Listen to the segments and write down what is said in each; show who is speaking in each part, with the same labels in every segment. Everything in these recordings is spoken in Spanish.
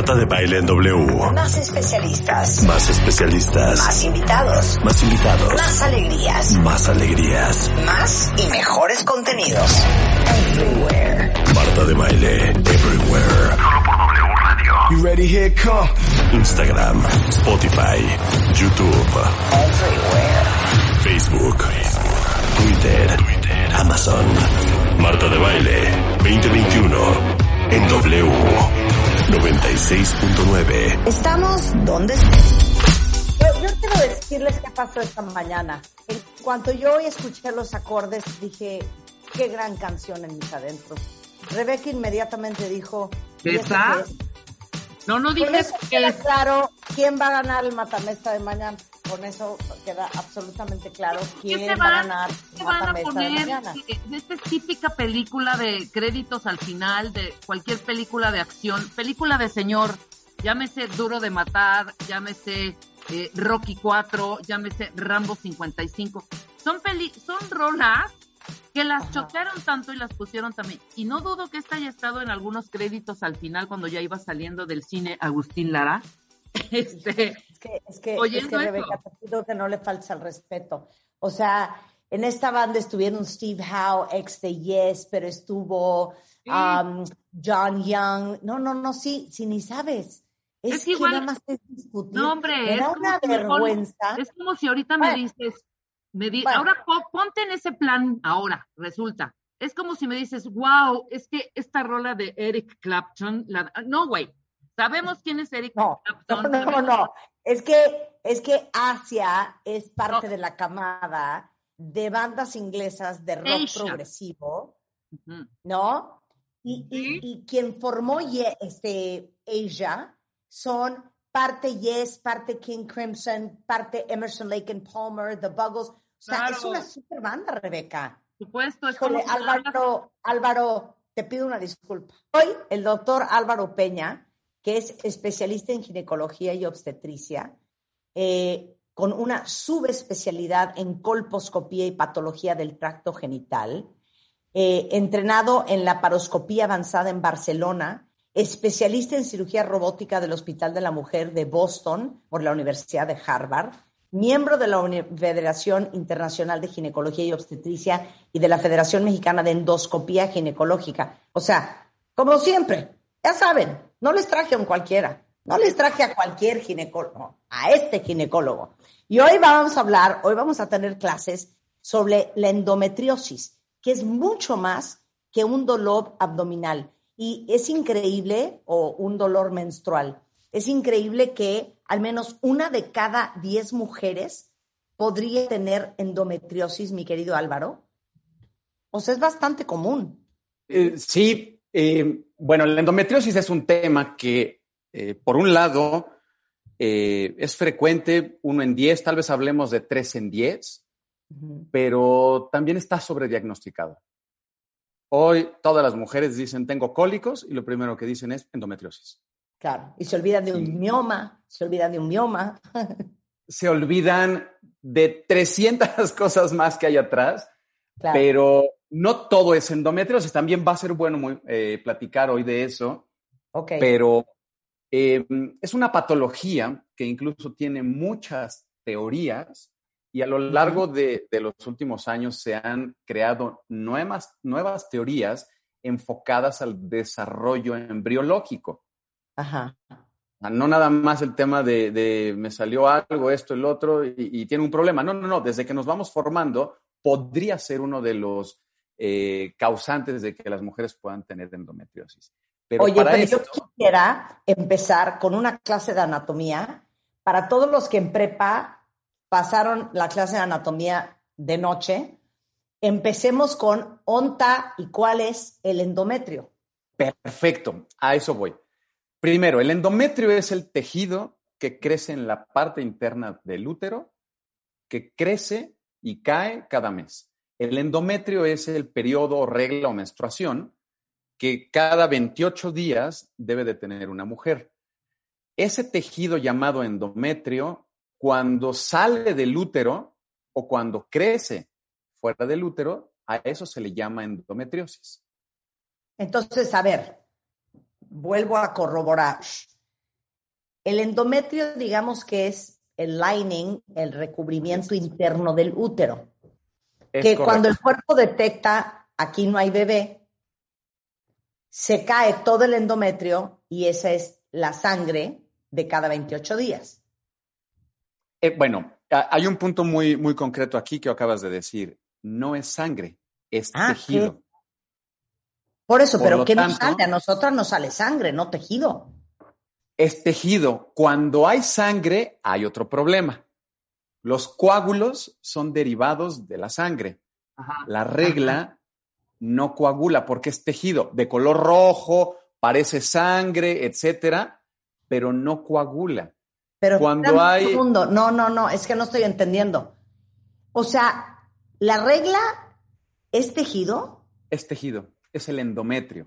Speaker 1: Marta de Baile en W.
Speaker 2: Más especialistas.
Speaker 1: Más especialistas.
Speaker 2: Más invitados.
Speaker 1: Más invitados.
Speaker 2: Más alegrías.
Speaker 1: Más alegrías.
Speaker 2: Más y mejores contenidos. Everywhere.
Speaker 1: Marta de Baile Everywhere. Solo por W Radio.
Speaker 3: You ready? Here it come.
Speaker 1: Instagram, Spotify, YouTube.
Speaker 2: Everywhere.
Speaker 1: Facebook. Twitter. Amazon. Marta de Baile 2021 en W 96.9.
Speaker 4: Estamos donde yo quiero decirles qué pasó esta mañana. En cuanto yo hoy escuché los acordes, dije, qué gran canción en mis adentros. Rebeca inmediatamente dijo,
Speaker 5: ¿esa? No dices
Speaker 4: que queda claro quién va a ganar el Matamesta de mañana. Con eso queda absolutamente claro quién va a ganar el Matamesta de mañana.
Speaker 5: Esta es típica película de créditos al final de cualquier película de acción, película de señor, llámese Duro de Matar, llámese Rocky 4, llámese Rambo 55. Son rolas que las chocaron tanto y las pusieron también. Y no dudo que esta haya estado en algunos créditos al final cuando ya iba saliendo del cine Agustín Lara.
Speaker 4: Es que Rebeca, te pido que no le faltes al respeto. O sea, en esta banda estuvieron Steve Howe, ex de Yes, pero estuvo John Young. No, sí, ni sabes. Es que igual, nada más es discutir.
Speaker 5: No, hombre,
Speaker 4: era una vergüenza.
Speaker 5: Es como si ahorita me dices, ahora ponte en ese plan ahora, resulta. Es como si me dices, wow, es que esta rola de Eric Clapton, no, güey. Sabemos quién es Eric Clapton.
Speaker 4: No. Es que Asia es parte de la camada de bandas inglesas de rock progresivo, ¿no? Y quien formó Asia son parte Yes, parte King Crimson, parte Emerson, Lake and Palmer, The Buggles. O sea, es una super banda, Rebeca.
Speaker 5: Supuesto.
Speaker 4: Híjole, Álvaro, te pido una disculpa. Hoy el doctor Álvaro Peña, que es especialista en ginecología y obstetricia, con una subespecialidad en colposcopía y patología del tracto genital, entrenado en laparoscopía avanzada en Barcelona, especialista en cirugía robótica del Hospital de la Mujer de Boston por la Universidad de Harvard, miembro de la Federación Internacional de Ginecología y Obstetricia y de la Federación Mexicana de Endoscopía Ginecológica. O sea, como siempre, ya saben, no les traje a un cualquiera, no les traje a cualquier ginecólogo, a este ginecólogo. Y hoy vamos a tener clases sobre la endometriosis, que es mucho más que un dolor abdominal. Y es increíble, o un dolor menstrual, es increíble que al menos 1 de cada 10 mujeres podría tener endometriosis, mi querido Álvaro. O sea, es bastante común.
Speaker 6: Sí. Bueno, la endometriosis es un tema que, por un lado, es frecuente, 1 en 10, tal vez hablemos de 3 en 10, pero también está sobrediagnosticado. Hoy todas las mujeres dicen tengo cólicos y lo primero que dicen es endometriosis.
Speaker 4: Claro, y se olvidan de un mioma, Se
Speaker 6: olvidan de 300 cosas más que hay atrás, claro. Pero no todo es endometriosis. También va a ser bueno platicar hoy de eso. Okay. Pero es una patología que incluso tiene muchas teorías y a lo largo de los últimos años se han creado nuevas teorías enfocadas al desarrollo embriológico.
Speaker 4: Ajá.
Speaker 6: No nada más el tema de me salió algo, esto, el otro, y tiene un problema. No. Desde que nos vamos formando, podría ser uno de los causantes de que las mujeres puedan tener endometriosis. Pero
Speaker 4: yo quisiera empezar con una clase de anatomía para todos los que en prepa pasaron la clase de anatomía de noche. Empecemos con ONTA y cuál es el endometrio.
Speaker 6: Perfecto, a eso voy. Primero, el endometrio es el tejido que crece en la parte interna del útero, que crece y cae cada mes. El endometrio es el periodo o regla o menstruación que cada 28 días debe de tener una mujer. Ese tejido llamado endometrio, cuando sale del útero o cuando crece fuera del útero, a eso se le llama endometriosis.
Speaker 4: Entonces, a ver, vuelvo a corroborar. El endometrio, digamos que es el lining, el recubrimiento interno del útero.
Speaker 6: Es
Speaker 4: Que
Speaker 6: correcto.
Speaker 4: cuando el cuerpo detecta aquí no hay bebé, se cae todo el endometrio y esa es la sangre de cada 28 días.
Speaker 6: Bueno, hay un punto muy, muy concreto aquí que acabas de decir. No es sangre, es tejido.
Speaker 4: ¿qué? Por eso,
Speaker 6: Por
Speaker 4: pero
Speaker 6: lo
Speaker 4: ¿qué nos
Speaker 6: tanto,
Speaker 4: sale? A nosotras nos sale sangre, no tejido.
Speaker 6: es tejido. Cuando hay sangre, hay otro problema. Los coágulos son derivados de la sangre.
Speaker 5: Ajá.
Speaker 6: La regla no coagula porque es tejido de color rojo, parece sangre, etcétera, pero no coagula.
Speaker 4: Pero
Speaker 6: Cuando
Speaker 4: espérame un
Speaker 6: hay...
Speaker 4: segundo. No, es que no estoy entendiendo. O sea, ¿la regla es tejido?
Speaker 6: Es tejido, es el endometrio.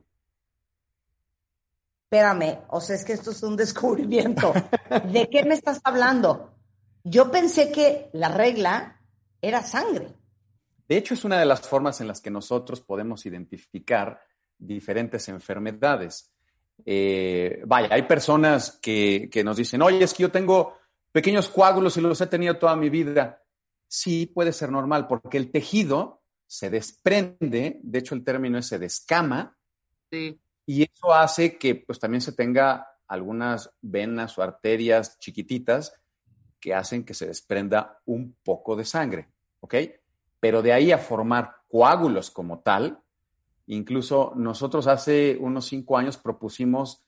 Speaker 4: Espérame, o sea, es que esto es un descubrimiento. ¿De qué me estás hablando? Yo pensé que la regla era sangre.
Speaker 6: De hecho, es una de las formas en las que nosotros podemos identificar diferentes enfermedades. Vaya, hay personas que nos dicen, oye, es que yo tengo pequeños coágulos y los he tenido toda mi vida. Sí, puede ser normal, porque el tejido se desprende, de hecho el término es se descama,
Speaker 5: Sí.
Speaker 6: y eso hace que pues también se tenga algunas venas o arterias chiquititas que hacen que se desprenda un poco de sangre, ¿ok? Pero de ahí a formar coágulos como tal, incluso nosotros hace unos 5 años propusimos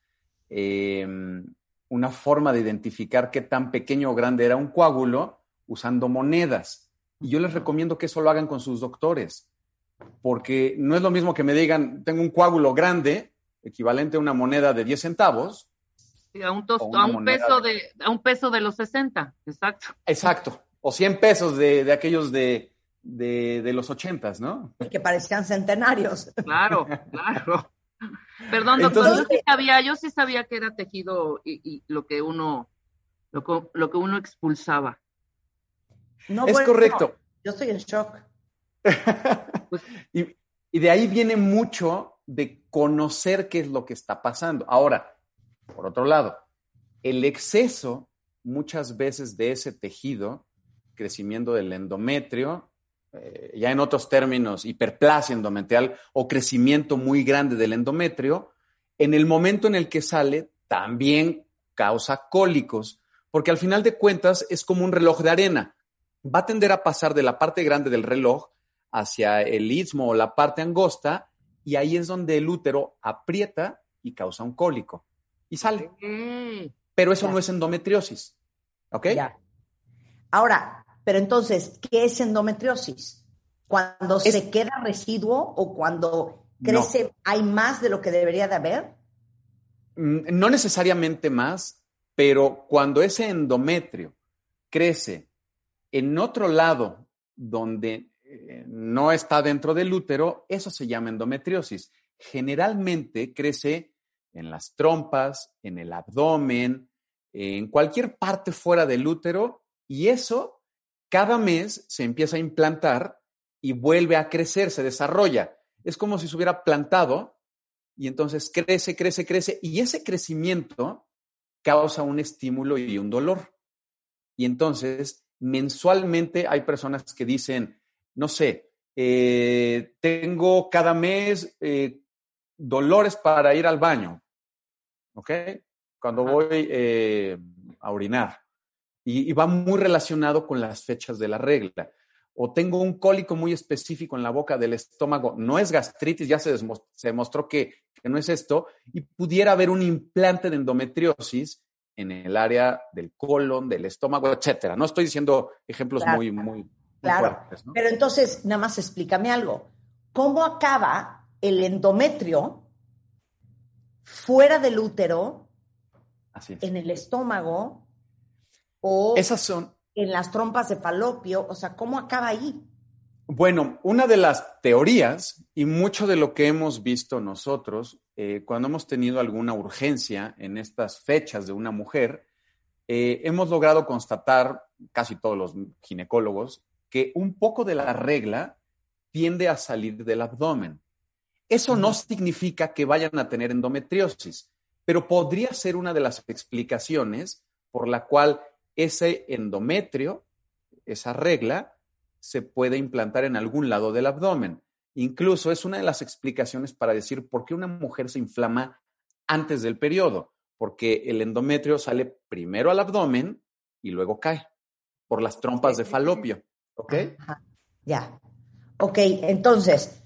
Speaker 6: una forma de identificar qué tan pequeño o grande era un coágulo usando monedas. Y yo les recomiendo que eso lo hagan con sus doctores, porque no es lo mismo que me digan, tengo un coágulo grande, equivalente a una moneda de 10 centavos.
Speaker 5: Sí, a un peso de los 60, exacto.
Speaker 6: Exacto, o 100 pesos de aquellos de los 80s, ¿no?
Speaker 4: Que parecían centenarios.
Speaker 5: Claro. Perdón, doctor,
Speaker 6: Entonces,
Speaker 5: yo sí sabía que era tejido y lo que uno expulsaba.
Speaker 4: No,
Speaker 6: es
Speaker 4: bueno,
Speaker 6: correcto.
Speaker 4: yo estoy en shock.
Speaker 6: y de ahí viene mucho de conocer qué es lo que está pasando. Ahora, por otro lado, el exceso muchas veces de ese tejido, crecimiento del endometrio, ya en otros términos, hiperplasia endometrial o crecimiento muy grande del endometrio, en el momento en el que sale también causa cólicos, porque al final de cuentas es como un reloj de arena. Va a tender a pasar de la parte grande del reloj hacia el istmo o la parte angosta, y ahí es donde el útero aprieta y causa un cólico. Y sale. Pero eso no es endometriosis. ¿Ok?
Speaker 4: Ya. Ahora, pero entonces, ¿qué es endometriosis? ¿Cuando se queda residuo o cuando crece hay más de lo que debería de haber?
Speaker 6: No necesariamente más, pero cuando ese endometrio crece en otro lado donde no está dentro del útero, eso se llama endometriosis. Generalmente crece en las trompas, en el abdomen, en cualquier parte fuera del útero, y eso cada mes se empieza a implantar y vuelve a crecer, se desarrolla. Es como si se hubiera plantado y entonces crece, y ese crecimiento causa un estímulo y un dolor. Y entonces, mensualmente hay personas que dicen, no sé, tengo cada mes dolores para ir al baño, ¿ok? Cuando voy a orinar. Y va muy relacionado con las fechas de la regla. O tengo un cólico muy específico en la boca del estómago. No es gastritis, ya se demostró que no es esto. Y pudiera haber un implante de endometriosis en el área del colon, del estómago, etcétera. No estoy diciendo ejemplos muy fuertes, ¿no?
Speaker 4: Pero entonces, nada más explícame algo. ¿Cómo acaba el endometrio fuera del útero, en el estómago o en las trompas de falopio? O sea, ¿cómo acaba ahí?
Speaker 6: Bueno, una de las teorías y mucho de lo que hemos visto nosotros cuando hemos tenido alguna urgencia en estas fechas de una mujer, hemos logrado constatar, casi todos los ginecólogos, que un poco de la regla tiende a salir del abdomen. Eso no significa que vayan a tener endometriosis, pero podría ser una de las explicaciones por la cual ese endometrio, esa regla, se puede implantar en algún lado del abdomen. Incluso es una de las explicaciones para decir por qué una mujer se inflama antes del periodo, porque el endometrio sale primero al abdomen y luego cae por las trompas de falopio. ¿Ok?
Speaker 4: Ajá, ya. Ok, entonces,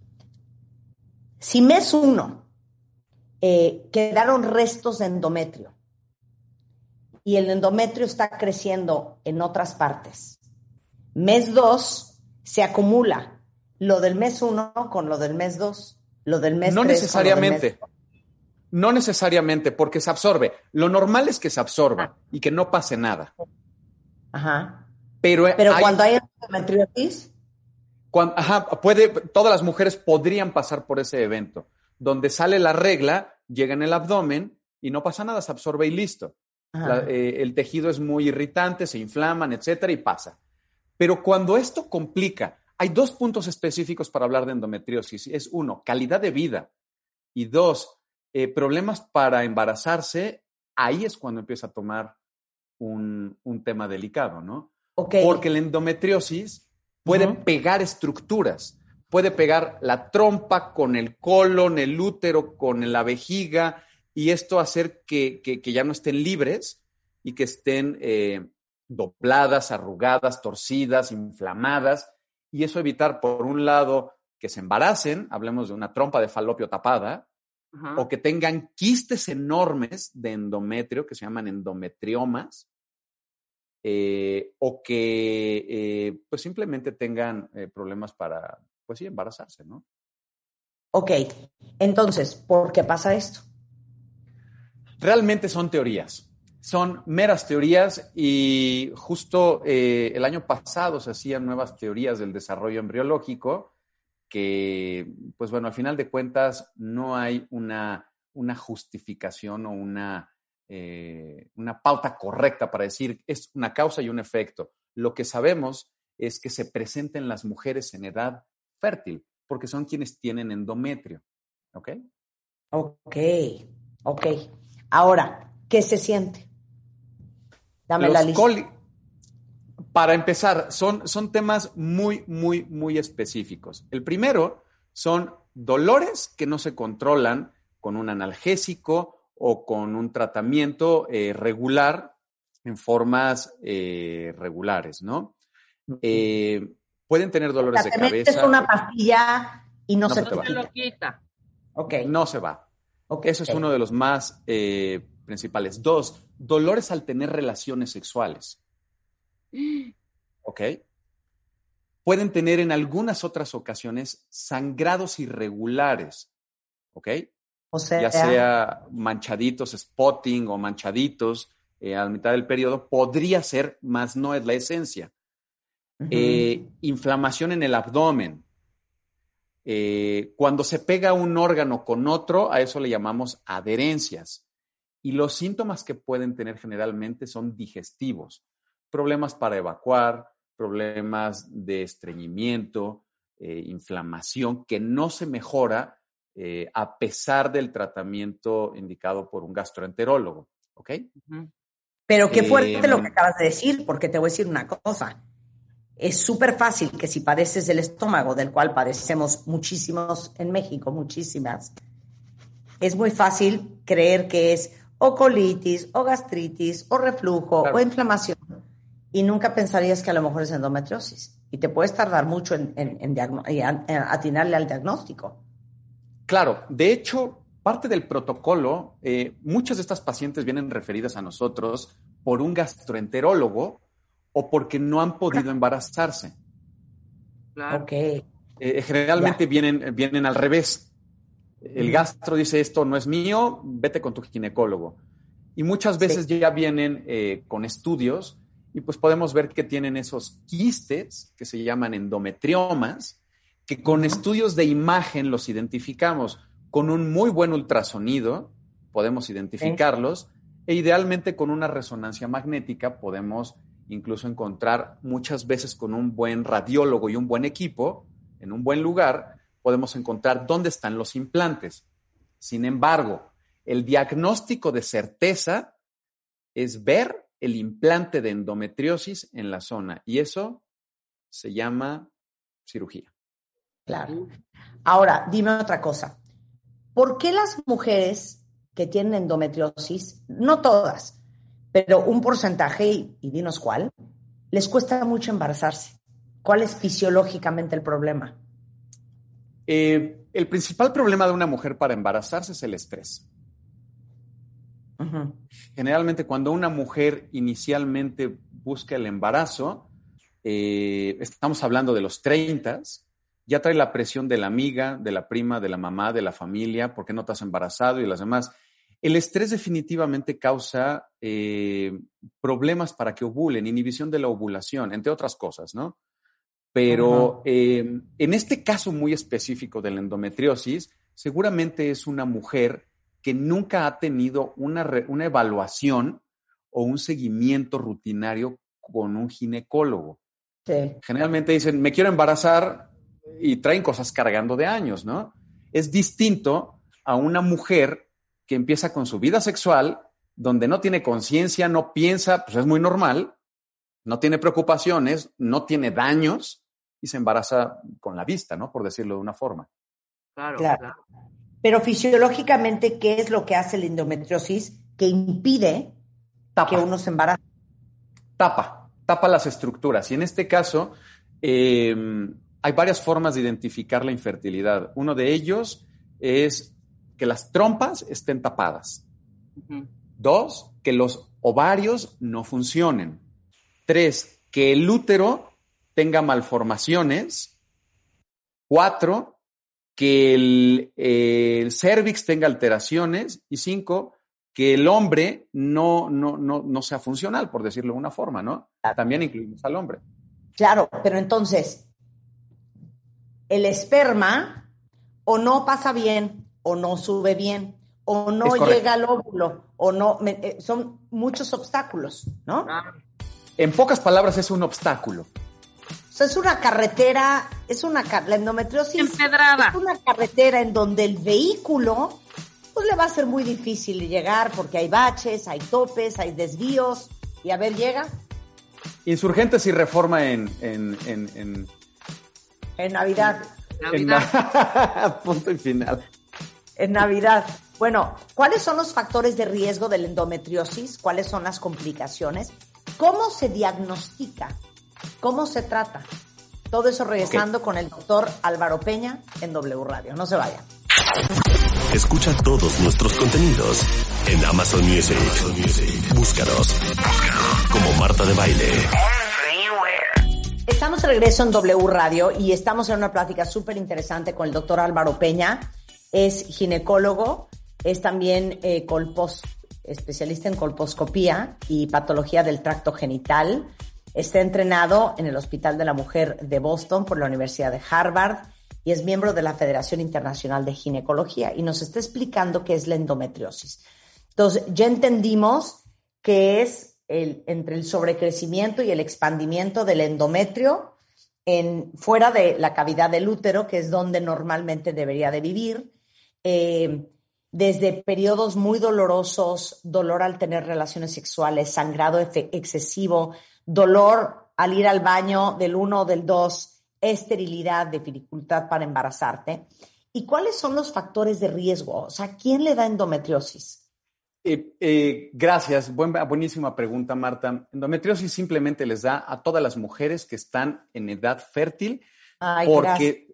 Speaker 4: si mes 1 quedaron restos de endometrio y el endometrio está creciendo en otras partes, mes 2 se acumula lo del mes 1 con lo del mes 2, lo del mes 3
Speaker 6: No
Speaker 4: con lo del
Speaker 6: necesariamente.
Speaker 4: mes 4.
Speaker 6: No necesariamente, porque se absorbe. Lo normal es que se absorba y que no pase nada.
Speaker 4: Ajá.
Speaker 6: Pero
Speaker 4: cuando hay endometriosis,
Speaker 6: todas las mujeres podrían pasar por ese evento, donde sale la regla, llega en el abdomen y no pasa nada, se absorbe y listo. El tejido es muy irritante, se inflaman, etcétera, y pasa. Pero cuando esto complica, hay 2 puntos específicos para hablar de endometriosis. Es 1, calidad de vida, y 2, problemas para embarazarse. Ahí es cuando empieza a tomar un tema delicado, ¿no?
Speaker 4: Okay.
Speaker 6: Porque la endometriosis puede pegar estructuras, puede pegar la trompa con el colon, el útero, con la vejiga, y esto hacer que ya no estén libres y que estén dobladas, arrugadas, torcidas, inflamadas, y eso evitar, por un lado, que se embaracen, hablemos de una trompa de falopio tapada, o que tengan quistes enormes de endometrio, que se llaman endometriomas, o que pues simplemente tengan problemas para, pues sí, embarazarse, ¿no?
Speaker 4: Ok, entonces, ¿por qué pasa esto?
Speaker 6: Realmente son teorías, son meras teorías, y justo el año pasado se hacían nuevas teorías del desarrollo embriológico que, pues bueno, al final de cuentas no hay una justificación o una pauta correcta para decir es una causa y un efecto. Lo que sabemos es que se presenta en las mujeres en edad fértil, porque son quienes tienen endometrio. ¿Ok?
Speaker 4: Ok. Ahora, ¿qué se siente? Dame la lista.
Speaker 6: Para empezar, son temas muy, muy, muy específicos. El primero son dolores que no se controlan con un analgésico o con un tratamiento regular en formas regulares, ¿no? Pueden tener dolores de cabeza.
Speaker 4: Te metes una pastilla y no se te
Speaker 5: lo quita.
Speaker 4: Okay.
Speaker 6: No se va.
Speaker 4: Okay.
Speaker 6: Eso es uno de los más principales. 2, dolores al tener relaciones sexuales. ¿Ok? Pueden tener en algunas otras ocasiones sangrados irregulares. ¿Ok?
Speaker 4: O sea,
Speaker 6: ya sea manchaditos, spotting o manchaditos a la mitad del periodo, podría ser, más no es la esencia. Inflamación en el abdomen. Cuando se pega un órgano con otro, a eso le llamamos adherencias. Y los síntomas que pueden tener generalmente son digestivos. Problemas para evacuar, problemas de estreñimiento, inflamación que no se mejora a pesar del tratamiento indicado por un gastroenterólogo. ¿Ok?
Speaker 4: Pero qué fuerte lo que acabas de decir, porque te voy a decir una cosa. Es súper fácil que si padeces del estómago, del cual padecemos muchísimos en México, muchísimas, es muy fácil creer que es o colitis, o gastritis, o reflujo, claro, o inflamación, y nunca pensarías que a lo mejor es endometriosis. Y te puedes tardar mucho en atinarle al diagnóstico.
Speaker 6: Claro, de hecho, parte del protocolo, muchas de estas pacientes vienen referidas a nosotros por un gastroenterólogo o porque no han podido embarazarse.
Speaker 5: Claro.
Speaker 4: Okay.
Speaker 6: Generalmente vienen al revés. El gastro dice, esto no es mío, vete con tu ginecólogo. Y muchas veces ya vienen con estudios y pues podemos ver que tienen esos quistes que se llaman endometriomas, que con estudios de imagen los identificamos. Con un muy buen ultrasonido podemos identificarlos e idealmente con una resonancia magnética podemos incluso encontrar, muchas veces con un buen radiólogo y un buen equipo, en un buen lugar, podemos encontrar dónde están los implantes. Sin embargo, el diagnóstico de certeza es ver el implante de endometriosis en la zona y eso se llama cirugía.
Speaker 4: Claro. Ahora, dime otra cosa. ¿Por qué las mujeres que tienen endometriosis, no todas, pero un porcentaje, y dinos cuál, les cuesta mucho embarazarse? ¿Cuál es fisiológicamente el problema?
Speaker 6: El principal problema de una mujer para embarazarse es el estrés.
Speaker 4: Uh-huh.
Speaker 6: Generalmente cuando una mujer inicialmente busca el embarazo, estamos hablando de los 30, ya trae la presión de la amiga, de la prima, de la mamá, de la familia, ¿por qué no te has embarazado? Y las demás. El estrés definitivamente causa problemas para que ovulen, inhibición de la ovulación, entre otras cosas, ¿no? Pero en este caso muy específico de la endometriosis, seguramente es una mujer que nunca ha tenido una evaluación o un seguimiento rutinario con un ginecólogo.
Speaker 4: Sí.
Speaker 6: Generalmente dicen, me quiero embarazar y traen cosas cargando de años, ¿no? Es distinto a una mujer que empieza con su vida sexual, donde no tiene conciencia, no piensa, pues es muy normal, no tiene preocupaciones, no tiene daños y se embaraza con la vista, ¿no? Por decirlo de una forma.
Speaker 5: Claro.
Speaker 4: Pero fisiológicamente, ¿qué es lo que hace la endometriosis que impide que uno se embarace?
Speaker 6: Tapa las estructuras. Y en este caso, hay varias formas de identificar la infertilidad. Uno de ellos es que las trompas estén tapadas. Uh-huh. 2, que los ovarios no funcionen. 3, que el útero tenga malformaciones. 4, que el cérvix tenga alteraciones. Y 5, que el hombre no sea funcional, por decirlo de una forma, ¿no? También incluimos al hombre.
Speaker 4: Claro, pero entonces, el esperma o no pasa bien, o no sube bien, o no llega al óvulo, o no, son muchos obstáculos, ¿no?
Speaker 6: En pocas palabras, es un obstáculo.
Speaker 4: O sea, es una carretera, la endometriosis
Speaker 5: empedrada.
Speaker 4: Es una carretera en donde el vehículo pues le va a ser muy difícil llegar porque hay baches, hay topes, hay desvíos, y a ver, llega.
Speaker 6: Insurgentes y Reforma en
Speaker 4: Navidad.
Speaker 6: Punto y final.
Speaker 4: En Navidad. Bueno, ¿cuáles son los factores de riesgo de la endometriosis? ¿Cuáles son las complicaciones? ¿Cómo se diagnostica? ¿Cómo se trata? Todo eso regresando con el doctor Álvaro Peña en W Radio. No se vayan.
Speaker 1: Escucha todos nuestros contenidos en Amazon Music. Búscanos como Marta de Baile.
Speaker 4: Estamos de regreso en W Radio y estamos en una plática súper interesante con el doctor Álvaro Peña. Es ginecólogo, es también especialista en colposcopía y patología del tracto genital. Está entrenado en el Hospital de la Mujer de Boston por la Universidad de Harvard y es miembro de la Federación Internacional de Ginecología y nos está explicando qué es la endometriosis. Entonces, ya entendimos que es entre el sobrecrecimiento y el expandimiento del endometrio fuera de la cavidad del útero, que es donde normalmente debería de vivir, desde periodos muy dolorosos, dolor al tener relaciones sexuales, sangrado excesivo, dolor al ir al baño del 1 o del 2, esterilidad, dificultad para embarazarte. ¿Y cuáles son los factores de riesgo? O sea, ¿quién le da endometriosis?
Speaker 6: Gracias. Buenísima pregunta, Marta. Endometriosis simplemente les da a todas las mujeres que están en edad fértil.
Speaker 4: Ay,
Speaker 6: porque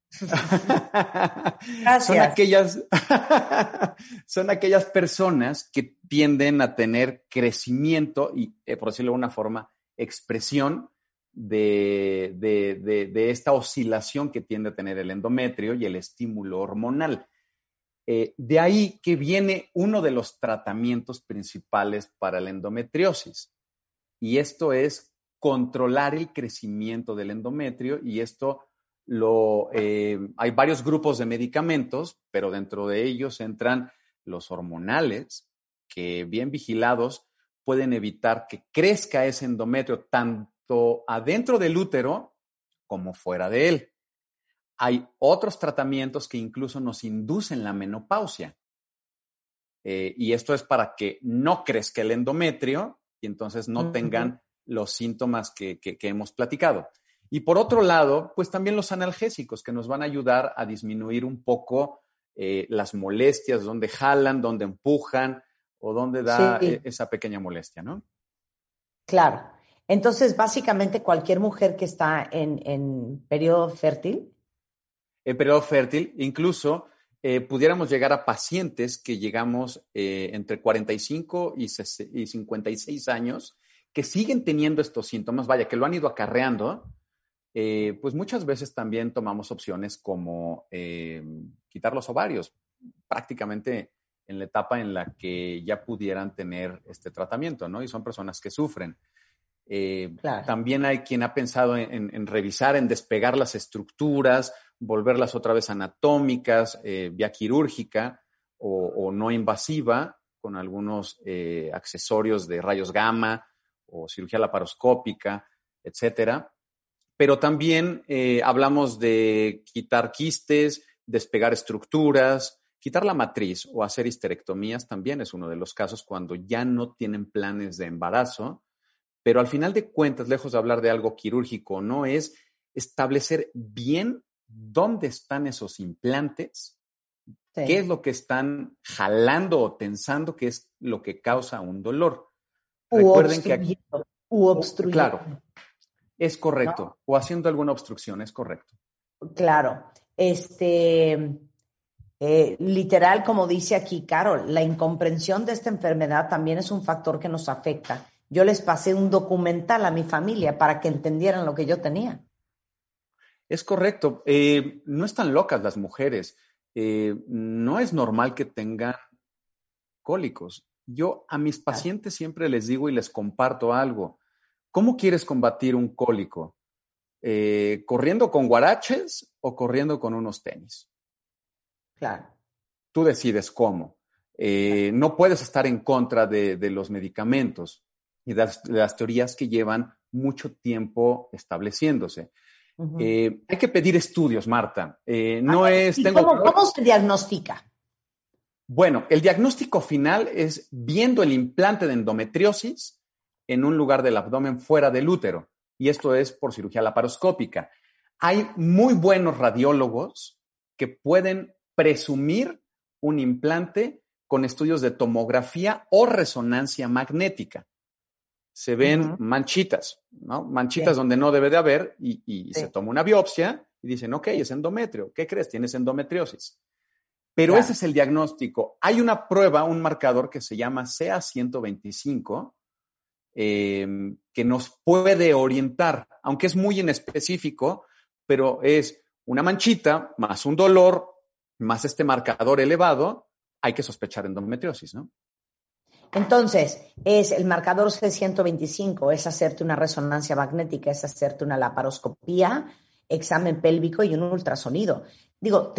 Speaker 4: gracias.
Speaker 6: son aquellas personas que tienden a tener crecimiento y, por decirlo de una forma, expresión de esta oscilación que tiende a tener el endometrio y el estímulo hormonal. De ahí que viene uno de los tratamientos principales para la endometriosis. Y esto es controlar el crecimiento del endometrio y esto hay varios grupos de medicamentos, pero dentro de ellos entran los hormonales, que bien vigilados pueden evitar que crezca ese endometrio tanto adentro del útero como fuera de él. Hay otros tratamientos que incluso nos inducen la menopausia. Y esto es para que no crezca el endometrio y entonces no tengan los síntomas que hemos platicado. Y por otro lado, pues también los analgésicos que nos van a ayudar a disminuir un poco las molestias, donde jalan, donde empujan o donde da esa pequeña molestia, ¿no?
Speaker 4: Claro. Entonces, básicamente cualquier mujer que está en periodo fértil.
Speaker 6: En periodo fértil, incluso pudiéramos llegar a pacientes que llegamos entre 45 y 56 años que siguen teniendo estos síntomas, vaya, que lo han ido acarreando. Pues muchas veces también tomamos opciones como quitar los ovarios, prácticamente en la etapa en la que ya pudieran tener este tratamiento, ¿no? Y son personas que sufren. Claro. También hay quien ha pensado en revisar, en despegar las estructuras, volverlas otra vez anatómicas, vía quirúrgica o no invasiva, con algunos accesorios de rayos gamma o cirugía laparoscópica, etcétera. Pero también hablamos de quitar quistes, despegar estructuras, quitar la matriz o hacer histerectomías también es uno de los casos cuando ya no tienen planes de embarazo. Pero al final de cuentas, lejos de hablar de algo quirúrgico, no es establecer bien dónde están esos implantes, qué es lo que están jalando o tensando, qué es lo que causa un dolor. Recuerden que aquí,
Speaker 4: obstruyendo.
Speaker 6: Claro, es correcto. ¿No? O haciendo alguna obstrucción, es correcto.
Speaker 4: Claro. Literal, como dice aquí Carol, la incomprensión de esta enfermedad también es un factor que nos afecta. Yo les pasé un documental a mi familia para que entendieran lo que yo tenía.
Speaker 6: Es correcto. No están locas las mujeres. No es normal que tengan cólicos. Yo a mis pacientes siempre les digo y les comparto algo. ¿Cómo quieres combatir un cólico? ¿Corriendo con guaraches o corriendo con unos tenis?
Speaker 4: Claro.
Speaker 6: Tú decides cómo. No puedes estar en contra de los medicamentos y de las teorías que llevan mucho tiempo estableciéndose. Uh-huh. Hay que pedir estudios, Marta.
Speaker 4: ¿Cómo se diagnostica?
Speaker 6: Bueno, el diagnóstico final es viendo el implante de endometriosis en un lugar del abdomen fuera del útero, y esto es por cirugía laparoscópica. Hay muy buenos radiólogos que pueden presumir un implante con estudios de tomografía o resonancia magnética. Se ven manchitas, ¿no? Manchitas donde no debe de haber y se toma una biopsia y dicen, ok, es endometrio. ¿Qué crees? Tienes endometriosis. Pero ese es el diagnóstico. Hay una prueba, un marcador que se llama CA125 que nos puede orientar, aunque es muy inespecífico, pero es una manchita más un dolor más este marcador elevado, hay que sospechar endometriosis, ¿no?
Speaker 4: Entonces, es el marcador C125, es hacerte una resonancia magnética, es hacerte una laparoscopía, examen pélvico y un ultrasonido. Digo,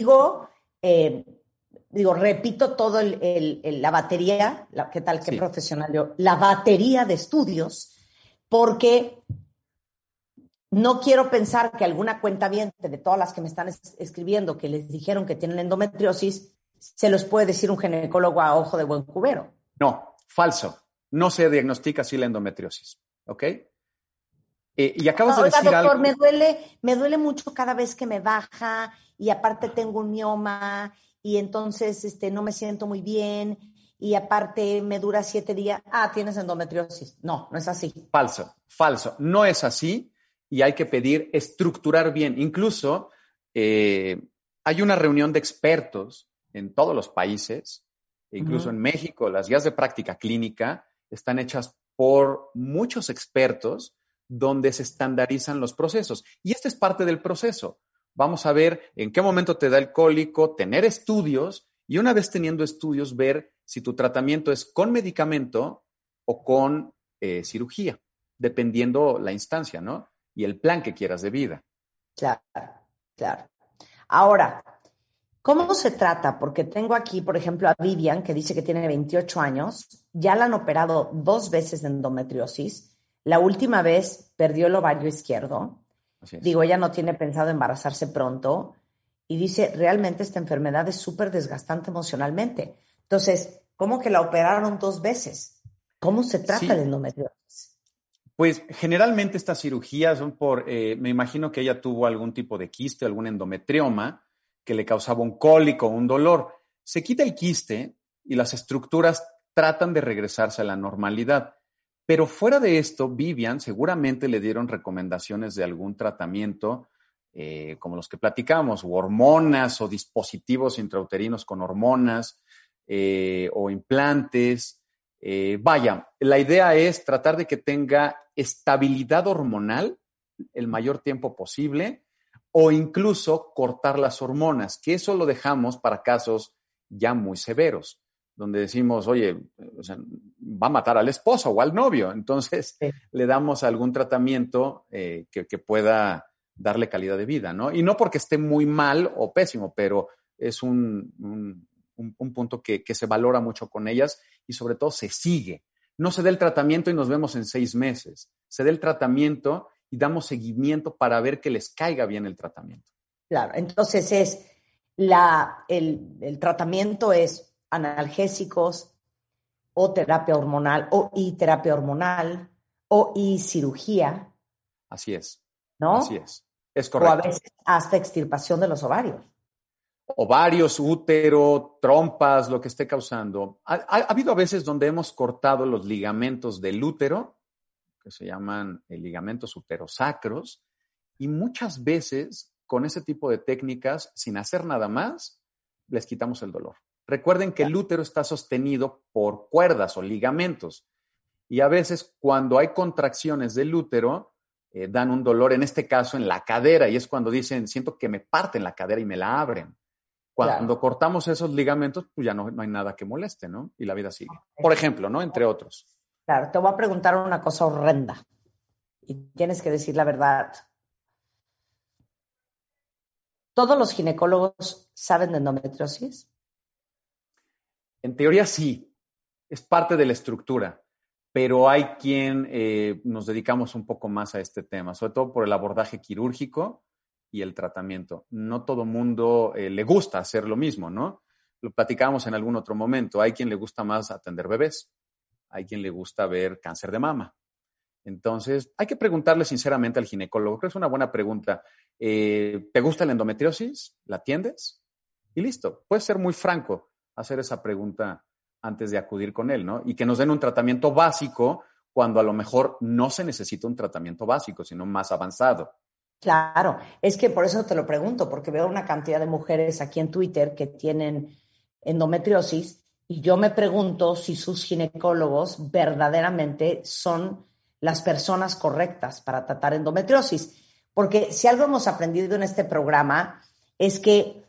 Speaker 4: repito todo la batería, ¿qué tal? Qué profesional yo. La batería de estudios, porque no quiero pensar que alguna cuentaviente de todas las que me están escribiendo que les dijeron que tienen endometriosis, se los puede decir un ginecólogo a ojo de buen cubero.
Speaker 6: No, falso. No se diagnostica así la endometriosis, ¿ok? Y acabas de decir
Speaker 4: doctor,
Speaker 6: algo.
Speaker 4: Me duele mucho cada vez que me baja y aparte tengo un mioma y entonces no me siento muy bien y aparte me dura 7 días. Tienes endometriosis. No, no es así.
Speaker 6: Falso. No es así y hay que pedir estructurar bien. Incluso hay una reunión de expertos en todos los países, incluso en México, las guías de práctica clínica están hechas por muchos expertos donde se estandarizan los procesos. Y este es parte del proceso. Vamos a ver en qué momento te da el cólico, tener estudios y una vez teniendo estudios, ver si tu tratamiento es con medicamento o con cirugía, dependiendo la instancia, ¿no? Y el plan que quieras de vida.
Speaker 4: Claro. Ahora, ¿cómo se trata? Porque tengo aquí, por ejemplo, a Vivian, que dice que tiene 28 años, ya la han operado 2 veces de endometriosis. La última vez perdió el ovario izquierdo. Digo, ella no tiene pensado embarazarse pronto. Y dice, realmente esta enfermedad es súper desgastante emocionalmente. Entonces, ¿cómo que la operaron 2 veces? ¿Cómo se trata
Speaker 6: Sí.
Speaker 4: la endometriosis?
Speaker 6: Pues generalmente estas cirugías son me imagino que ella tuvo algún tipo de quiste, algún endometrioma que le causaba un cólico, un dolor. Se quita el quiste y las estructuras tratan de regresarse a la normalidad. Pero fuera de esto, Vivian seguramente le dieron recomendaciones de algún tratamiento, como los que platicamos, o hormonas o dispositivos intrauterinos con hormonas, o implantes. Vaya, la idea es tratar de que tenga estabilidad hormonal el mayor tiempo posible o incluso cortar las hormonas, que eso lo dejamos para casos ya muy severos, donde decimos, oye, o sea, va a matar al esposo o al novio. Entonces,
Speaker 4: Sí.
Speaker 6: le damos algún tratamiento que pueda darle calidad de vida, ¿no? Y no porque esté muy mal o pésimo, pero es un punto que se valora mucho con ellas y sobre todo se sigue. No se da el tratamiento y nos vemos en 6 meses. Se da el tratamiento y damos seguimiento para ver que les caiga bien el tratamiento.
Speaker 4: Claro, entonces el tratamiento es analgésicos o terapia hormonal y terapia hormonal y cirugía,
Speaker 6: Así es.
Speaker 4: ¿no?
Speaker 6: Así es. Es
Speaker 4: O a
Speaker 6: correcto.
Speaker 4: veces hasta extirpación de los ovarios.
Speaker 6: Ovarios, útero, trompas, lo que esté causando. Ha habido a veces donde hemos cortado los ligamentos del útero, que se llaman ligamentos uterosacros, y muchas veces con ese tipo de técnicas, sin hacer nada más, les quitamos el dolor. Recuerden que el útero está sostenido por cuerdas o ligamentos, y a veces cuando hay contracciones del útero, dan un dolor, en este caso en la cadera, y es cuando dicen, siento que me parten la cadera y me la abren. Cuando cortamos esos ligamentos, pues ya no hay nada que moleste, ¿no? Y la vida sigue. Por ejemplo, ¿no? Entre otros.
Speaker 4: Claro, te voy a preguntar una cosa horrenda y tienes que decir la verdad. ¿Todos los ginecólogos saben de endometriosis?
Speaker 6: En teoría sí, es parte de la estructura, pero hay quien nos dedicamos un poco más a este tema, sobre todo por el abordaje quirúrgico y el tratamiento. No todo mundo le gusta hacer lo mismo, ¿no? Lo platicábamos en algún otro momento. Hay quien le gusta más atender bebés, hay quien le gusta ver cáncer de mama. Entonces, hay que preguntarle sinceramente al ginecólogo. Creo que es una buena pregunta. ¿Te gusta la endometriosis? ¿La atiendes? Y listo. Puedes ser muy franco, hacer esa pregunta antes de acudir con él, ¿no? Y que nos den un tratamiento básico cuando a lo mejor no se necesita un tratamiento básico, sino más avanzado.
Speaker 4: Claro, es que por eso te lo pregunto, porque veo una cantidad de mujeres aquí en Twitter que tienen endometriosis y yo me pregunto si sus ginecólogos verdaderamente son las personas correctas para tratar endometriosis. Porque si algo hemos aprendido en este programa es que,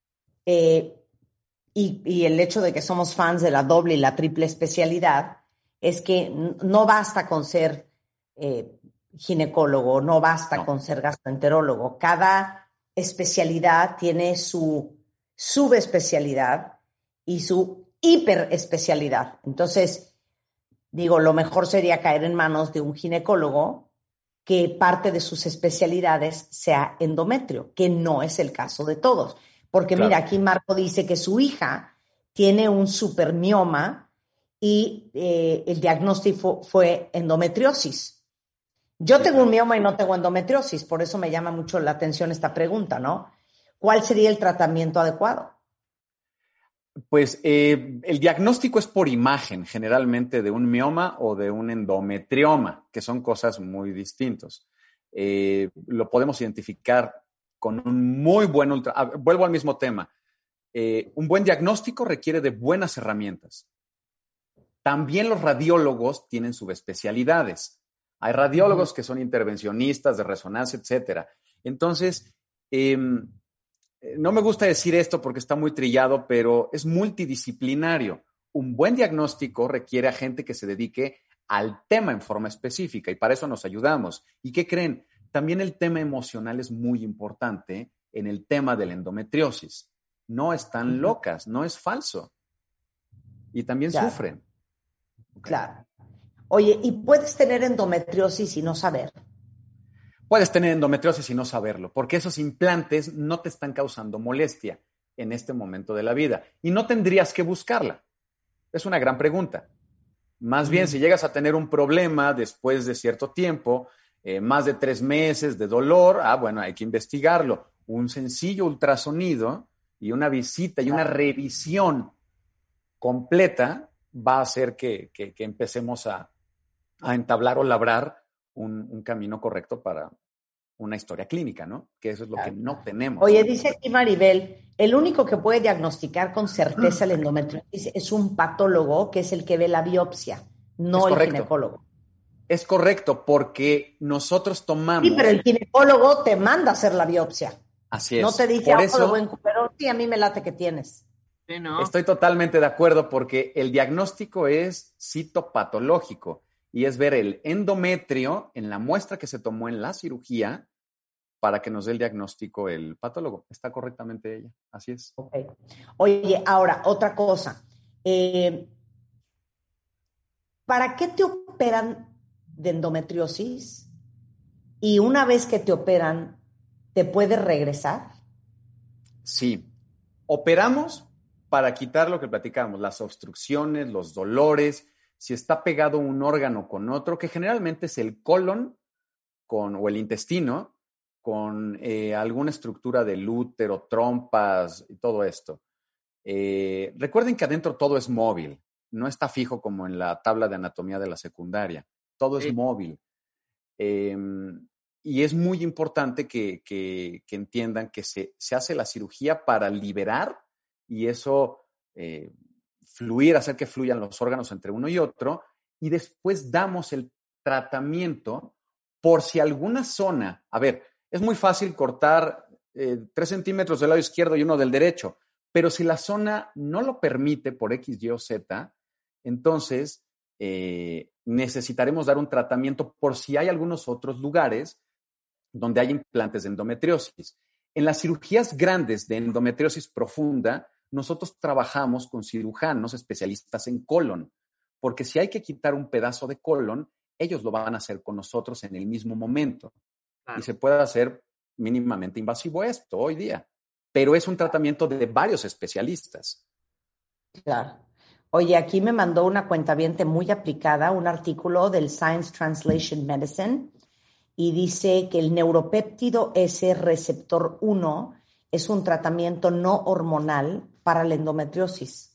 Speaker 4: y el hecho de que somos fans de la doble y la triple especialidad, es que no basta con ser ginecólogo, no basta con ser gastroenterólogo. Cada especialidad tiene su subespecialidad y su hiperespecialidad. Entonces, digo, lo mejor sería caer en manos de un ginecólogo que parte de sus especialidades sea endometrio, que no es el caso de todos. Porque claro, mira, aquí Marco dice que su hija tiene un supermioma y el diagnóstico fue endometriosis. Yo tengo un mioma y no tengo endometriosis, por eso me llama mucho la atención esta pregunta, ¿no? ¿Cuál sería el tratamiento adecuado?
Speaker 6: Pues el diagnóstico es por imagen, generalmente de un mioma o de un endometrioma, que son cosas muy distintas. Lo podemos identificar con un muy buen vuelvo al mismo tema. Un buen diagnóstico requiere de buenas herramientas. También los radiólogos tienen subespecialidades. Hay radiólogos que son intervencionistas de resonancia, etcétera. Entonces, no me gusta decir esto porque está muy trillado, pero es multidisciplinario. Un buen diagnóstico requiere a gente que se dedique al tema en forma específica y para eso nos ayudamos. ¿Y qué creen? También el tema emocional es muy importante en el tema de la endometriosis. No están locas, no es falso. Y también sufren. Okay.
Speaker 4: Claro. Oye, ¿y puedes tener endometriosis y no saber?
Speaker 6: Puedes tener endometriosis y no saberlo, porque esos implantes no te están causando molestia en este momento de la vida y no tendrías que buscarla. Es una gran pregunta. Más bien, si llegas a tener un problema después de cierto tiempo, más de 3 meses de dolor, bueno, hay que investigarlo. Un sencillo ultrasonido y una visita y una revisión completa va a hacer que empecemos a entablar o labrar un camino correcto para una historia clínica, ¿no? Que eso es lo que no tenemos.
Speaker 4: Oye, dice aquí Maribel, el único que puede diagnosticar con certeza la endometriosis es un patólogo, que es el que ve la biopsia, no el ginecólogo.
Speaker 6: Es correcto, porque nosotros tomamos...
Speaker 4: Sí, pero el ginecólogo te manda a hacer la biopsia.
Speaker 6: Así es.
Speaker 4: No te dice,
Speaker 6: por eso,
Speaker 4: de buen pero sí, a mí me late que tienes.
Speaker 5: Sí, ¿no?
Speaker 6: Estoy totalmente de acuerdo, porque el diagnóstico es citopatológico y es ver el endometrio en la muestra que se tomó en la cirugía para que nos dé el diagnóstico el patólogo. Está correctamente ella, así es.
Speaker 4: Okay. Oye, ahora, otra cosa. ¿Para qué te operan de endometriosis? Y una vez que te operan, ¿te puedes regresar?
Speaker 6: Sí. Operamos para quitar lo que platicamos, las obstrucciones, los dolores, si está pegado un órgano con otro, que generalmente es el colon o el intestino, con alguna estructura del útero, trompas y todo esto. Recuerden que adentro todo es móvil, no está fijo como en la tabla de anatomía de la secundaria, todo es móvil. Y es muy importante que entiendan que se hace la cirugía para liberar y eso fluir, hacer que fluyan los órganos entre uno y otro, y después damos el tratamiento por si alguna zona, es muy fácil cortar 3 centímetros del lado izquierdo y uno del derecho, pero si la zona no lo permite por X, Y o Z, entonces necesitaremos dar un tratamiento por si hay algunos otros lugares donde hay implantes de endometriosis. En las cirugías grandes de endometriosis profunda, nosotros trabajamos con cirujanos especialistas en colon, porque si hay que quitar un pedazo de colon, ellos lo van a hacer con nosotros en el mismo momento. Claro. Y se puede hacer mínimamente invasivo esto hoy día, pero es un tratamiento de varios especialistas.
Speaker 4: Claro. Oye, aquí me mandó una cuentaviente muy aplicada, un artículo del Science Translation Medicine, y dice que el neuropéptido S receptor 1 es un tratamiento no hormonal para la endometriosis.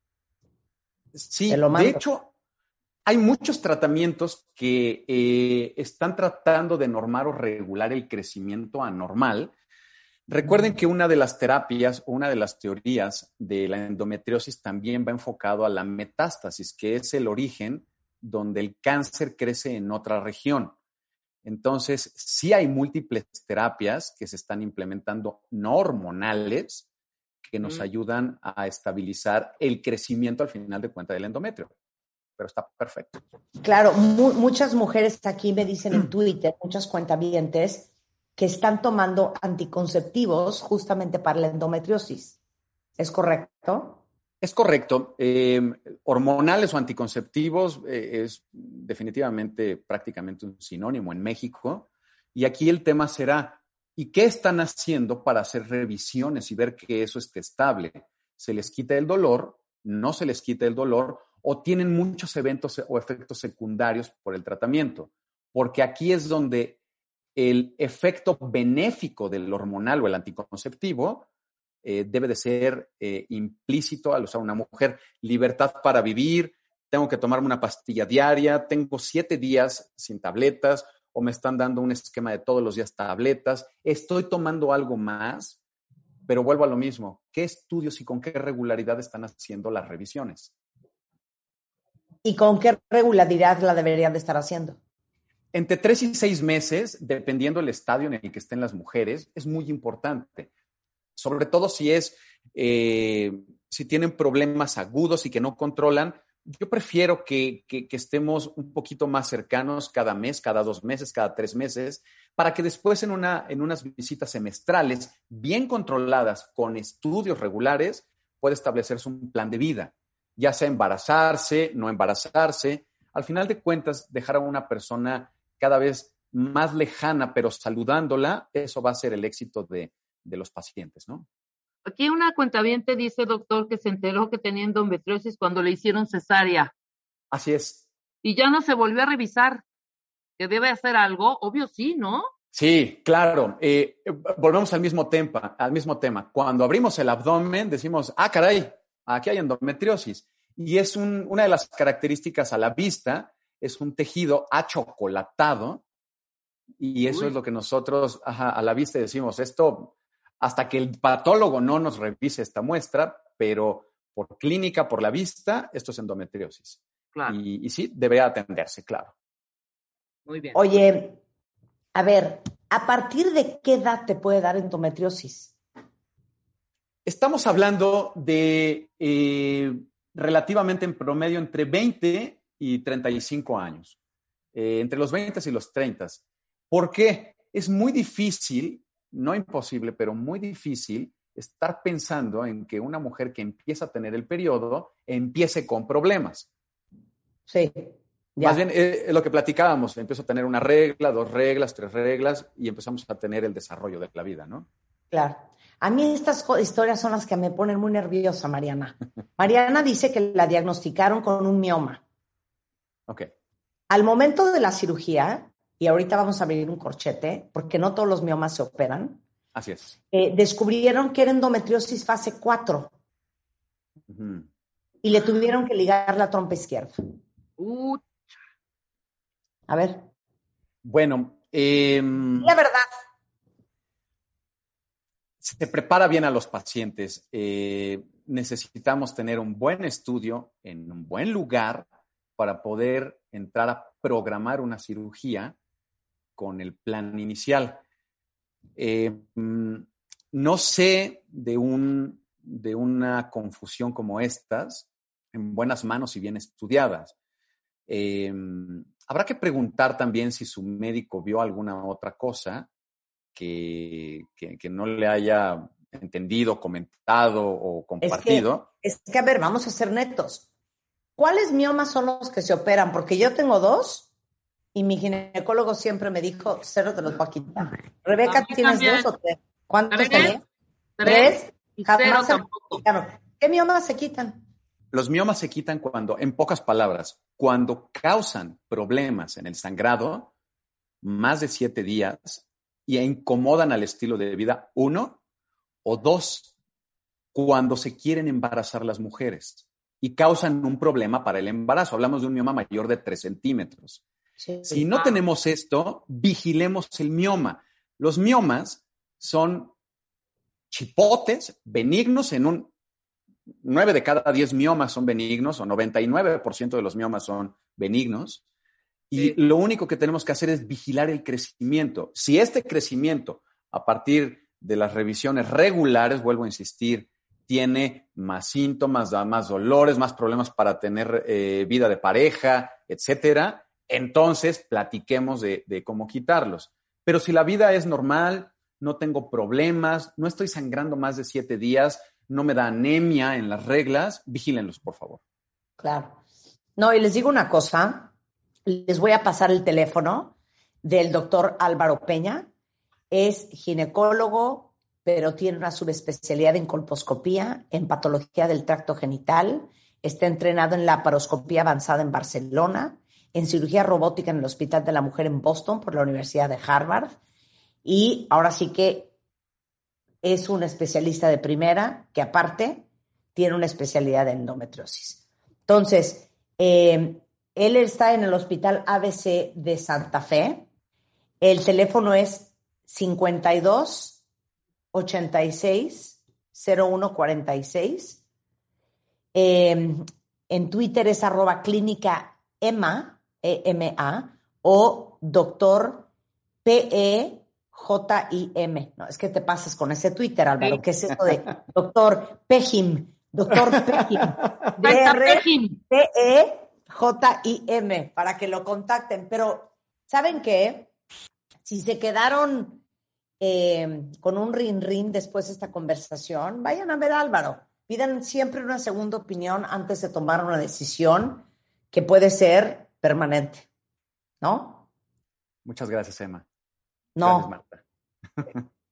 Speaker 6: Sí, de hecho, hay muchos tratamientos que están tratando de normar o regular el crecimiento anormal. Recuerden que una de las terapias o una de las teorías de la endometriosis también va enfocado a la metástasis, que es el origen donde el cáncer crece en otra región. Entonces, sí hay múltiples terapias que se están implementando no hormonales que nos ayudan a estabilizar el crecimiento al final de cuentas del endometrio. Pero está perfecto.
Speaker 4: Claro, muchas mujeres aquí me dicen en Twitter, muchas cuentavientes, que están tomando anticonceptivos justamente para la endometriosis. ¿Es correcto?
Speaker 6: Es correcto. Hormonales o anticonceptivos es definitivamente prácticamente un sinónimo en México. Y aquí el tema será, ¿y qué están haciendo para hacer revisiones y ver que eso esté estable? ¿Se les quita el dolor? ¿No se les quita el dolor? ¿O tienen muchos eventos o efectos secundarios por el tratamiento? Porque aquí es donde el efecto benéfico del hormonal o el anticonceptivo debe de ser implícito al usar una mujer. Libertad para vivir, tengo que tomarme una pastilla diaria, tengo 7 días sin tabletas o me están dando un esquema de todos los días tabletas, estoy tomando algo más, pero vuelvo a lo mismo. ¿Qué estudios y con qué regularidad están haciendo las revisiones?
Speaker 4: ¿Y con qué regularidad la deberían de estar haciendo?
Speaker 6: Entre 3 y 6 meses, dependiendo del estadio en el que estén las mujeres, es muy importante. Sobre todo si tienen problemas agudos y que no controlan, yo prefiero que estemos un poquito más cercanos cada mes, cada 2 meses, cada 3 meses, para que después en unas visitas semestrales bien controladas con estudios regulares pueda establecerse un plan de vida, ya sea embarazarse, no embarazarse. Al final de cuentas, dejar a una persona cada vez más lejana, pero saludándola, eso va a ser el éxito de los pacientes, ¿no?
Speaker 5: Aquí una cuentaviente dice, doctor, que se enteró que tenía endometriosis cuando le hicieron cesárea.
Speaker 6: Así es.
Speaker 5: Y ya no se volvió a revisar. ¿Que debe hacer algo? Obvio sí, ¿no?
Speaker 6: Sí, claro. Volvemos al mismo tema. Cuando abrimos el abdomen, decimos, caray, aquí hay endometriosis. Y es una de las características a la vista, es un tejido achocolatado, y eso es lo que nosotros a la vista decimos, esto, hasta que el patólogo no nos revise esta muestra, pero por clínica, por la vista, esto es endometriosis.
Speaker 5: Claro.
Speaker 6: Y sí, debería atenderse, claro.
Speaker 5: Muy bien.
Speaker 4: Oye, a ver, ¿a partir de qué edad te puede dar endometriosis?
Speaker 6: Estamos hablando de relativamente en promedio entre 20 y 35 años, entre los 20 y los 30. ¿Por qué? Es muy difícil, no imposible, pero muy difícil estar pensando en que una mujer que empieza a tener el periodo empiece con problemas.
Speaker 4: Sí. Ya.
Speaker 6: Más bien, es lo que platicábamos, empiezo a tener una regla, 2 reglas, 3 reglas, y empezamos a tener el desarrollo de la vida, ¿no?
Speaker 4: Claro. A mí estas historias son las que me ponen muy nerviosa, Mariana. Mariana dice que la diagnosticaron con un mioma.
Speaker 6: Ok.
Speaker 4: Al momento de la cirugía, y ahorita vamos a abrir un corchete, porque no todos los miomas se operan,
Speaker 6: Así es.
Speaker 4: descubrieron que era endometriosis fase 4
Speaker 6: Uh-huh.
Speaker 4: y le tuvieron que ligar la trompa izquierda. A ver.
Speaker 6: Bueno,
Speaker 4: La verdad.
Speaker 6: se prepara bien a los pacientes. Necesitamos tener un buen estudio en un buen lugar para poder entrar a programar una cirugía con el plan inicial. No sé de una confusión como estas en buenas manos y bien estudiadas. Habrá que preguntar también si su médico vio alguna otra cosa que no le haya entendido, comentado o compartido.
Speaker 4: Es que, a ver, vamos a ser netos. ¿Cuáles miomas son los que se operan? Porque yo tengo 2 y mi ginecólogo siempre me dijo, 0 te los voy a quitar. Rebeca, ¿tienes
Speaker 5: también.
Speaker 4: 2 o 3? ¿Cuántos
Speaker 5: 3.
Speaker 4: tenés?
Speaker 5: 3. Y 0
Speaker 4: Jamás se
Speaker 5: tampoco.
Speaker 4: quitaron. ¿Qué miomas se quitan?
Speaker 6: Los miomas se quitan cuando, en pocas palabras, cuando causan problemas en el sangrado, más de 7 días, y incomodan al estilo de vida, 1, o 2, cuando se quieren embarazar las mujeres y causan un problema para el embarazo. Hablamos de un mioma mayor de 3 centímetros.
Speaker 4: Sí.
Speaker 6: Si no tenemos esto, vigilemos el mioma. Los miomas son chipotes benignos en un 9 de cada 10 miomas son benignos, o 99% de los miomas son benignos, y lo único que tenemos que hacer es vigilar el crecimiento. Si este crecimiento, a partir de las revisiones regulares, vuelvo a insistir, tiene más síntomas, da más dolores, más problemas para tener vida de pareja, etcétera, entonces platiquemos de cómo quitarlos. Pero si la vida es normal, no tengo problemas, no estoy sangrando más de 7 días, no me da anemia en las reglas, vigílenlos, por favor.
Speaker 4: Claro. No, y les digo una cosa, les voy a pasar el teléfono del doctor Álvaro Peña. Es ginecólogo, pero tiene una subespecialidad en colposcopía, en patología del tracto genital. Está entrenado en laparoscopía avanzada en Barcelona, en cirugía robótica en el Hospital de la Mujer en Boston por la Universidad de Harvard. Y ahora sí que es un especialista de primera que aparte tiene una especialidad de endometriosis. Entonces, él está en el Hospital ABC de Santa Fe. El teléfono es 52 86 01 46. En Twitter es @clínica EMA, EMA, o doctor PEJIM. No, es que te pasas con ese Twitter, Álvaro.
Speaker 5: Sí.
Speaker 4: ¿Qué es eso de doctor Pejim? Doctor Pejim. DRPEJIM, para que lo contacten. Pero, ¿saben qué? Si se quedaron con un rin después de esta conversación, vayan a ver a Álvaro. Pidan siempre una segunda opinión antes de tomar una decisión que puede ser permanente, ¿no?
Speaker 6: Muchas gracias, Emma.
Speaker 4: No.
Speaker 6: Gracias, Marta.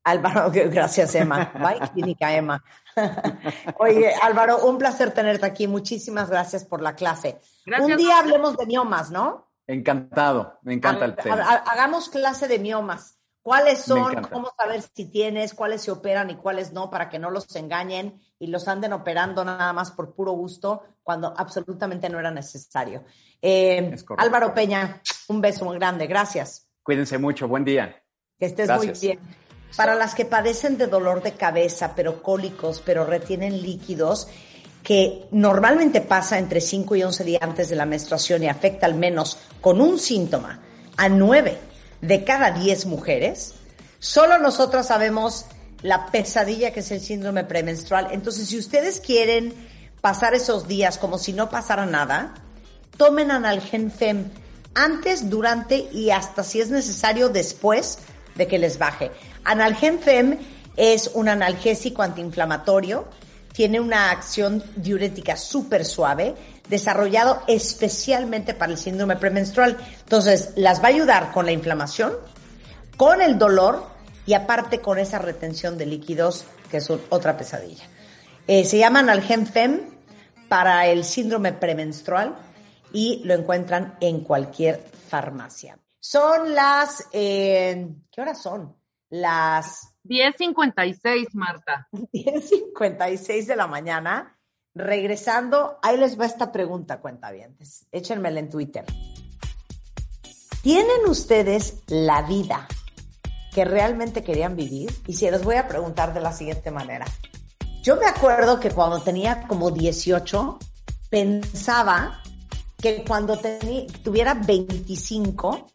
Speaker 4: Álvaro, gracias, Emma. Bye, clínica Emma. Oye, Álvaro, un placer tenerte aquí. Muchísimas gracias por la clase.
Speaker 5: Gracias.
Speaker 4: Un día hablemos de miomas, ¿no?
Speaker 6: Encantado, me encanta el tema.
Speaker 4: Hagamos clase de miomas. ¿Cuáles
Speaker 6: Me
Speaker 4: son?
Speaker 6: encanta.
Speaker 4: ¿Cómo saber si tienes? ¿Cuáles se operan y cuáles no? Para que no los engañen y los anden operando nada más por puro gusto cuando absolutamente no era necesario.
Speaker 6: Es correcto.
Speaker 4: Álvaro Peña, un beso muy grande. Gracias.
Speaker 6: Cuídense mucho, buen día.
Speaker 4: Que estés
Speaker 6: Gracias.
Speaker 4: muy bien. Para las que padecen de dolor de cabeza, pero cólicos, pero retienen líquidos, que normalmente pasa entre 5 y 11 días antes de la menstruación y afecta al menos con un síntoma a 9 de cada 10 mujeres, solo nosotras sabemos la pesadilla que es el síndrome premenstrual. Entonces, si ustedes quieren pasar esos días como si no pasara nada, tomen Analgen Fem antes, durante y hasta, si es necesario, después de que les baje. Analgen Fem es un analgésico antiinflamatorio, tiene una acción diurética súper suave, desarrollado especialmente para el síndrome premenstrual. Entonces, las va a ayudar con la inflamación, con el dolor y aparte con esa retención de líquidos, que es otra pesadilla. Se llama Analgen Fem para el síndrome premenstrual y lo encuentran en cualquier farmacia. Son las... ¿qué horas son? Las
Speaker 5: 10:56, Marta.
Speaker 4: 10:56 de la mañana. Regresando, ahí les va esta pregunta, cuentavientes. Échenmela en Twitter. ¿Tienen ustedes la vida que realmente querían vivir? Y se los voy a preguntar de la siguiente manera. Yo me acuerdo que cuando tenía como 18, pensaba que cuando tuviera 25,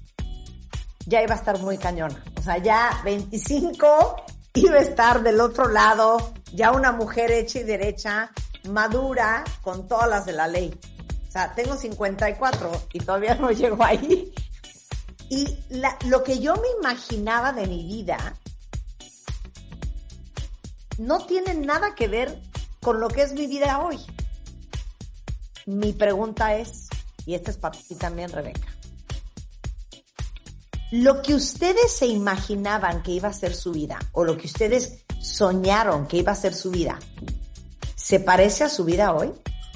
Speaker 4: ya iba a estar muy cañona. O sea, ya 25 iba a estar del otro lado, ya una mujer hecha y derecha, madura, con todas las de la ley. O sea, tengo 54 y todavía no llego ahí. Y lo que yo me imaginaba de mi vida no tiene nada que ver con lo que es mi vida hoy. Mi pregunta es, y esta es para ti también, Rebeca, lo que ustedes se imaginaban que iba a ser su vida, o lo que ustedes soñaron que iba a ser su vida, ¿se parece a su vida hoy?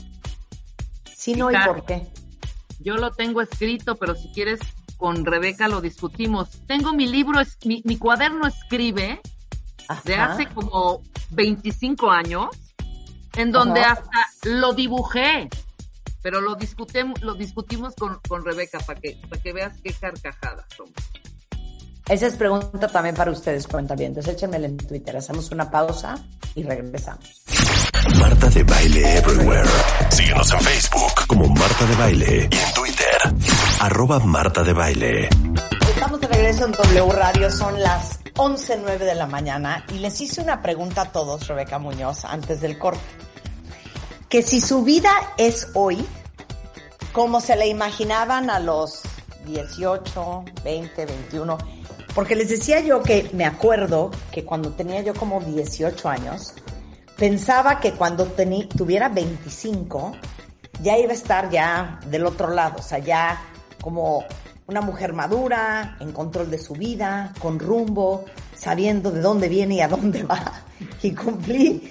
Speaker 4: Si no, ¿y por qué?
Speaker 5: Yo lo tengo escrito, pero si quieres, con Rebeca lo discutimos. Tengo mi libro, mi cuaderno escribe de hace como 25 años, en donde hasta lo dibujé, pero lo discutimos con Rebeca para que veas qué carcajadas son.
Speaker 4: Esa es pregunta también para ustedes, cuentavientes. Échenmela en Twitter. Hacemos una pausa y regresamos.
Speaker 1: Marta de Baile Everywhere. Síguenos en Facebook como Marta de Baile y en Twitter @Marta de Baile.
Speaker 4: Estamos de regreso en W Radio. Son las 11:09 de la mañana y les hice una pregunta a todos, Rebeca Muñoz, antes del corte. Que si su vida es hoy como se la imaginaban a los 18, 20, 21, porque les decía yo que me acuerdo que cuando tenía yo como 18 años, pensaba que cuando tuviera 25 ya iba a estar ya del otro lado, o sea, ya como una mujer madura, en control de su vida, con rumbo, sabiendo de dónde viene y a dónde va. Y cumplí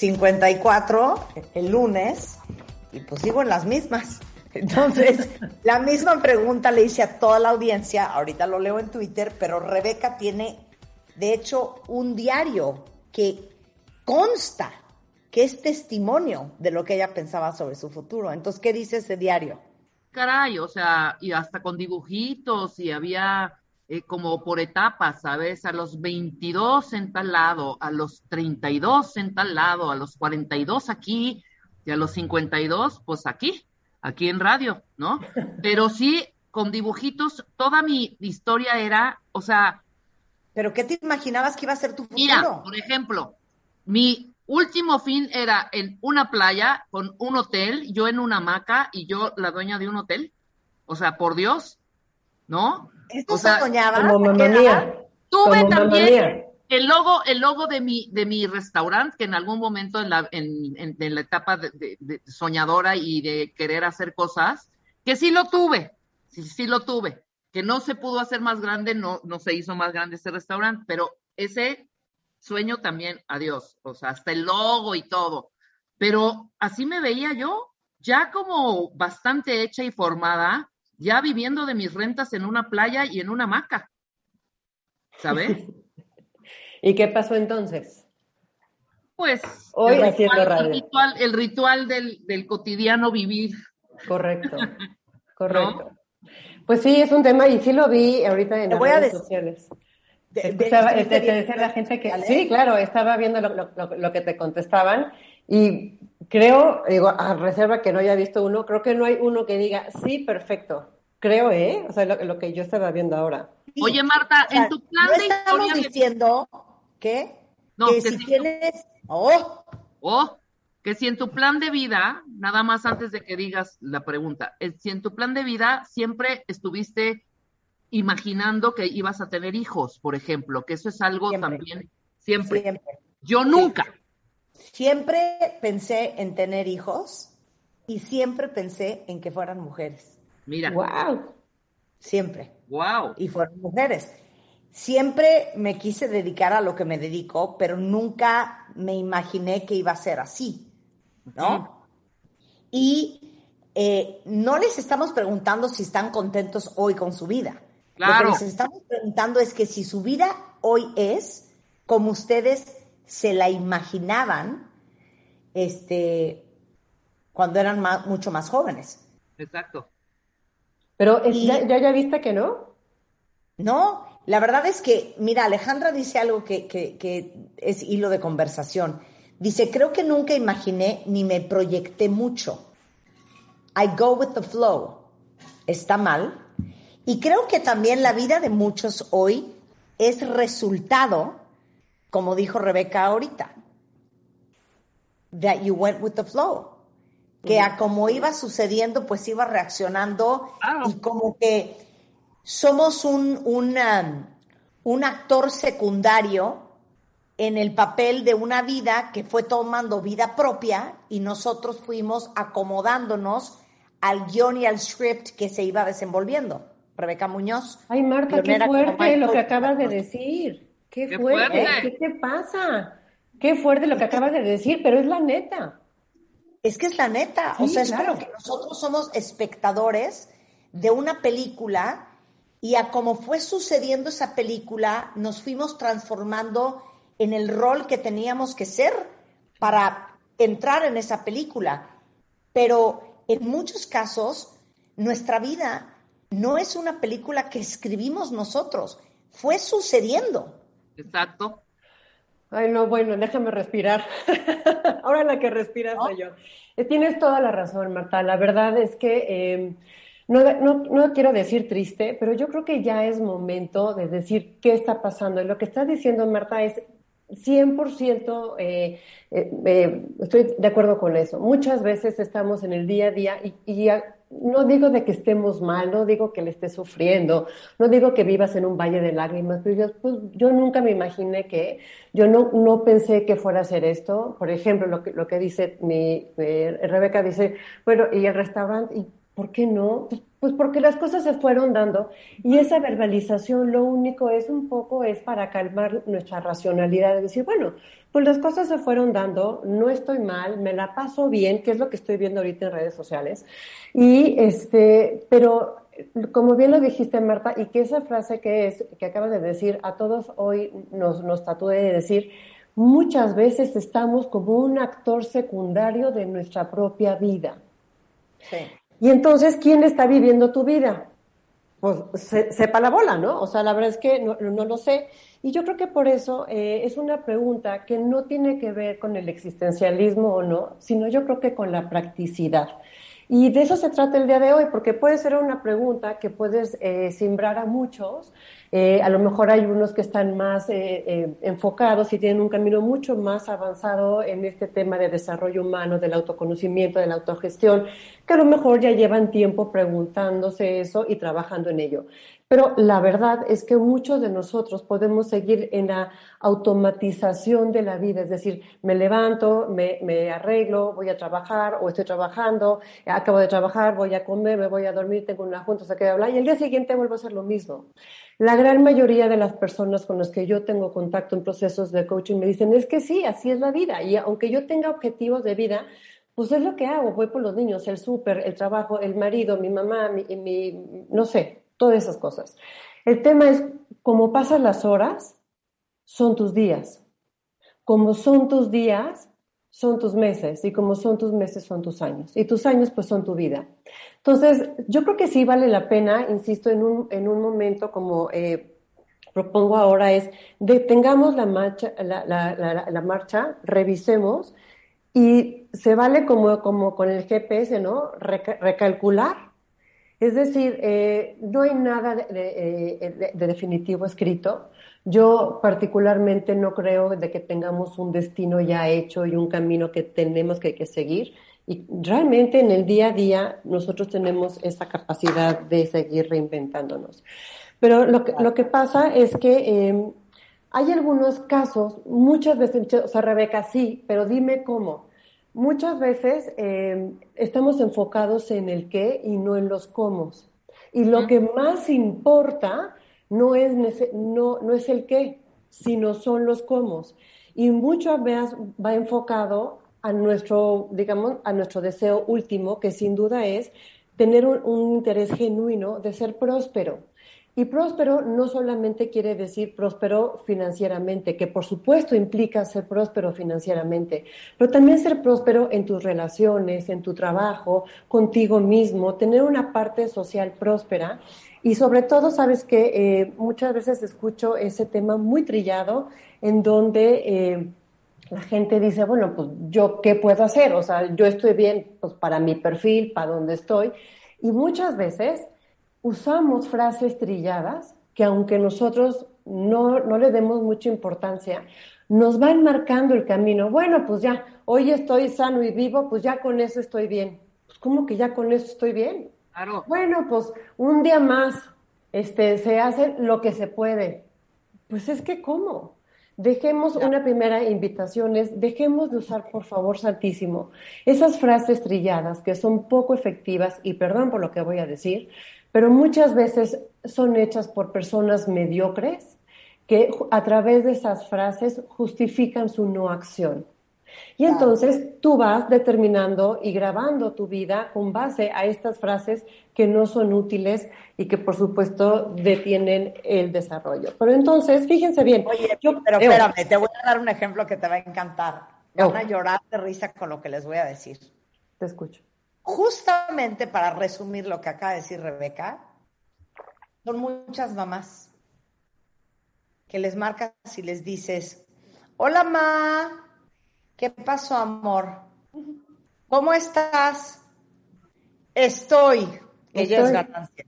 Speaker 4: 54 el lunes y pues sigo en las mismas. Entonces, la misma pregunta le hice a toda la audiencia, ahorita lo leo en Twitter, pero Rebeca tiene, de hecho, un diario que consta que es testimonio de lo que ella pensaba sobre su futuro. Entonces, ¿qué dice ese diario?
Speaker 5: Caray, o sea, y hasta con dibujitos, y había como por etapas, ¿sabes? A los 22 en tal lado, a los 32 en tal lado, a los 42 aquí, y a los 52, pues aquí en radio, ¿no? Pero sí, con dibujitos, toda mi historia era, o sea...
Speaker 4: ¿Pero qué te imaginabas que iba a ser tu futuro?
Speaker 5: Mira, por ejemplo, mi último fin era en una playa, con un hotel, yo en una hamaca y yo la dueña de un hotel. O sea, por Dios, ¿no?
Speaker 4: ¿Esto se soñaba?
Speaker 3: Como Mamma Mía.
Speaker 5: Tuve
Speaker 3: Como
Speaker 5: también
Speaker 3: Mamma Mía.
Speaker 5: el logo de mi restaurante, que en algún momento en la etapa de soñadora y de querer hacer cosas, que sí lo tuve, que no se pudo hacer más grande, no se hizo más grande ese restaurante, pero ese sueño también, adiós, o sea, hasta el logo y todo. Pero así me veía yo, ya como bastante hecha y formada, ya viviendo de mis rentas en una playa y en una hamaca, ¿sabes?
Speaker 3: ¿Y qué pasó entonces?
Speaker 5: Pues
Speaker 3: Hoy haciendo radio.
Speaker 5: el ritual del cotidiano vivir.
Speaker 3: Correcto. ¿No? Pues sí, es un tema, y sí lo vi ahorita en las redes sociales. Te decía la gente que... Sí, claro, estaba viendo lo que te contestaban, y creo, digo, a reserva que no haya visto uno, creo que no hay uno que diga, sí, perfecto. Creo, o sea, lo que yo estaba viendo ahora.
Speaker 5: Sí. Oye, Marta, en tu plan de historia...
Speaker 4: No estamos diciendo que si tienes...
Speaker 5: que si en tu plan de vida, nada más antes de que digas la pregunta, si en tu plan de vida siempre estuviste imaginando que ibas a tener hijos, por ejemplo, que eso es algo también, siempre. Yo nunca.
Speaker 4: Siempre pensé en tener hijos y siempre pensé en que fueran mujeres.
Speaker 5: Mira.
Speaker 3: ¡Wow!
Speaker 4: Siempre.
Speaker 5: ¡Wow!
Speaker 4: Y fueron mujeres. Siempre me quise dedicar a lo que me dedico, pero nunca me imaginé que iba a ser así, ¿no? Y no les estamos preguntando si están contentos hoy con su vida.
Speaker 5: Claro.
Speaker 4: Lo que les estamos preguntando es que si su vida hoy es como ustedes se la imaginaban cuando eran mucho más jóvenes.
Speaker 5: Exacto.
Speaker 3: Pero ya viste que no.
Speaker 4: No, la verdad es que, mira, Alejandra dice algo que es hilo de conversación. Dice, creo que nunca imaginé ni me proyecté mucho. I go with the flow. Está mal. Y creo que también la vida de muchos hoy es resultado, como dijo Rebeca ahorita, that you went with the flow. Que a como iba sucediendo, pues iba reaccionando.
Speaker 5: Claro.
Speaker 4: Y como que somos un actor secundario en el papel de una vida que fue tomando vida propia y nosotros fuimos acomodándonos al guión y al script que se iba desenvolviendo. Rebeca Muñoz.
Speaker 3: Ay, Marta, qué fuerte lo que acabas de decir. Qué fuerte. ¿Qué te pasa? Qué fuerte lo que acabas de decir, pero es la neta.
Speaker 4: Es que es la neta. Sí, o sea, es como que nosotros somos espectadores de una película y a como fue sucediendo esa película, nos fuimos transformando en el rol que teníamos que ser para entrar en esa película. Pero en muchos casos, nuestra vida no es una película que escribimos nosotros, fue sucediendo.
Speaker 5: Exacto.
Speaker 3: Ay, no, bueno, déjame respirar. Ahora la que respira soy yo. Tienes toda la razón, Marta. La verdad es que no quiero decir triste, pero yo creo que ya es momento de decir qué está pasando. Y lo que estás diciendo, Marta, es 100% estoy de acuerdo con eso. Muchas veces estamos en el día a día y no digo de que estemos mal, no digo que le estés sufriendo, no digo que vivas en un valle de lágrimas, pero yo nunca me imaginé yo no pensé que fuera a ser esto. Por ejemplo, lo que dice Rebeca dice, bueno, y el restaurante, ¿y por qué no? Pues porque las cosas se fueron dando y esa verbalización lo único es para calmar nuestra racionalidad, de decir, bueno, pues las cosas se fueron dando, no estoy mal, me la paso bien, que es lo que estoy viendo ahorita en redes sociales, pero como bien lo dijiste, Marta, y que esa frase que acabas de decir, a todos hoy nos tatúe de decir, muchas veces estamos como un actor secundario de nuestra propia vida.
Speaker 4: Sí.
Speaker 3: Y entonces, ¿quién está viviendo tu vida? Pues sepa la bola, ¿no? O sea, la verdad es que no lo sé. Y yo creo que por eso es una pregunta que no tiene que ver con el existencialismo o no, sino yo creo que con la practicidad. Y de eso se trata el día de hoy, porque puede ser una pregunta que puedes simbrar a muchos. A lo mejor hay unos que están más enfocados y tienen un camino mucho más avanzado en este tema de desarrollo humano, del autoconocimiento, de la autogestión, que a lo mejor ya llevan tiempo preguntándose eso y trabajando en ello. Pero la verdad es que muchos de nosotros podemos seguir en la automatización de la vida, es decir, me levanto, me arreglo, voy a trabajar o estoy trabajando, acabo de trabajar, voy a comer, me voy a dormir, tengo una junta, se queda hablar y el día siguiente vuelvo a hacer lo mismo. La gran mayoría de las personas con las que yo tengo contacto en procesos de coaching me dicen, es que sí, así es la vida y aunque yo tenga objetivos de vida, pues es lo que hago, voy por los niños, el súper, el trabajo, el marido, mi mamá, no sé, todas esas cosas. El tema es, como pasan las horas, son tus días. Como son tus días, son tus meses. Y como son tus meses, son tus años. Y tus años, pues, son tu vida. Entonces, yo creo que sí vale la pena, insisto, en un momento como propongo ahora es, detengamos la marcha, revisemos, y se vale como con el GPS, ¿no? Recalcular. Es decir, no hay nada de definitivo escrito. Yo particularmente no creo de que tengamos un destino ya hecho y un camino que tenemos que seguir. Y realmente en el día a día nosotros tenemos esa capacidad de seguir reinventándonos. Pero lo que pasa es que hay algunos casos, muchas veces, o sea, Rebeca, sí, pero dime cómo. Muchas veces estamos enfocados en el qué y no en los cómo. Y lo que más importa no es el qué, sino son los cómo. Y muchas veces va enfocado a nuestro deseo último, que sin duda es tener un interés genuino de ser próspero. Y próspero no solamente quiere decir próspero financieramente, que por supuesto implica ser próspero financieramente, pero también ser próspero en tus relaciones, en tu trabajo, contigo mismo, tener una parte social próspera. Y sobre todo, sabes que muchas veces escucho ese tema muy trillado en donde la gente dice, bueno, pues yo ¿qué puedo hacer? O sea, yo estoy bien pues para mi perfil, para donde estoy. Y muchas veces usamos frases trilladas que aunque nosotros no le demos mucha importancia, nos van marcando el camino. Bueno, pues ya, hoy estoy sano y vivo, pues ya con eso estoy bien. Pues ¿cómo que ya con eso estoy bien?
Speaker 5: Claro.
Speaker 3: Bueno, pues un día más se hace lo que se puede. Pues es que ¿cómo? Dejemos una primera invitación, dejemos de usar, por favor, santísimo, esas frases trilladas que son poco efectivas, y perdón por lo que voy a decir, pero muchas veces son hechas por personas mediocres que a través de esas frases justifican su no acción. Y entonces tú vas determinando y grabando tu vida con base a estas frases que no son útiles y que por supuesto detienen el desarrollo. Pero entonces, fíjense bien.
Speaker 4: Oye, pero espérame, te voy a dar un ejemplo que te va a encantar. Van a llorar de risa con lo que les voy a decir.
Speaker 3: Te escucho.
Speaker 4: Justamente para resumir lo que acaba de decir Rebeca, son muchas mamás que les marcas y les dices, hola ma, ¿qué pasó amor? ¿Cómo estás? Estoy, que ya es ganancia.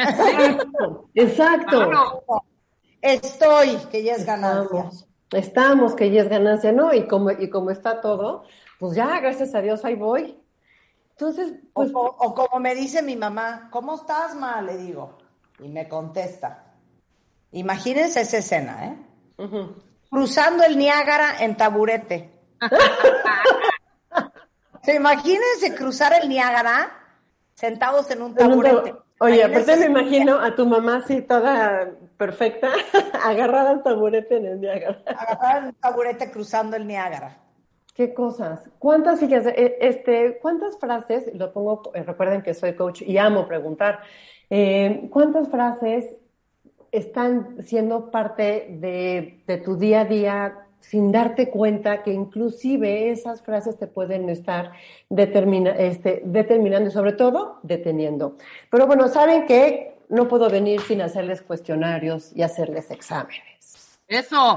Speaker 3: Exacto.
Speaker 4: Estoy, que ya es ganancia.
Speaker 3: Estamos, que ya es ganancia, ¿no? Y como está todo, pues ya, gracias a Dios, ahí voy. Entonces, pues...
Speaker 4: O como me dice mi mamá, ¿cómo estás, ma? Le digo. Y me contesta. Imagínense esa escena, ¿eh? Uh-huh. Cruzando el Niágara en taburete. Imagínense cruzar el Niágara sentados en un taburete.
Speaker 3: Oye, aparte me imagino a tu mamá así toda perfecta, agarrada al taburete en el Niágara.
Speaker 4: Agarrada en un taburete cruzando el Niágara.
Speaker 3: ¿Qué cosas? ¿Cuántas frases, lo pongo, recuerden que soy coach y amo preguntar, ¿cuántas frases están siendo parte de tu día a día sin darte cuenta que inclusive esas frases te pueden estar determinando y sobre todo deteniendo? Pero bueno, ¿saben qué? No puedo venir sin hacerles cuestionarios y hacerles exámenes.
Speaker 5: ¡Eso!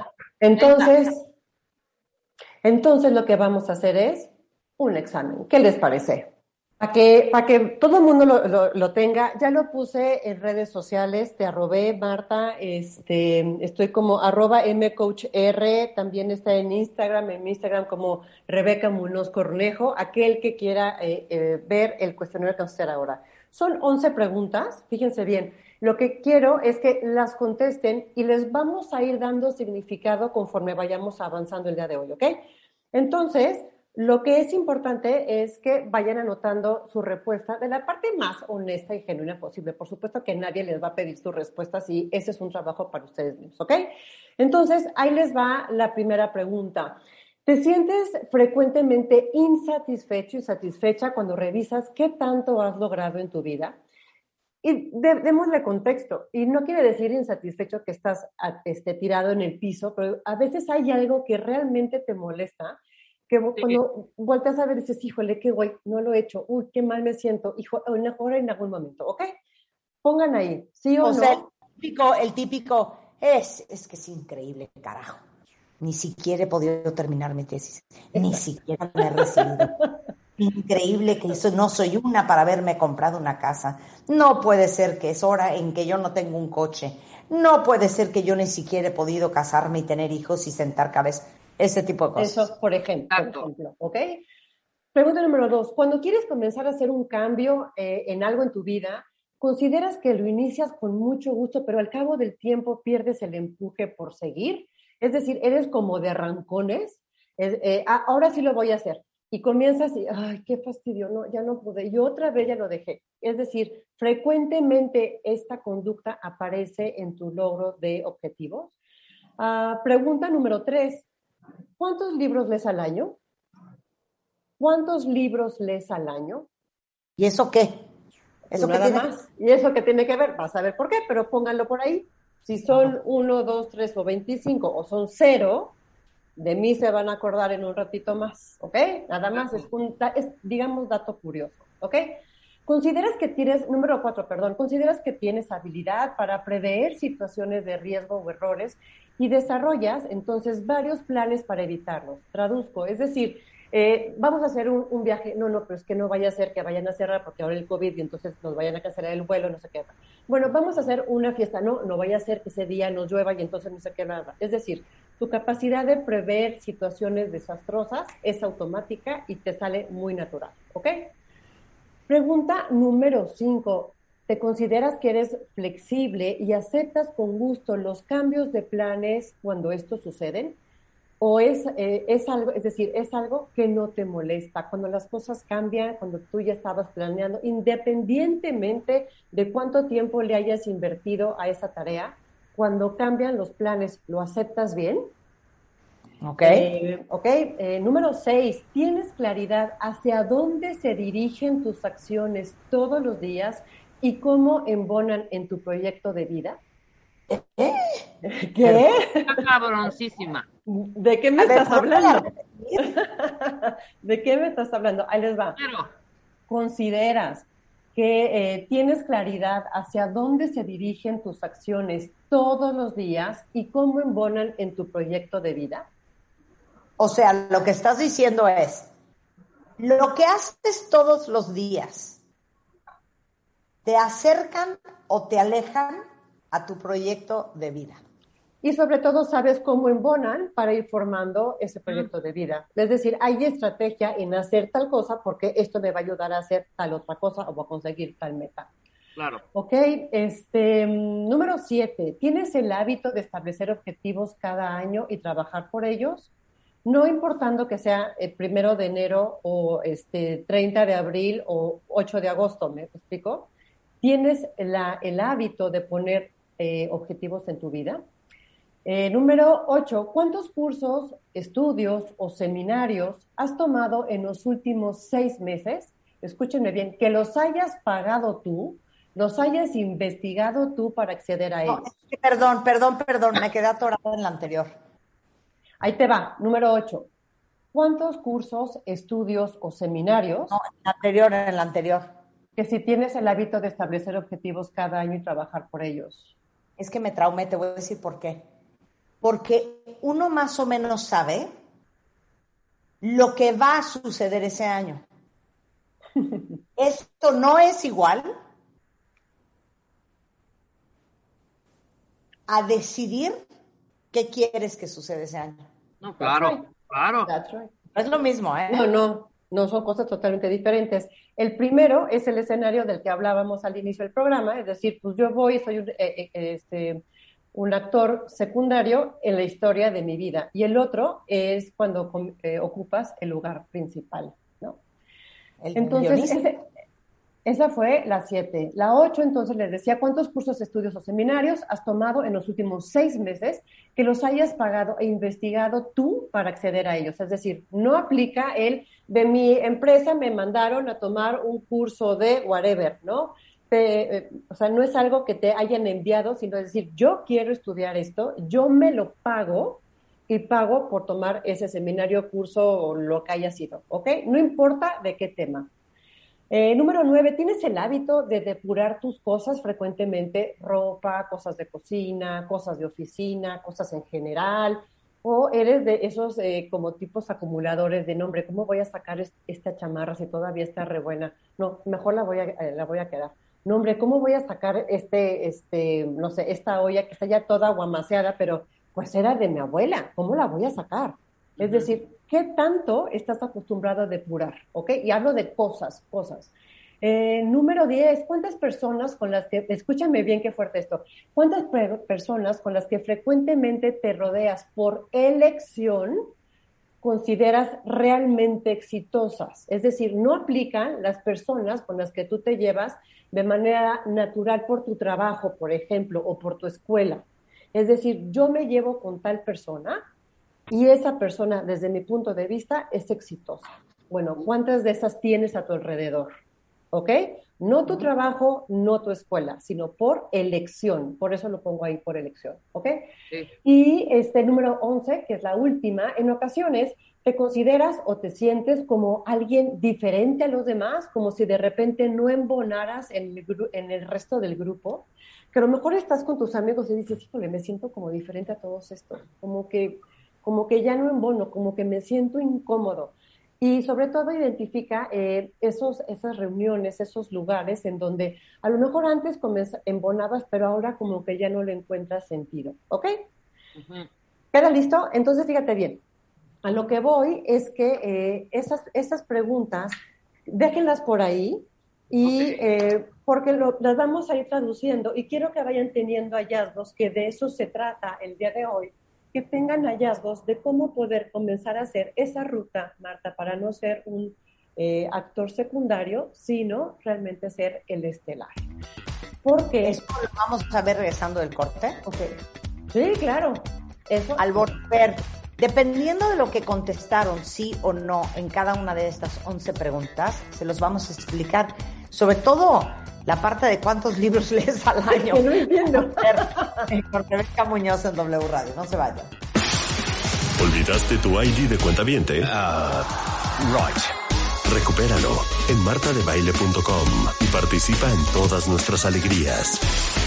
Speaker 3: Entonces lo que vamos a hacer es un examen. ¿Qué les parece? Para que todo el mundo lo tenga, ya lo puse en redes sociales, te arrobé, Marta, estoy como @mcoachr, también está en mi Instagram como Rebeca Munoz Cornejo, aquel que quiera ver el cuestionario que vamos a hacer ahora. Son 11 preguntas, fíjense bien, lo que quiero es que las contesten y les vamos a ir dando significado conforme vayamos avanzando el día de hoy, ¿ok? Entonces, lo que es importante es que vayan anotando su respuesta de la parte más honesta y genuina posible. Por supuesto que nadie les va a pedir sus respuestas y ese es un trabajo para ustedes mismos, ¿ok? Entonces, ahí les va la primera pregunta. ¿Te sientes frecuentemente insatisfecho y satisfecha cuando revisas qué tanto has logrado en tu vida? Y démosle contexto. Y no quiere decir insatisfecho que estás tirado en el piso, pero a veces hay algo que realmente te molesta, que cuando volteas a ver dices, híjole, qué güey, no lo he hecho, uy, qué mal me siento, hijo, ahora en algún momento, ¿ok? Pongan ahí, ¿sí o
Speaker 4: sea,
Speaker 3: no?
Speaker 4: El típico es que es increíble, carajo. Ni siquiera he podido terminar mi tesis, ni siquiera me he recibido. Increíble que eso, no soy una para haberme comprado una casa. No puede ser que es hora en que yo no tengo un coche. No puede ser que yo ni siquiera he podido casarme y tener hijos y sentar cabeza. Ese tipo de cosas.
Speaker 3: Eso, por ejemplo, ¿ok? Pregunta número 2. Cuando quieres comenzar a hacer un cambio en algo en tu vida, ¿consideras que lo inicias con mucho gusto, pero al cabo del tiempo pierdes el empuje por seguir? Es decir, eres como de arrancones. Ahora sí lo voy a hacer. Y comienzas y, ay, qué fastidio, no, ya no pude. Y otra vez ya lo dejé. Es decir, frecuentemente esta conducta aparece en tu logro de objetivos. Pregunta número 3. ¿Cuántos libros lees al año? ¿Cuántos libros lees al año?
Speaker 4: ¿Y eso qué?
Speaker 3: ¿Eso nada más? ¿Y eso qué tiene que ver? Vas a ver por qué, pero pónganlo por ahí. Si son 1, 2, 3 o 25 o son 0, de mí se van a acordar en un ratito más, ¿ok? Nada más es digamos, dato curioso, ¿ok? Número 4, consideras que tienes habilidad para prever situaciones de riesgo o errores y desarrollas entonces varios planes para evitarlos. Traduzco, es decir, vamos a hacer un viaje, pero es que no vaya a ser que vayan a cerrar porque ahora el COVID y entonces nos vayan a cancelar el vuelo, no sé qué. Bueno, vamos a hacer una fiesta, no vaya a ser que ese día nos llueva y entonces no sé qué nada. Es decir, tu capacidad de prever situaciones desastrosas es automática y te sale muy natural, ¿ok? Pregunta número 5. ¿Te consideras que eres flexible y aceptas con gusto los cambios de planes cuando estos suceden? ¿O es algo, es decir, es algo que no te molesta? Cuando las cosas cambian, cuando tú ya estabas planeando, independientemente de cuánto tiempo le hayas invertido a esa tarea, cuando cambian los planes, ¿lo aceptas bien?
Speaker 4: Ok.
Speaker 3: Número 6. ¿Tienes claridad hacia dónde se dirigen tus acciones todos los días y cómo embonan en tu proyecto de vida? ¿Qué?
Speaker 5: Está cabroncísima.
Speaker 3: ¿De qué me estás hablando? ¿De qué me estás hablando? Ahí les va.
Speaker 5: Pero,
Speaker 3: ¿consideras que tienes claridad hacia dónde se dirigen tus acciones todos los días y cómo embonan en tu proyecto de vida?
Speaker 4: O sea, lo que estás diciendo es, lo que haces todos los días, ¿te acercan o te alejan a tu proyecto de vida?
Speaker 3: Y sobre todo sabes cómo embonan para ir formando ese proyecto de vida. Es decir, hay estrategia en hacer tal cosa porque esto me va a ayudar a hacer tal otra cosa o a conseguir tal meta.
Speaker 5: claro.
Speaker 3: Ok, número 7. ¿Tienes el hábito de establecer objetivos cada año y trabajar por ellos? No importando que sea el 1 de enero o 30 de abril o 8 de agosto, ¿me explico? ¿Tienes el hábito de poner objetivos en tu vida? Número 8. ¿Cuántos cursos, estudios o seminarios has tomado en los últimos 6 meses? Escúchenme bien, que los hayas pagado tú, los hayas investigado tú para acceder a ellos.
Speaker 4: Perdón, me quedé atorada en la anterior.
Speaker 3: Ahí te va, número 8. ¿Cuántos cursos, estudios o seminarios?
Speaker 4: No, en la anterior.
Speaker 3: Que si tienes el hábito de establecer objetivos cada año y trabajar por ellos.
Speaker 4: Es que me traumé, te voy a decir por qué. Porque uno más o menos sabe lo que va a suceder ese año. Esto no es igual a decidir qué quieres que suceda ese año.
Speaker 5: No, claro, claro.
Speaker 3: That's right.
Speaker 4: No es lo mismo, ¿eh?
Speaker 3: No, son cosas totalmente diferentes. El primero es el escenario del que hablábamos al inicio del programa, es decir, pues yo soy un actor secundario en la historia de mi vida, y el otro es cuando ocupas el lugar principal, ¿no? Entonces, esa fue la 7. La 8, entonces, les decía, ¿cuántos cursos, estudios o seminarios has tomado en los últimos 6 meses que los hayas pagado e investigado tú para acceder a ellos? Es decir, no aplica el de mi empresa me mandaron a tomar un curso de whatever, ¿no? O sea, no es algo que te hayan enviado, sino es decir, yo quiero estudiar esto, yo me lo pago y pago por tomar ese seminario, curso o lo que haya sido, ¿ok? No importa de qué tema. Número 9, ¿tienes el hábito de depurar tus cosas frecuentemente? Ropa, cosas de cocina, cosas de oficina, cosas en general. ¿O eres de esos como tipos acumuladores de nombre? ¿Cómo voy a sacar esta chamarra si todavía está re buena? No, mejor la voy a quedar. No, hombre, ¿cómo voy a sacar no sé, esta olla que está ya toda guamaseada, pero pues era de mi abuela? ¿Cómo la voy a sacar? Es decir, ¿qué tanto estás acostumbrado a depurar? ¿Ok? Y hablo de cosas. Número 10, ¿cuántas personas con las que, escúchame bien qué fuerte esto, cuántas personas con las que frecuentemente te rodeas por elección consideras realmente exitosas? Es decir, no aplican las personas con las que tú te llevas de manera natural por tu trabajo, por ejemplo, o por tu escuela. Es decir, yo me llevo con tal persona y esa persona, desde mi punto de vista, es exitosa. Bueno, ¿cuántas de esas tienes a tu alrededor? ¿Ok? No tu trabajo, no tu escuela, sino por elección. Por eso lo pongo ahí, por elección. ¿Ok?
Speaker 5: Sí.
Speaker 3: Y número 11, que es la última, en ocasiones te consideras o te sientes como alguien diferente a los demás, como si de repente no embonaras en el resto del grupo, que a lo mejor estás con tus amigos y dices, híjole, me siento como diferente a todos estos, como que ya no embono, como que me siento incómodo. Y sobre todo identifica esas reuniones, esos lugares en donde a lo mejor antes embonabas, pero ahora como que ya no le encuentras sentido. ¿Ok?
Speaker 5: Uh-huh.
Speaker 3: ¿Queda listo? Entonces fíjate bien. A lo que voy es que esas preguntas, déjenlas por ahí y porque las vamos a ir traduciendo y quiero que vayan teniendo hallazgos, que de eso se trata el día de hoy, que tengan hallazgos de cómo poder comenzar a hacer esa ruta, Marta, para no ser un actor secundario, sino realmente ser el estelar. Porque
Speaker 4: ¿Esto lo vamos a ver regresando del corte?
Speaker 3: Okay. Sí, claro. Eso.
Speaker 4: Al volver, dependiendo de lo que contestaron sí o no en cada una de estas 11 preguntas, se los vamos a explicar. Sobre todo la parte de cuántos libros lees al año.
Speaker 3: Que no entiendo.
Speaker 4: Con Rebeca Muñoz en W Radio. No se vayan.
Speaker 1: ¿Olvidaste tu ID de cuentaviente?
Speaker 6: Right.
Speaker 1: Recupéralo en martadebaile.com y participa en todas nuestras alegrías.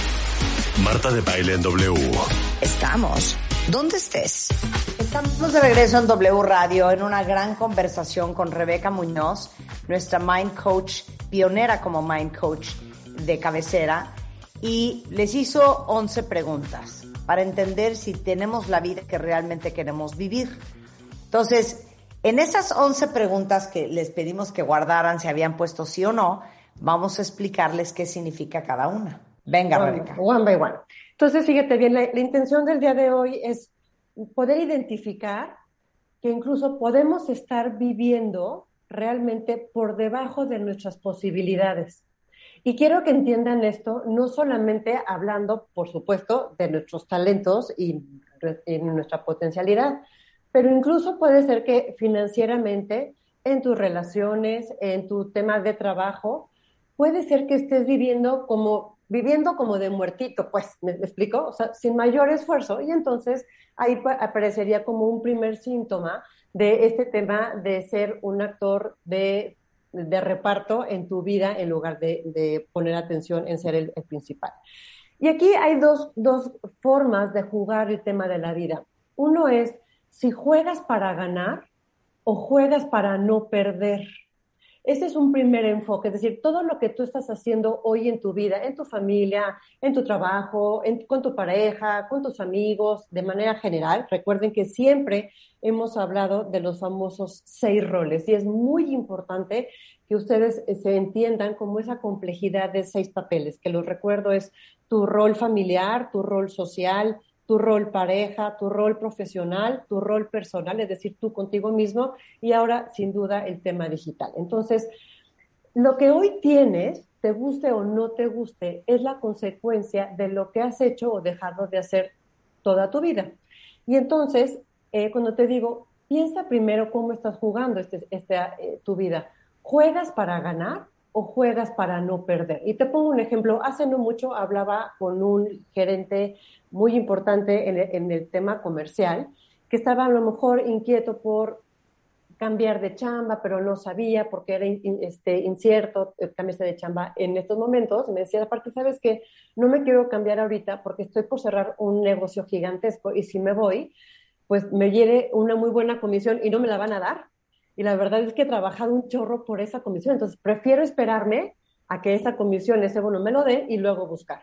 Speaker 1: Marta de Baile en W.
Speaker 2: Estamos donde estés.
Speaker 4: Estamos de regreso en W Radio en una gran conversación con Rebeca Muñoz, nuestra Mind Coach, pionera como Mind Coach de cabecera, y les hizo 11 preguntas para entender si tenemos la vida que realmente queremos vivir. Entonces, en esas 11 preguntas que les pedimos que guardaran si habían puesto sí o no, vamos a explicarles qué significa cada una. Venga, Rebeca.
Speaker 3: One by one. Entonces, fíjate bien, la intención del día de hoy es poder identificar que incluso podemos estar viviendo realmente por debajo de nuestras posibilidades. Y quiero que entiendan esto, no solamente hablando, por supuesto, de nuestros talentos y nuestra potencialidad, pero incluso puede ser que financieramente, en tus relaciones, en tu tema de trabajo, puede ser que estés viviendo como de muertito, pues, ¿me explico? O sea, sin mayor esfuerzo. Y entonces ahí aparecería como un primer síntoma de este tema de ser un actor de reparto en tu vida en lugar de poner atención en ser el principal. Y aquí hay dos formas de jugar el tema de la vida. Uno es si juegas para ganar o juegas para no perder. Ese es un primer enfoque, es decir, todo lo que tú estás haciendo hoy en tu vida, en tu familia, en tu trabajo, con tu pareja, con tus amigos, de manera general. Recuerden que siempre hemos hablado de los famosos 6 roles y es muy importante que ustedes se entiendan como esa complejidad de 6 papeles, que los recuerdo es tu rol familiar, tu rol social, tu rol pareja, tu rol profesional, tu rol personal, es decir, tú contigo mismo, y ahora, sin duda, el tema digital. Entonces, lo que hoy tienes, te guste o no te guste, es la consecuencia de lo que has hecho o dejado de hacer toda tu vida. Y entonces, cuando te digo, piensa primero cómo estás jugando tu vida. ¿Juegas para ganar o juegas para no perder? Y te pongo un ejemplo. Hace no mucho hablaba con un gerente muy importante en el tema comercial, que estaba a lo mejor inquieto por cambiar de chamba, pero no sabía porque era incierto cambiarse de chamba en estos momentos. Me decía, aparte, ¿sabes qué? No me quiero cambiar ahorita porque estoy por cerrar un negocio gigantesco y si me voy, pues me viene una muy buena comisión y no me la van a dar. Y la verdad es que he trabajado un chorro por esa comisión, entonces prefiero esperarme a que esa comisión, ese bono me lo den y luego buscar.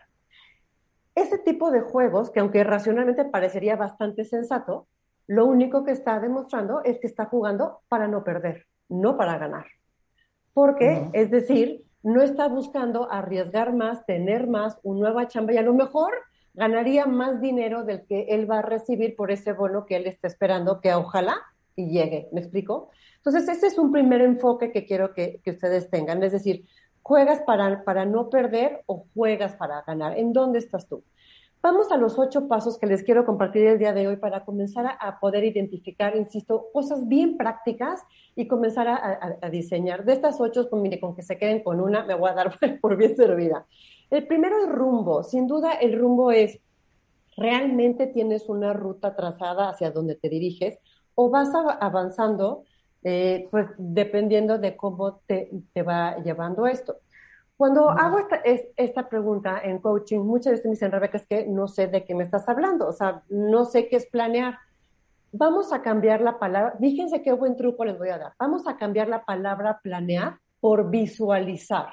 Speaker 3: Ese tipo de juegos, que aunque racionalmente parecería bastante sensato, lo único que está demostrando es que está jugando para no perder, no para ganar. Porque, es decir, no está buscando arriesgar más, tener más, una nueva chamba y a lo mejor ganaría más dinero del que él va a recibir por ese bono que él está esperando que ojalá y llegue. ¿Me explico? Entonces, ese es un primer enfoque que quiero que ustedes tengan. Es decir, ¿juegas para no perder o juegas para ganar? ¿En dónde estás tú? Vamos a los 8 pasos que les quiero compartir el día de hoy para comenzar a poder identificar, insisto, cosas bien prácticas y comenzar a diseñar. De estas 8, mire, con que se queden con una, me voy a dar por bien servida. El primero es rumbo. Sin duda, el rumbo es, ¿realmente tienes una ruta trazada hacia donde te diriges o vas avanzando, pues dependiendo de cómo te va llevando esto? Cuando hago esta pregunta en coaching, muchas veces me dicen, Rebeca, es que no sé de qué me estás hablando, o sea, no sé qué es planear. Vamos a cambiar la palabra, fíjense qué buen truco les voy a dar. Vamos a cambiar la palabra planear por visualizar.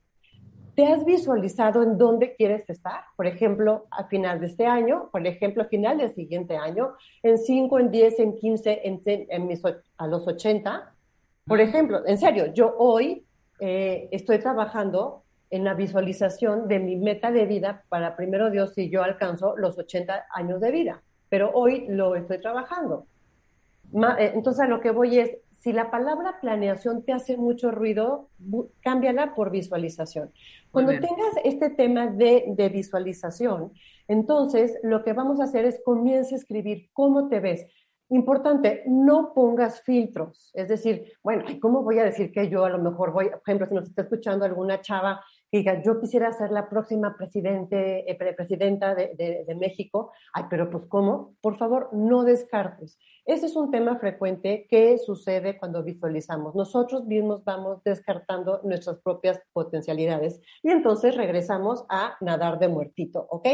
Speaker 3: ¿Te has visualizado en dónde quieres estar? Por ejemplo, a final de este año, por ejemplo, a final del siguiente año, en 5, en 10, en 15, a los 80. Por ejemplo, en serio, yo hoy estoy trabajando en la visualización de mi meta de vida para, primero Dios, si yo alcanzo los 80 años de vida. Pero hoy lo estoy trabajando. Entonces, a lo que voy es, si la palabra planeación te hace mucho ruido, cámbiala por visualización. Cuando tengas este tema de visualización, entonces lo que vamos a hacer es comienza a escribir cómo te ves. Importante, no pongas filtros. Es decir, bueno, ¿cómo voy a decir que yo a lo mejor voy, por ejemplo, si nos está escuchando alguna chava que diga, yo quisiera ser la próxima presidenta de México? Ay, pero pues ¿cómo? Por favor, no descartes. Ese es un tema frecuente que sucede cuando visualizamos. Nosotros mismos vamos descartando nuestras propias potencialidades y entonces regresamos a nadar de muertito, ¿ok?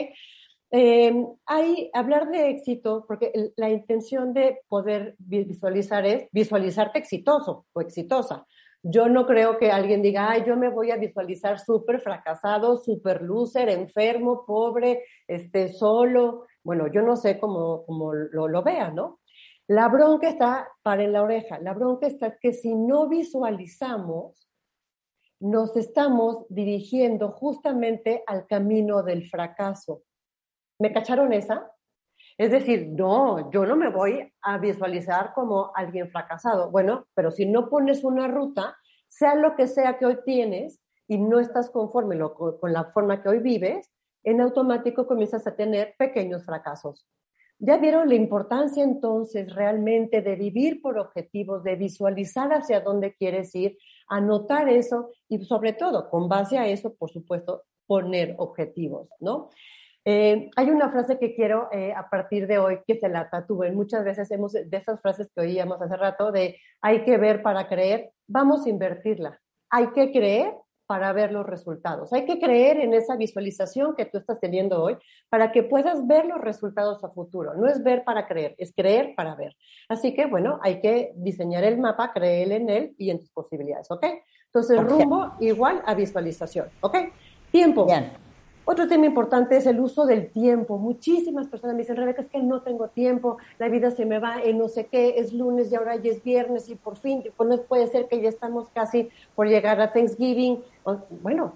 Speaker 3: Hablar de éxito, porque la intención de poder visualizar es visualizarte exitoso o exitosa. Yo no creo que alguien diga, ay, yo me voy a visualizar súper fracasado, súper loser, enfermo, pobre, solo. Bueno, yo no sé cómo lo vea, ¿no? La bronca está para en la oreja. La bronca está que si no visualizamos, nos estamos dirigiendo justamente al camino del fracaso. ¿Me cacharon esa? Es decir, no, yo no me voy a visualizar como alguien fracasado. Bueno, pero si no pones una ruta, sea lo que sea que hoy tienes y no estás conforme con la forma que hoy vives, en automático comienzas a tener pequeños fracasos. ¿Ya vieron la importancia entonces realmente de vivir por objetivos, de visualizar hacia dónde quieres ir, anotar eso y sobre todo, con base a eso, por supuesto, poner objetivos, ¿no? Hay una frase que quiero a partir de hoy que se la tatúen. Muchas veces de esas frases que oíamos hace rato de hay que ver para creer, vamos a invertirla. Hay que creer para ver los resultados. Hay que creer en esa visualización que tú estás teniendo hoy para que puedas ver los resultados a futuro. No es ver para creer, es creer para ver. Así que, bueno, hay que diseñar el mapa, creer en él y en tus posibilidades, ¿ok? Entonces,
Speaker 4: Ok.
Speaker 3: rumbo igual a visualización, ¿ok? Tiempo.
Speaker 4: Bien.
Speaker 3: Otro tema importante es el uso del tiempo. Muchísimas personas me dicen, Rebeca, es que no tengo tiempo, la vida se me va en no sé qué, es lunes y ahora ya es viernes y por fin, pues no puede ser que ya estamos casi por llegar a Thanksgiving. Bueno,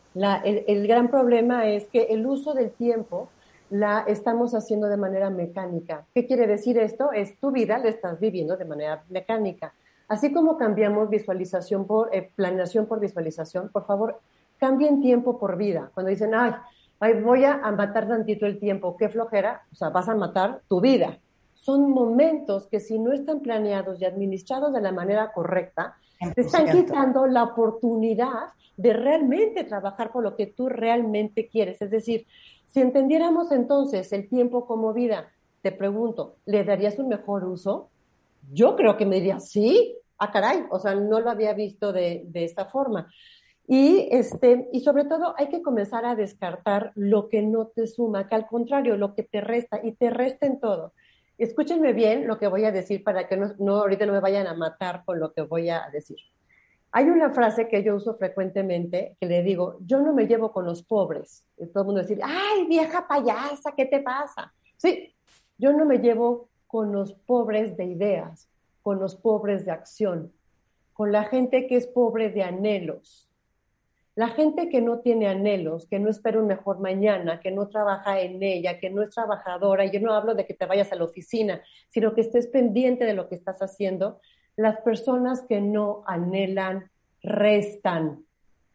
Speaker 3: el gran problema es que el uso del tiempo la estamos haciendo de manera mecánica. ¿Qué quiere decir esto? Es tu vida la estás viviendo de manera mecánica. Así como cambiamos visualización planeación por visualización, por favor, cambien tiempo por vida. Cuando dicen, ay, voy a matar tantito el tiempo, qué flojera, o sea, vas a matar tu vida. Son momentos que si no están planeados y administrados de la manera correcta, te están
Speaker 4: 100%.
Speaker 3: quitando la oportunidad de realmente trabajar por lo que tú realmente quieres. Es decir, si entendiéramos entonces el tiempo como vida, te pregunto, ¿le darías un mejor uso? Yo creo que me diría, sí, caray, o sea, no lo había visto de esta forma. Y sobre todo hay que comenzar a descartar lo que no te suma, que al contrario, lo que te resta, y te resta en todo. Escúchenme bien lo que voy a decir para que ahorita no me vayan a matar con lo que voy a decir. Hay una frase que yo uso frecuentemente que le digo, yo no me llevo con los pobres. Y todo el mundo dice, ay, vieja payasa, ¿qué te pasa? Sí, yo no me llevo con los pobres de ideas, con los pobres de acción, con la gente que es pobre de anhelos. La gente que no tiene anhelos, que no espera un mejor mañana, que no trabaja en ella, que no es trabajadora, y yo no hablo de que te vayas a la oficina, sino que estés pendiente de lo que estás haciendo, las personas que no anhelan restan.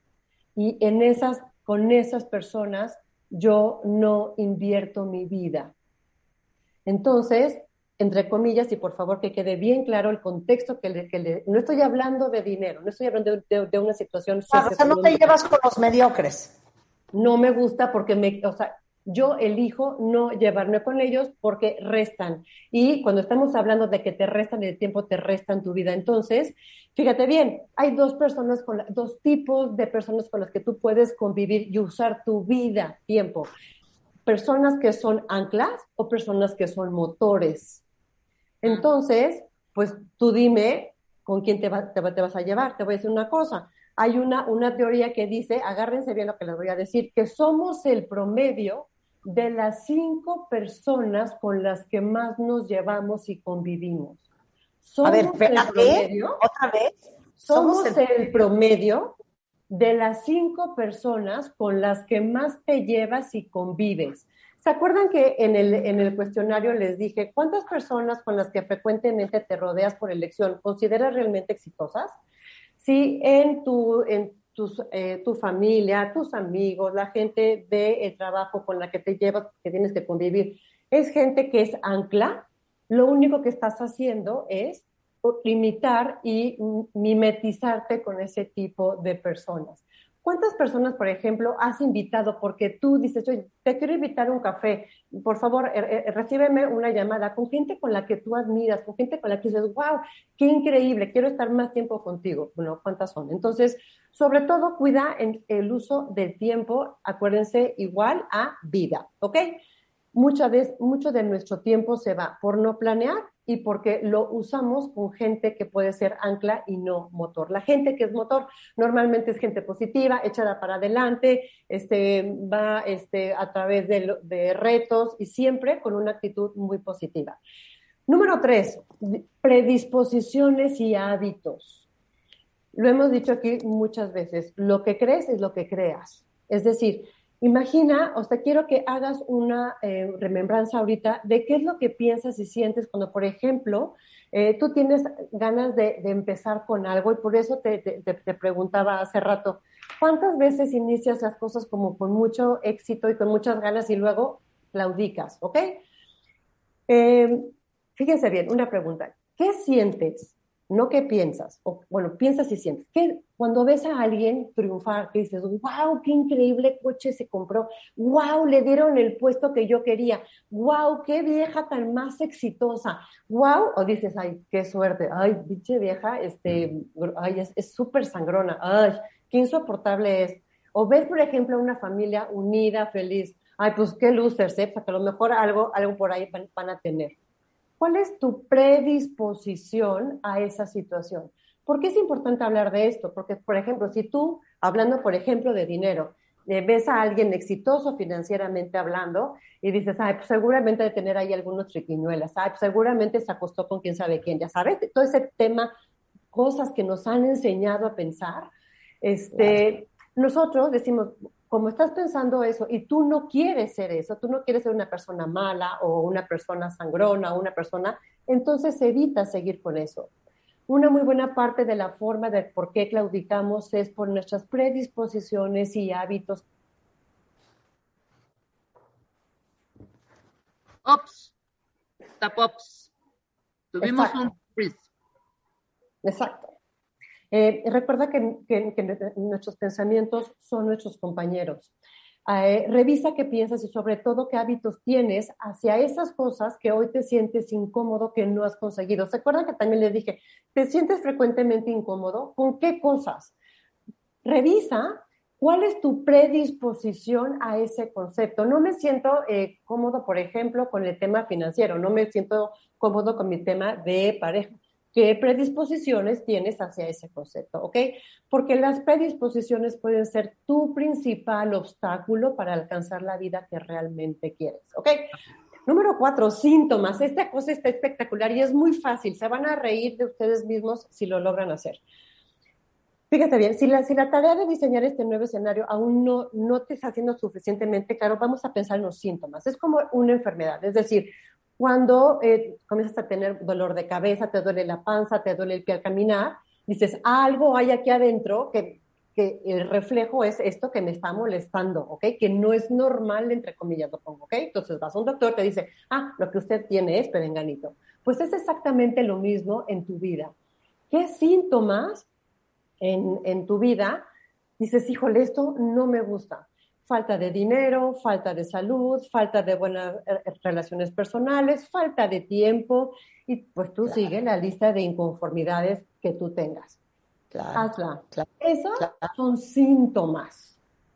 Speaker 3: Y con esas personas yo no invierto mi vida. Entonces, entre comillas, y por favor que quede bien claro el contexto no estoy hablando de dinero, no estoy hablando de una situación
Speaker 4: O sea, no te llevas con los mediocres.
Speaker 3: No me gusta porque yo elijo no llevarme con ellos porque restan. Y cuando estamos hablando de que te restan el tiempo, te restan tu vida. Entonces, fíjate bien, hay dos tipos de personas con las que tú puedes convivir y usar tu vida, tiempo. Personas que son anclas o personas que son motores. Entonces, pues tú dime con quién te vas a llevar. Te voy a decir una cosa. Hay una teoría que dice, agárrense bien lo que les voy a decir, que somos el promedio de las 5 personas con las que más nos llevamos y convivimos.
Speaker 4: A ver, espérate, otra vez.
Speaker 3: Somos el promedio de las 5 personas con las que más te llevas y convives. ¿Se acuerdan que en el cuestionario les dije cuántas personas con las que frecuentemente te rodeas por elección consideras realmente exitosas? Si en tu familia, tus amigos, la gente del trabajo con la que te llevas, que tienes que convivir, es gente que es ancla, lo único que estás haciendo es imitar y mimetizarte con ese tipo de personas. ¿Cuántas personas, por ejemplo, has invitado porque tú dices, oye, te quiero invitar a un café, por favor, recíbeme una llamada con gente con la que tú admiras, con gente con la que dices, wow, qué increíble, quiero estar más tiempo contigo? Bueno, ¿cuántas son? Entonces, sobre todo, cuida el uso del tiempo, acuérdense, igual a vida, ¿ok? Mucho de nuestro tiempo se va por no planear y porque lo usamos con gente que puede ser ancla y no motor. La gente que es motor normalmente es gente positiva, echada para adelante, va a través de retos y siempre con una actitud muy positiva. Número 3, predisposiciones y hábitos. Lo hemos dicho aquí muchas veces, lo que crees es lo que creas. Es decir, imagina, quiero que hagas una remembranza ahorita de qué es lo que piensas y sientes cuando, por ejemplo, tú tienes ganas de empezar con algo y por eso te preguntaba hace rato, ¿cuántas veces inicias las cosas como con mucho éxito y con muchas ganas y luego claudicas, ¿ok? Fíjense bien, una pregunta. ¿Qué sientes? No qué piensas, piensas y sientes. ¿Qué, cuando ves a alguien triunfar, que dices, wow, qué increíble coche se compró, wow, le dieron el puesto que yo quería, wow, qué vieja tan más exitosa, wow, o dices, ay, qué suerte, ay, pinche vieja, ay, es súper sangrona, ay, qué insoportable es. O ves, por ejemplo, una familia unida, feliz, ay, pues qué losers, porque a lo mejor algo por ahí van a tener. ¿Cuál es tu predisposición a esa situación? ¿Por qué es importante hablar de esto? Porque, por ejemplo, si tú, hablando, por ejemplo, de dinero, ves a alguien exitoso financieramente hablando y dices, ay, pues seguramente de tener ahí algunos triquiñuelas, ay, pues seguramente se acostó con quién sabe quién, ya sabes, todo ese tema, cosas que nos han enseñado a pensar, nosotros decimos, como estás pensando eso y tú no quieres ser eso, tú no quieres ser una persona mala o una persona sangrona o una persona, entonces evita seguir con eso. Una muy buena parte de la forma de por qué claudicamos es por nuestras predisposiciones y hábitos.
Speaker 5: Ops, tapops. Tuvimos
Speaker 3: Exacto.
Speaker 5: un freeze.
Speaker 3: Exacto. Recuerda que nuestros pensamientos son nuestros compañeros. Revisa qué piensas y sobre todo qué hábitos tienes hacia esas cosas que hoy te sientes incómodo, que no has conseguido. ¿Se acuerdan que también les dije, te sientes frecuentemente incómodo? ¿Con qué cosas? Revisa cuál es tu predisposición a ese concepto. No me siento cómodo, por ejemplo, con el tema financiero, no me siento cómodo con mi tema de pareja. ¿Qué predisposiciones tienes hacia ese concepto? ¿Ok? Porque las predisposiciones pueden ser tu principal obstáculo para alcanzar la vida que realmente quieres. ¿Ok? Número 4, síntomas. Esta cosa está espectacular y es muy fácil. Se van a reír de ustedes mismos si lo logran hacer. Fíjate bien, si la tarea de diseñar este nuevo escenario aún no te está haciendo suficientemente claro, vamos a pensar en los síntomas. Es como una enfermedad, es decir, cuando comienzas a tener dolor de cabeza, te duele la panza, te duele el pie al caminar, dices, algo hay aquí adentro que el reflejo es esto que me está molestando, ¿ok? Que no es normal, entre comillas lo pongo, ¿ok? Entonces vas a un doctor, te dice, lo que usted tiene es perenganito. Pues es exactamente lo mismo en tu vida. ¿Qué síntomas en tu vida dices, híjole, esto no me gusta? Falta de dinero, falta de salud, falta de buenas relaciones personales, falta de tiempo, y pues tú sigues la lista de inconformidades que tú tengas. Hazla. Esos son síntomas.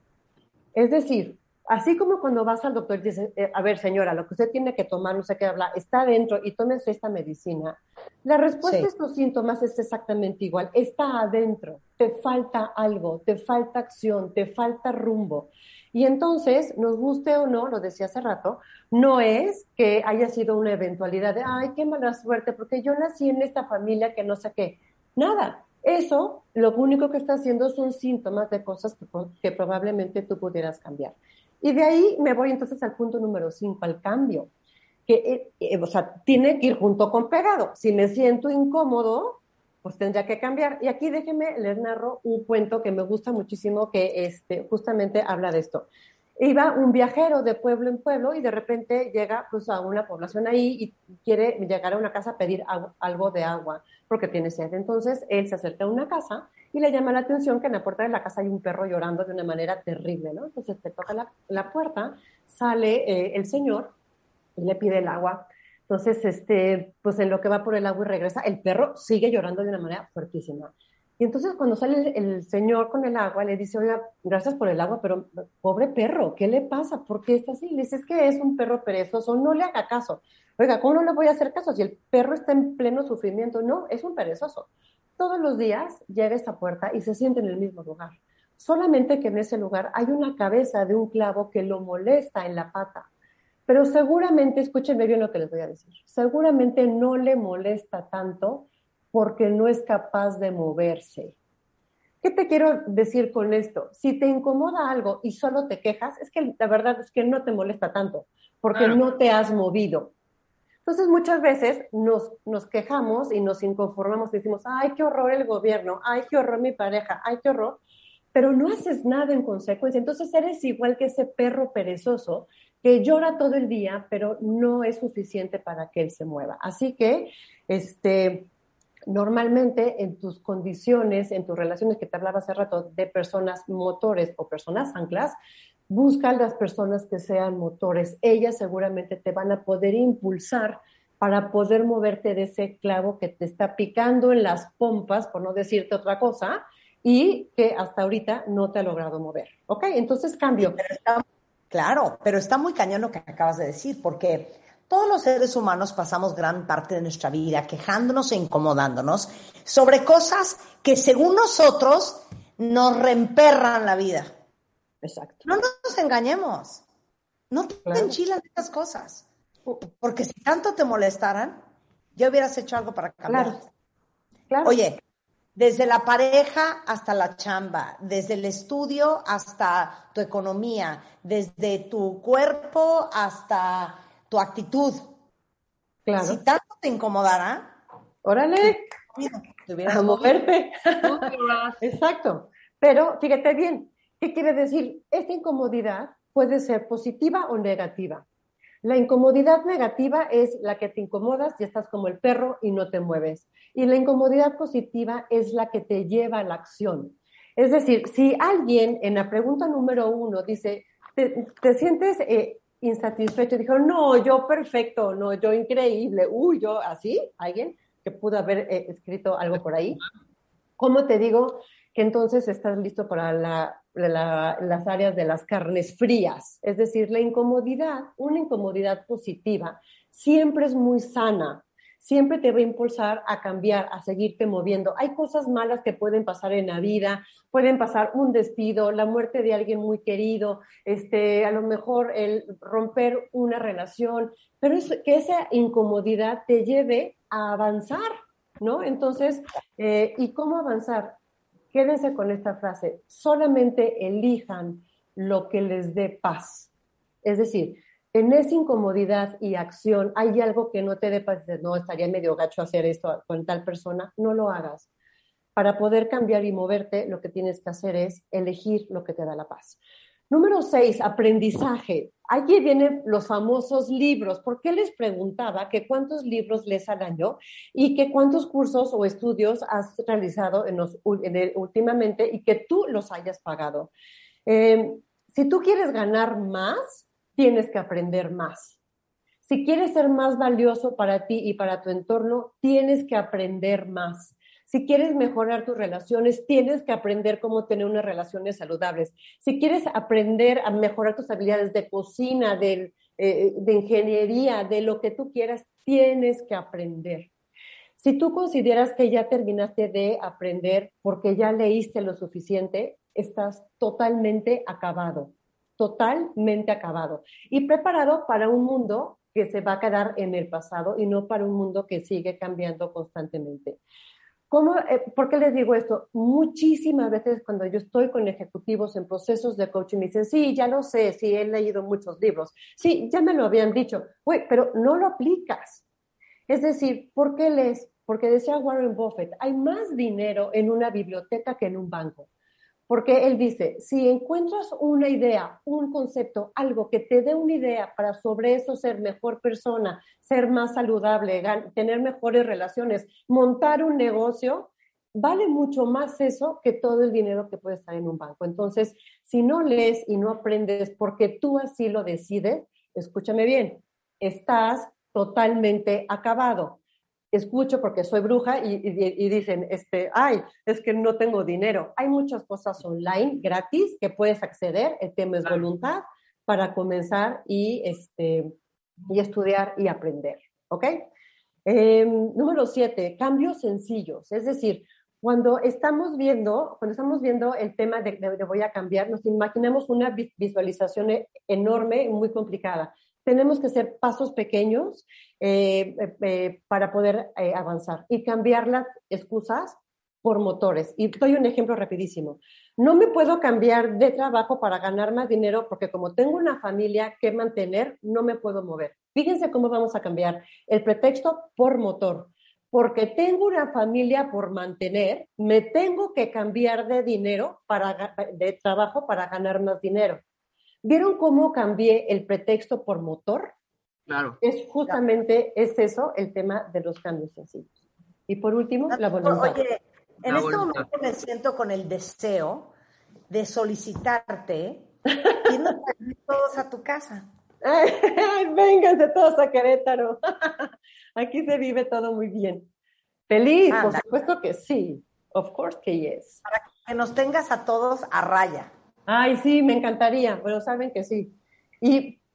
Speaker 3: Es decir, así como cuando vas al doctor y dices, a ver, señora, lo que usted tiene que tomar, no sé qué hablar, está adentro y tómese esta medicina. La respuesta a estos síntomas es exactamente igual. Está adentro, te falta algo, te falta acción, te falta rumbo. Y entonces, nos guste o no, lo decía hace rato, no es que haya sido una eventualidad de, ay, qué mala suerte, porque yo nací en esta familia que no sé qué. Nada. Eso, lo único que está haciendo son síntomas de cosas que probablemente tú pudieras cambiar. Y de ahí me voy entonces al punto número 5, al cambio. Que, o sea, tiene que ir junto con pegado. Si me siento incómodo, pues tendría que cambiar. Y aquí déjenme les narro un cuento que me gusta muchísimo, que justamente habla de esto. Iba un viajero de pueblo en pueblo y de repente llega pues a una población ahí y quiere llegar a una casa a pedir algo de agua porque tiene sed. Entonces él se acerca a una casa y le llama la atención que en la puerta de la casa hay un perro llorando de una manera terrible, ¿no? Entonces te toca la puerta, sale el señor y le pide el agua. Entonces, pues en lo que va por el agua y regresa, el perro sigue llorando de una manera fuertísima. Y entonces cuando sale el señor con el agua, le dice, oiga, gracias por el agua, pero pobre perro, ¿qué le pasa? ¿Por qué está así? Le dice, es que es un perro perezoso, no le haga caso. Oiga, ¿cómo no le voy a hacer caso si el perro está en pleno sufrimiento? No, es un perezoso. Todos los días llega a esta puerta y se siente en el mismo lugar. Solamente que en ese lugar hay una cabeza de un clavo que lo molesta en la pata. Pero seguramente, escúchenme bien lo que les voy a decir, seguramente no le molesta tanto porque no es capaz de moverse. ¿Qué te quiero decir con esto? Si te incomoda algo y solo te quejas, es que la verdad es que no te molesta tanto, porque no te has movido. Entonces muchas veces nos quejamos y nos inconformamos y decimos, ay, qué horror el gobierno, ay, qué horror mi pareja, ay, qué horror, pero no haces nada en consecuencia. Entonces eres igual que ese perro perezoso que llora todo el día, pero no es suficiente para que él se mueva. Así que, normalmente en tus condiciones, en tus relaciones que te hablaba hace rato de personas motores o personas anclas, busca las personas que sean motores. Ellas seguramente te van a poder impulsar para poder moverte de ese clavo que te está picando en las pompas, por no decirte otra cosa, y que hasta ahorita no te ha logrado mover. ¿Ok? Entonces cambio.
Speaker 4: Claro, pero está muy cañón lo que acabas de decir, porque todos los seres humanos pasamos gran parte de nuestra vida quejándonos e incomodándonos sobre cosas que según nosotros nos reemperran la vida.
Speaker 3: Exacto.
Speaker 4: No nos engañemos. No te enchilan estas cosas. Porque si tanto te molestaran, ya hubieras hecho algo para cambiarlas.
Speaker 3: Claro.
Speaker 4: Oye, desde la pareja hasta la chamba, desde el estudio hasta tu economía, desde tu cuerpo hasta tu actitud.
Speaker 3: Claro.
Speaker 4: Si tanto te incomodara,
Speaker 3: órale,
Speaker 4: te hubieras
Speaker 3: a moverte.
Speaker 5: Tú
Speaker 3: Exacto. Pero fíjate bien, ¿qué quiere decir? Esta incomodidad puede ser positiva o negativa. La incomodidad negativa es la que te incomodas y estás como el perro y no te mueves. Y la incomodidad positiva es la que te lleva a la acción. Es decir, si alguien en la pregunta número 1 dice, ¿te sientes insatisfecho? Dijo, no, yo perfecto, no, yo increíble, yo así, alguien que pudo haber escrito algo por ahí. ¿Cómo te digo que entonces estás listo para las áreas de las carnes frías? Es decir, la incomodidad, una incomodidad positiva, siempre es muy sana, siempre te va a impulsar a cambiar, a seguirte moviendo. Hay cosas malas que pueden pasar en la vida, pueden pasar un despido, la muerte de alguien muy querido, a lo mejor el romper una relación, pero es que esa incomodidad te lleve a avanzar, ¿no? Entonces, ¿y cómo avanzar? Quédense con esta frase, solamente elijan lo que les dé paz. Es decir, en esa incomodidad y acción hay algo que no te dé paz, no, estaría medio gacho hacer esto con tal persona, no lo hagas. Para poder cambiar y moverte, lo que tienes que hacer es elegir lo que te da la paz. Número 6, aprendizaje. Allí vienen los famosos libros. ¿Por qué les preguntaba que cuántos libros lees al año y que cuántos cursos o estudios has realizado últimamente y que tú los hayas pagado? Si tú quieres ganar más, tienes que aprender más. Si quieres ser más valioso para ti y para tu entorno, tienes que aprender más. Si quieres mejorar tus relaciones, tienes que aprender cómo tener unas relaciones saludables. Si quieres aprender a mejorar tus habilidades de cocina, de ingeniería, de lo que tú quieras, tienes que aprender. Si tú consideras que ya terminaste de aprender porque ya leíste lo suficiente, estás totalmente acabado y preparado para un mundo que se va a quedar en el pasado y no para un mundo que sigue cambiando constantemente. ¿Por qué les digo esto? Muchísimas veces cuando yo estoy con ejecutivos en procesos de coaching me dicen, sí, ya lo sé, sí, he leído muchos libros, sí, ya me lo habían dicho, pero no lo aplicas. Es decir, ¿por qué lees? Porque decía Warren Buffett, hay más dinero en una biblioteca que en un banco. Porque él dice, si encuentras una idea, un concepto, algo que te dé una idea para sobre eso ser mejor persona, ser más saludable, tener mejores relaciones, montar un negocio, vale mucho más eso que todo el dinero que puede estar en un banco. Entonces, si no lees y no aprendes porque tú así lo decides, escúchame bien, estás totalmente acabado. Escucho porque soy bruja y dicen, ay, es que no tengo dinero. Hay muchas cosas online gratis que puedes acceder, el tema es voluntad para comenzar y estudiar y aprender, ¿ok? Número 7, cambios sencillos, es decir, cuando estamos viendo el tema de voy a cambiar, nos imaginamos una visualización enorme, muy complicada. Tenemos que hacer pasos pequeños para poder avanzar y cambiar las excusas por motores. Y doy un ejemplo rapidísimo. No me puedo cambiar de trabajo para ganar más dinero porque como tengo una familia que mantener, no me puedo mover. Fíjense cómo vamos a cambiar el pretexto por motor. Porque tengo una familia por mantener, me tengo que cambiar de trabajo para ganar más dinero. ¿Vieron cómo cambié el pretexto por motor?
Speaker 5: Claro.
Speaker 3: Es eso el tema de los cambios sencillos. Y por último, la voluntad.
Speaker 4: Oye, en este momento me siento con el deseo de solicitarte irnos todos a tu casa.
Speaker 3: Ay, vénganse todos a Querétaro. Aquí se vive todo muy bien. Feliz, por supuesto que sí. Of course que yes.
Speaker 4: Para que nos tengas a todos a raya.
Speaker 3: Ay, sí, me encantaría. Bueno, saben que sí. Y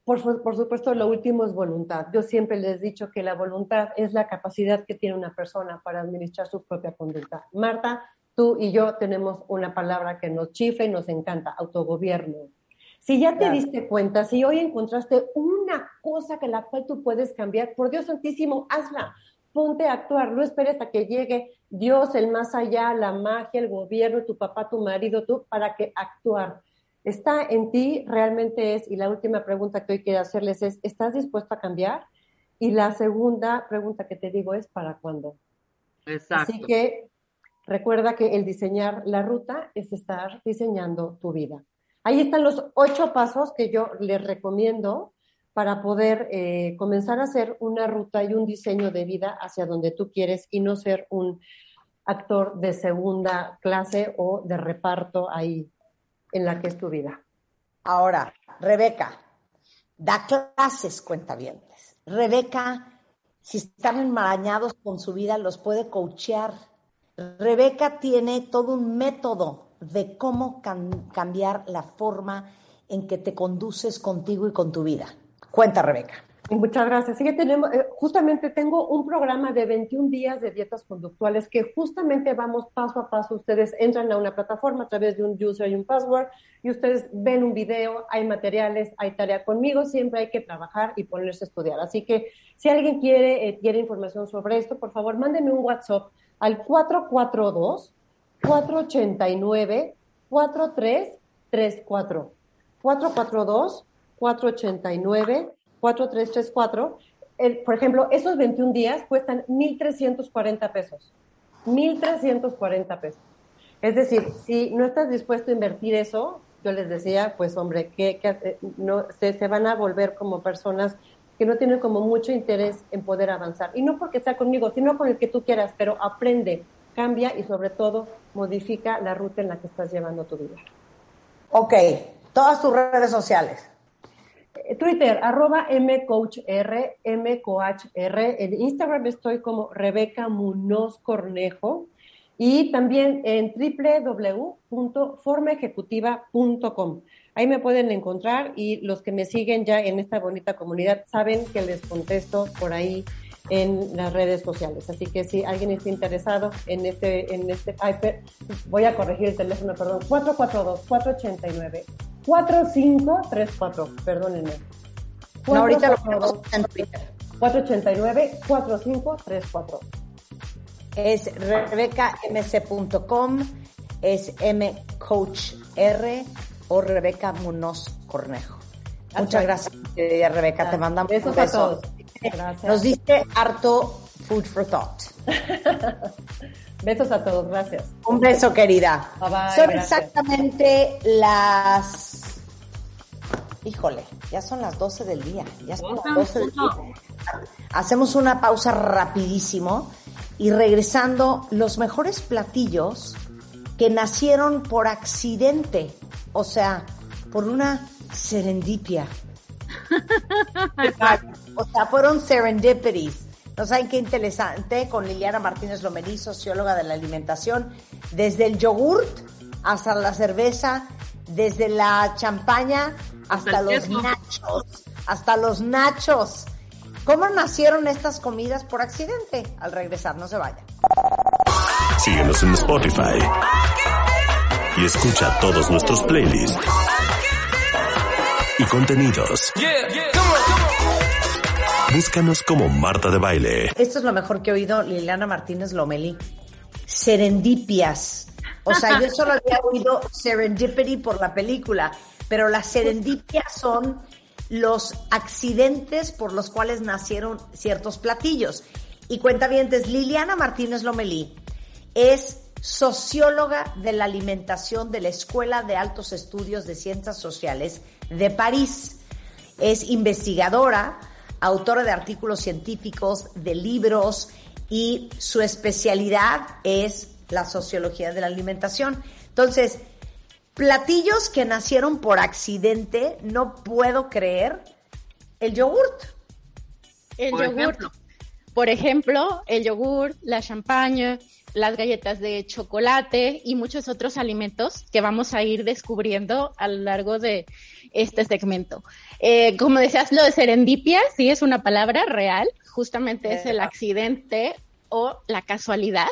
Speaker 3: Por supuesto, lo último es voluntad. Yo siempre les he dicho que la voluntad es la capacidad que tiene una persona para administrar su propia conducta. Marta, tú y yo tenemos una palabra que nos chifla y nos encanta, autogobierno. Si ya te diste cuenta, si hoy encontraste una cosa que la cual tú puedes cambiar, por Dios santísimo, hazla. Ponte a actuar, no esperes a que llegue Dios, el más allá, la magia, el gobierno, tu papá, tu marido, tú, para que actuar. Está en ti, realmente es, y la última pregunta que hoy quiero hacerles es, ¿estás dispuesto a cambiar? Y la segunda pregunta que te digo es, ¿para cuándo?
Speaker 5: Exacto.
Speaker 3: Así que recuerda que el diseñar la ruta es estar diseñando tu vida. Ahí están los 8 pasos que yo les recomiendo para poder comenzar a hacer una ruta y un diseño de vida hacia donde tú quieres y no ser un actor de segunda clase o de reparto ahí en la que es tu vida.
Speaker 4: Ahora, Rebeca, da clases, cuentavientes. Rebeca, si están enmarañados con su vida, los puede coachear. Rebeca tiene todo un método de cómo cambiar la forma en que te conduces contigo y con tu vida. Cuenta, Rebeca.
Speaker 3: Muchas gracias. Sí que justamente tengo un programa de 21 días de dietas conductuales que justamente vamos paso a paso. Ustedes entran a una plataforma a través de un user y un password y ustedes ven un video, hay materiales, hay tarea conmigo. Siempre hay que trabajar y ponerse a estudiar. Así que si alguien quiere información sobre esto, por favor, mándenme un WhatsApp al 442-489-4334. 442-489-4334. Por ejemplo, esos 21 días cuestan 1,340 pesos. 1,340 pesos. Es decir, si no estás dispuesto a invertir eso, yo les decía, pues hombre, no, se van a volver como personas que no tienen como mucho interés en poder avanzar. Y no porque sea conmigo, sino con el que tú quieras, pero aprende, cambia y sobre todo modifica la ruta en la que estás llevando tu vida.
Speaker 4: Ok, todas tus redes sociales.
Speaker 3: Twitter, @mcoachr, mcoachr. En Instagram estoy como Rebeca Munoz Cornejo y también en www.formaejecutiva.com. Ahí me pueden encontrar y los que me siguen ya en esta bonita comunidad saben que les contesto por ahí en las redes sociales. Así que si alguien está interesado en voy a corregir el teléfono, perdón, 442-489-4534, perdónenme.
Speaker 4: No, ahorita lo ponemos en Twitter.
Speaker 3: 489-4534.
Speaker 4: Es rebecamc.com, es mcoachr o Rebeca Munoz Cornejo. Muchas gracias, Rebeca. Te mandamos un beso.
Speaker 3: A todos. Gracias.
Speaker 4: Nos diste harto food for thought.
Speaker 3: Besos a todos, gracias.
Speaker 4: Un beso, querida.
Speaker 3: Bye bye,
Speaker 4: Son
Speaker 3: gracias.
Speaker 4: exactamente las... Híjole, ya son las 12 del día. Ya son las 12 del día. Hacemos una pausa rapidísimo y regresando, los mejores platillos que nacieron por accidente, o sea, por una serendipia. O sea, fueron serendipities. ¿No saben qué interesante? Con Liliana Martínez Lomelí, socióloga de la alimentación, desde el yogurt hasta la cerveza, desde la champaña hasta los nachos, ¿Cómo nacieron estas comidas por accidente? Al regresar, no se vayan.
Speaker 1: Síguenos en Spotify y escucha todos nuestros playlists y contenidos. Búscanos como Marta de Baile.
Speaker 4: Esto es lo mejor que he oído, Liliana Martínez Lomelí. Serendipias. O sea, yo solo había oído Serendipity por la película, pero las serendipias son los accidentes por los cuales nacieron ciertos platillos. Y cuentavientes, Liliana Martínez Lomelí es socióloga de la alimentación de la Escuela de Altos Estudios de Ciencias Sociales de París. Es investigadora, autora de artículos científicos, de libros, y su especialidad es la sociología de la alimentación. Entonces, platillos que nacieron por accidente, no puedo creer, el yogurt.
Speaker 7: Por ejemplo, el yogur, la champaña, las galletas de chocolate y muchos otros alimentos que vamos a ir descubriendo a lo largo de este segmento. Como decías, lo de serendipia, sí es una palabra real, justamente es el accidente o la casualidad.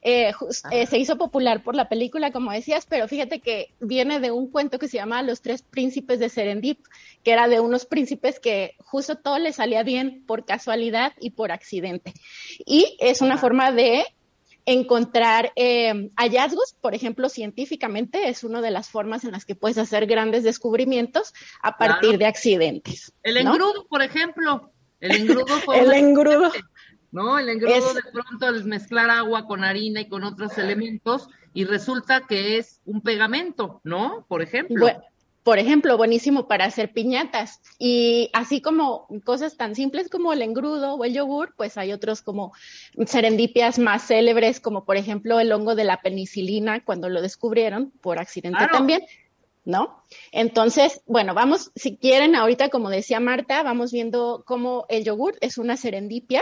Speaker 7: Se hizo popular por la película, como decías, pero fíjate que viene de un cuento que se llama Los Tres Príncipes de Serendip, que era de unos príncipes que justo todo les salía bien por casualidad y por accidente. Y es una forma de encontrar hallazgos, por ejemplo, científicamente, es una de las formas en las que puedes hacer grandes descubrimientos a partir de accidentes.
Speaker 5: El engrudo, por ejemplo. El engrudo fue
Speaker 7: el engrudo.
Speaker 5: ¿No? El engrudo de pronto es mezclar agua con harina y con otros elementos y resulta que es un pegamento, ¿no? Por ejemplo.
Speaker 7: Por ejemplo, buenísimo para hacer piñatas. Y así como cosas tan simples como el engrudo o el yogur, pues hay otros como serendipias más célebres, como por ejemplo el hongo de la penicilina, cuando lo descubrieron por accidente también, ¿no? Entonces, bueno, vamos, si quieren, ahorita, como decía Marta, vamos viendo cómo el yogur es una serendipia.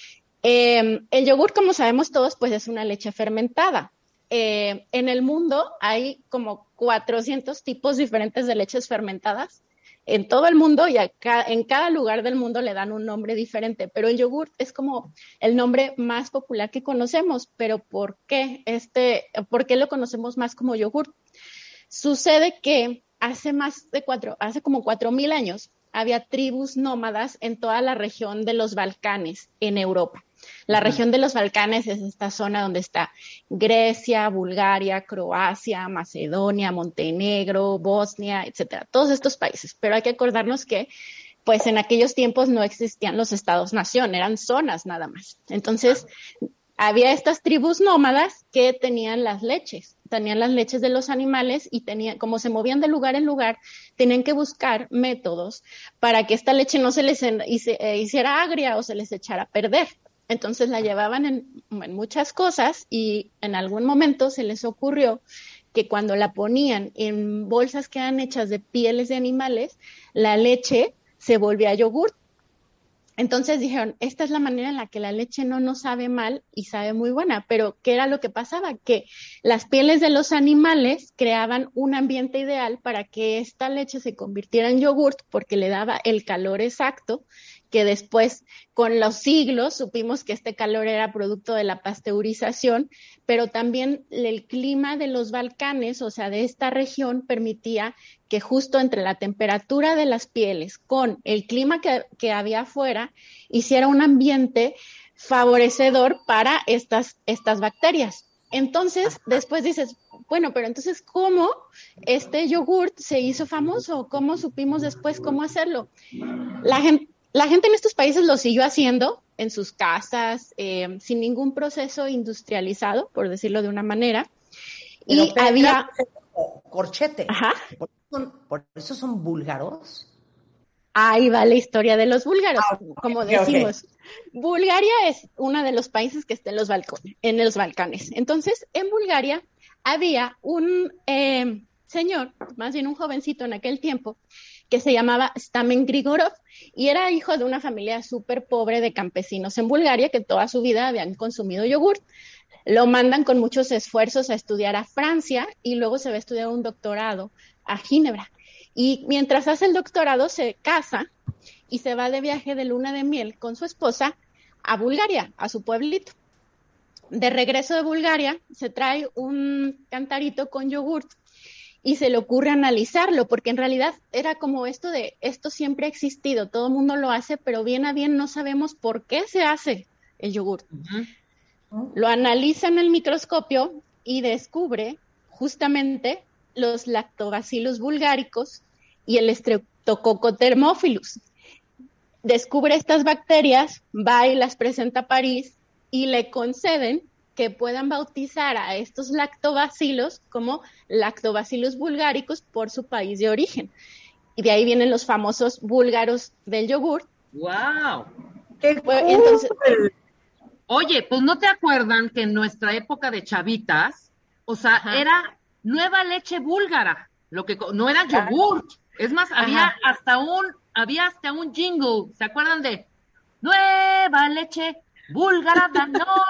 Speaker 7: El yogur, como sabemos todos, pues es una leche fermentada. En el mundo hay como 400 tipos diferentes de leches fermentadas en todo el mundo y en cada lugar del mundo le dan un nombre diferente, pero el yogur es como el nombre más popular que conocemos. ¿Pero por qué? ¿Por qué lo conocemos más como yogur? Sucede que hace como 4,000 años había tribus nómadas en toda la región de los Balcanes en Europa. La región de los Balcanes es esta zona donde está Grecia, Bulgaria, Croacia, Macedonia, Montenegro, Bosnia, etcétera. Todos estos países. Pero hay que acordarnos que, pues, en aquellos tiempos no existían los estados-nación, eran zonas nada más. Entonces, había estas tribus nómadas que tenían las leches de los animales y como se movían de lugar en lugar, tenían que buscar métodos para que esta leche no se les hiciera agria o se les echara a perder. Entonces la llevaban en muchas cosas y en algún momento se les ocurrió que cuando la ponían en bolsas que eran hechas de pieles de animales, la leche se volvía yogur. Entonces dijeron, esta es la manera en la que la leche no nos sabe mal y sabe muy buena. Pero ¿qué era lo que pasaba? Que las pieles de los animales creaban un ambiente ideal para que esta leche se convirtiera en yogurt porque le daba el calor exacto, que después con los siglos supimos que este calor era producto de la pasteurización, pero también el clima de los Balcanes, o sea, de esta región, permitía que justo entre la temperatura de las pieles con el clima que había afuera, hiciera un ambiente favorecedor para estas bacterias. Entonces, después dices, bueno, pero entonces, ¿cómo este yogurt se hizo famoso? ¿Cómo supimos después cómo hacerlo? La gente en estos países lo siguió haciendo en sus casas, sin ningún proceso industrializado, por decirlo de una manera.
Speaker 4: Pero
Speaker 7: y había...
Speaker 4: Corchete.
Speaker 7: Ajá.
Speaker 4: ¿Por eso son búlgaros?
Speaker 7: Ahí va la historia de los búlgaros, como decimos. Okay. Bulgaria es uno de los países que está en los Balcanes. Entonces, en Bulgaria había un señor, más bien un jovencito en aquel tiempo, que se llamaba Stamen Grigorov y era hijo de una familia súper pobre de campesinos en Bulgaria que toda su vida habían consumido yogur. Lo mandan con muchos esfuerzos a estudiar a Francia y luego se va a estudiar un doctorado a Ginebra. Y mientras hace el doctorado se casa y se va de viaje de luna de miel con su esposa a Bulgaria, a su pueblito. De regreso de Bulgaria se trae un cantarito con yogurt y se le ocurre analizarlo, porque en realidad era como esto siempre ha existido, todo el mundo lo hace, pero bien a bien no sabemos por qué se hace el yogur. Uh-huh. Lo analiza en el microscopio y descubre justamente los lactobacillus bulgaricus y el Streptococcus thermophilus. Descubre estas bacterias, va y las presenta a París y le conceden que puedan bautizar a estos lactobacilos como Lactobacillus bulgaricus por su país de origen. Y de ahí vienen los famosos búlgaros del yogur.
Speaker 5: ¡Wow!
Speaker 7: Entonces,
Speaker 5: oye, pues ¿no te acuerdan que en nuestra época de chavitas, o sea, ajá, era nueva leche búlgara, lo que no era yogur? Es más, había hasta un jingle, ¿se acuerdan de nueva leche búlgara Danone?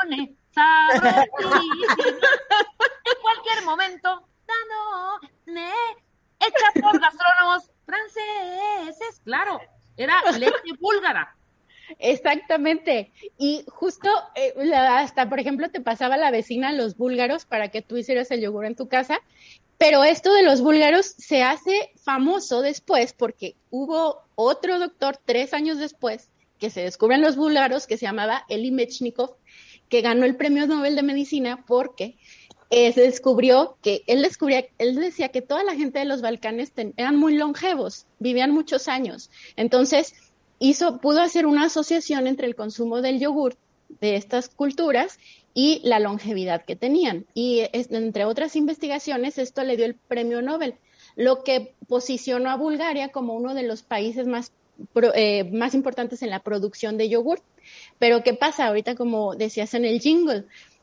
Speaker 5: sabrosísima. En cualquier momento, Danone, hecha por gastrónomos franceses. Claro, era leche búlgara.
Speaker 7: Exactamente. Y justo hasta, por ejemplo, te pasaba la vecina los búlgaros para que tú hicieras el yogur en tu casa. Pero esto de los búlgaros se hace famoso después porque hubo otro doctor 3 años después que se descubren los búlgaros, que se llamaba Elie Metchnikov, que ganó el premio Nobel de Medicina porque se descubrió que él decía que toda la gente de los Balcanes eran muy longevos, vivían muchos años. Entonces pudo hacer una asociación entre el consumo del yogur de estas culturas y la longevidad que tenían. Y entre otras investigaciones, esto le dio el premio Nobel, lo que posicionó a Bulgaria como uno de los países más importantes en la producción de yogur. Pero ¿qué pasa? Ahorita, como decías en el jingle,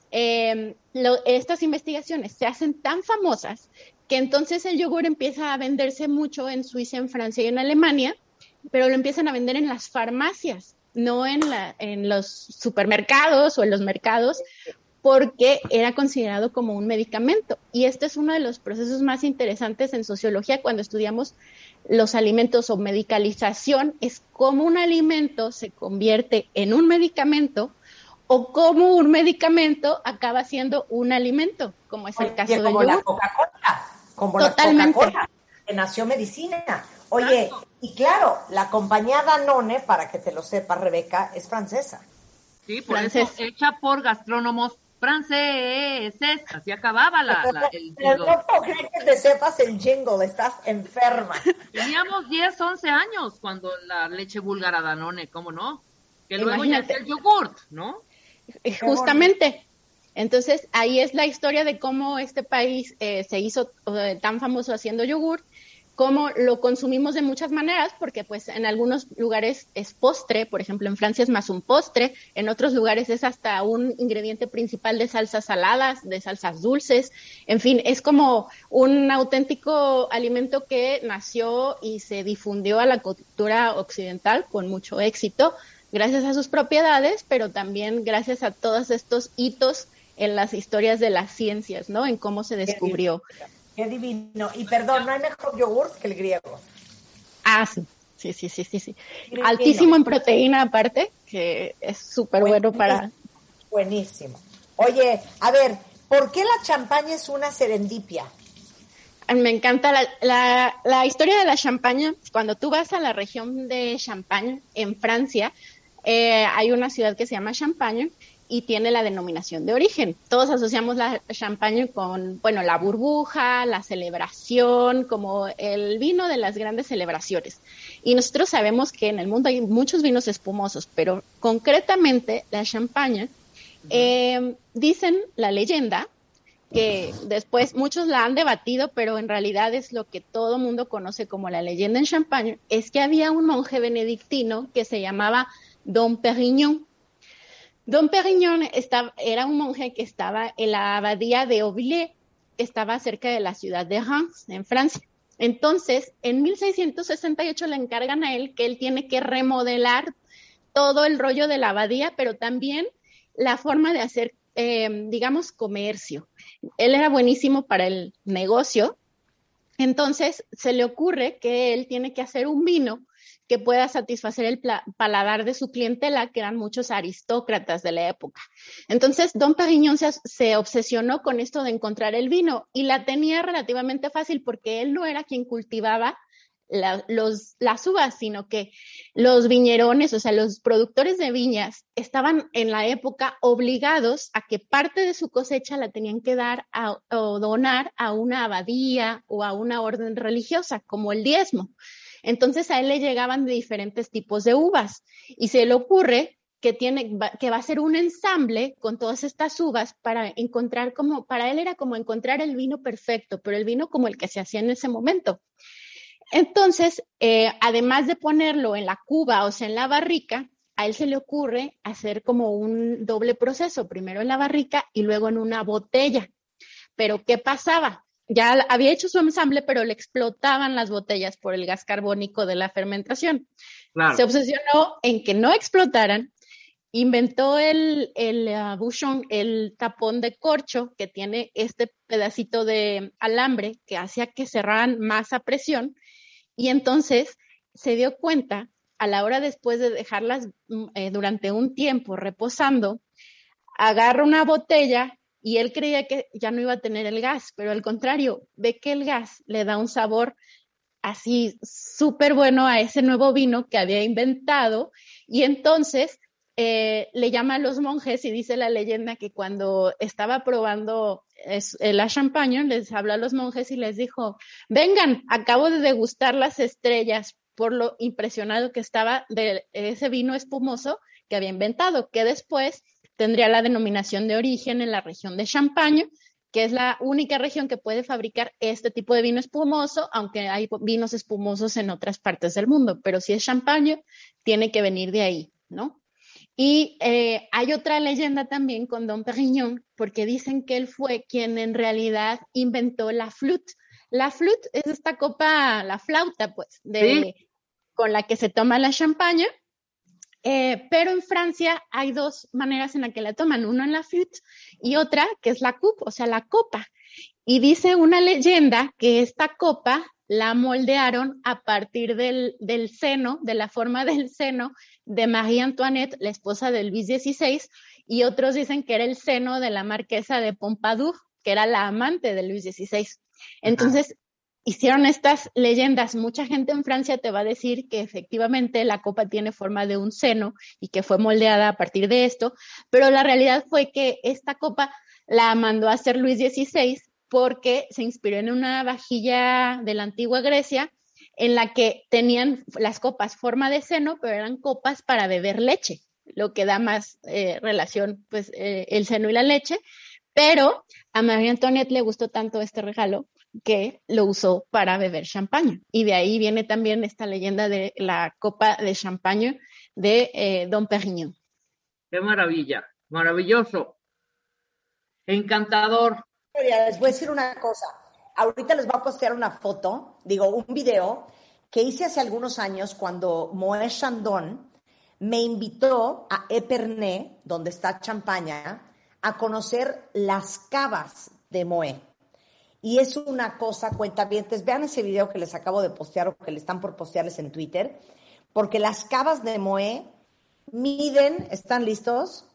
Speaker 7: estas investigaciones se hacen tan famosas que entonces el yogur empieza a venderse mucho en Suiza, en Francia y en Alemania, pero lo empiezan a vender en las farmacias, no en los supermercados o en los mercados, porque era considerado como un medicamento. Y este es uno de los procesos más interesantes en sociología cuando estudiamos los alimentos o medicalización, es cómo un alimento se convierte en un medicamento o cómo un medicamento acaba siendo un alimento, como es el caso del yogur.
Speaker 4: Como la Coca-Cola,
Speaker 7: Totalmente.
Speaker 4: La Coca-Cola, que nació medicina. Oye, y claro, la compañía Danone, para que te lo sepas, Rebeca, es francesa.
Speaker 5: Sí, por eso, hecha por gastrónomos franceses. Así acababa el
Speaker 4: Pero no puedo creer que te sepas el jingle, estás enferma.
Speaker 5: Teníamos 10, 11 años cuando la leche búlgara Danone, ¿cómo no? Que luego
Speaker 7: Imagínate.
Speaker 5: ya es el yogurt, ¿no?
Speaker 7: Justamente. Entonces, ahí es la historia de cómo este país se hizo tan famoso haciendo yogur, cómo lo consumimos de muchas maneras, porque pues en algunos lugares es postre, por ejemplo en Francia es más un postre, en otros lugares es hasta un ingrediente principal de salsas saladas, de salsas dulces, en fin, es como un auténtico alimento que nació y se difundió a la cultura occidental con mucho éxito, gracias a sus propiedades, pero también gracias a todos estos hitos en las historias de las ciencias, ¿no? En cómo se descubrió.
Speaker 4: Qué divino. Y perdón, no hay mejor yogur que el griego.
Speaker 7: Ah, sí. Altísimo en proteína aparte, que es súper bueno para...
Speaker 4: Buenísimo. Oye, a ver, ¿por qué la champaña es una serendipia?
Speaker 7: Me encanta la historia de la champaña. Cuando tú vas a la región de Champagne, en Francia, hay una ciudad que se llama Champagne, y tiene la denominación de origen. Todos asociamos la champaña con, bueno, la burbuja, la celebración, como el vino de las grandes celebraciones. Y nosotros sabemos que en el mundo hay muchos vinos espumosos, pero concretamente la champaña, dicen la leyenda, que después muchos la han debatido, pero en realidad es lo que todo mundo conoce como la leyenda en Champagne, es que había un monje benedictino que se llamaba Dom Pérignon. Don Pérignon era un monje que estaba en la abadía de Auvillers, que estaba cerca de la ciudad de Reims, en Francia. Entonces, en 1668 le encargan a él que él tiene que remodelar todo el rollo de la abadía, pero también la forma de hacer, digamos, comercio. Él era buenísimo para el negocio, entonces se le ocurre que él tiene que hacer un vino que pueda satisfacer el paladar de su clientela, que eran muchos aristócratas de la época. Entonces, Don Pérignon se obsesionó con esto de encontrar el vino y la tenía relativamente fácil porque él no era quien cultivaba las uvas, sino que los viñerones, o sea, los productores de viñas estaban en la época obligados a que parte de su cosecha la tenían que dar o donar a una abadía o a una orden religiosa, como el diezmo. Entonces a él le llegaban de diferentes tipos de uvas y se le ocurre que va a ser un ensamble con todas estas uvas para encontrar para él era como encontrar el vino perfecto, pero el vino como el que se hacía en ese momento. Entonces, además de ponerlo en la cuba, o sea, en la barrica, a él se le ocurre hacer como un doble proceso, primero en la barrica y luego en una botella. Pero ¿qué pasaba? Ya había hecho su ensamble, pero le explotaban las botellas por el gas carbónico de la fermentación. Claro. Se obsesionó en que no explotaran inventó el bouchon, el tapón de corcho que tiene este pedacito de alambre que hacía que cerraran más a presión, y entonces se dio cuenta a la hora después de dejarlas durante un tiempo reposando, agarra una botella y él creía que ya no iba a tener el gas, pero al contrario, ve que el gas le da un sabor así súper bueno a ese nuevo vino que había inventado, y entonces le llama a los monjes y dice la leyenda que cuando estaba probando la champagne, les habló a los monjes y les dijo, vengan, acabo de degustar las estrellas por lo impresionado que estaba de ese vino espumoso que había inventado, que después tendría la denominación de origen en la región de Champagne, que es la única región que puede fabricar este tipo de vino espumoso, aunque hay vinos espumosos en otras partes del mundo, pero si es Champagne, tiene que venir de ahí, ¿no? Y hay otra leyenda también con Dom Pérignon, porque dicen que él fue quien en realidad inventó la flûte. La flûte es esta copa, la flauta, pues,
Speaker 5: ¿Sí?
Speaker 7: con la que se toma la champaña, pero en Francia hay dos maneras en la que la toman, una en la flûte y otra que es la coupe, o sea, la copa. Y dice una leyenda que esta copa la moldearon a partir del seno, de la forma del seno de Marie Antoinette, la esposa de Luis XVI, y otros dicen que era el seno de la marquesa de Pompadour, que era la amante de Luis XVI. Entonces, hicieron estas leyendas. Mucha gente en Francia te va a decir que efectivamente la copa tiene forma de un seno y que fue moldeada a partir de esto, pero la realidad fue que esta copa la mandó a hacer Luis XVI porque se inspiró en una vajilla de la antigua Grecia en la que tenían las copas forma de seno, pero eran copas para beber leche, lo que da más relación, pues, el seno y la leche. Pero a Marie Antoinette le gustó tanto este regalo que lo usó para beber champaña. Y de ahí viene también esta leyenda de la copa de champaña de Dom Pérignon.
Speaker 5: Qué maravilla, maravilloso, encantador.
Speaker 4: Les voy a decir una cosa. Ahorita les voy a postear una foto, un video que hice hace algunos años cuando Moët Chandon me invitó a Épernay, donde está Champaña, a conocer las cavas de Moët. Y es una cosa, cuentavientes, vean ese video que les acabo de postear o que le están por postearles en Twitter, porque las cavas de Moët miden, ¿están listos?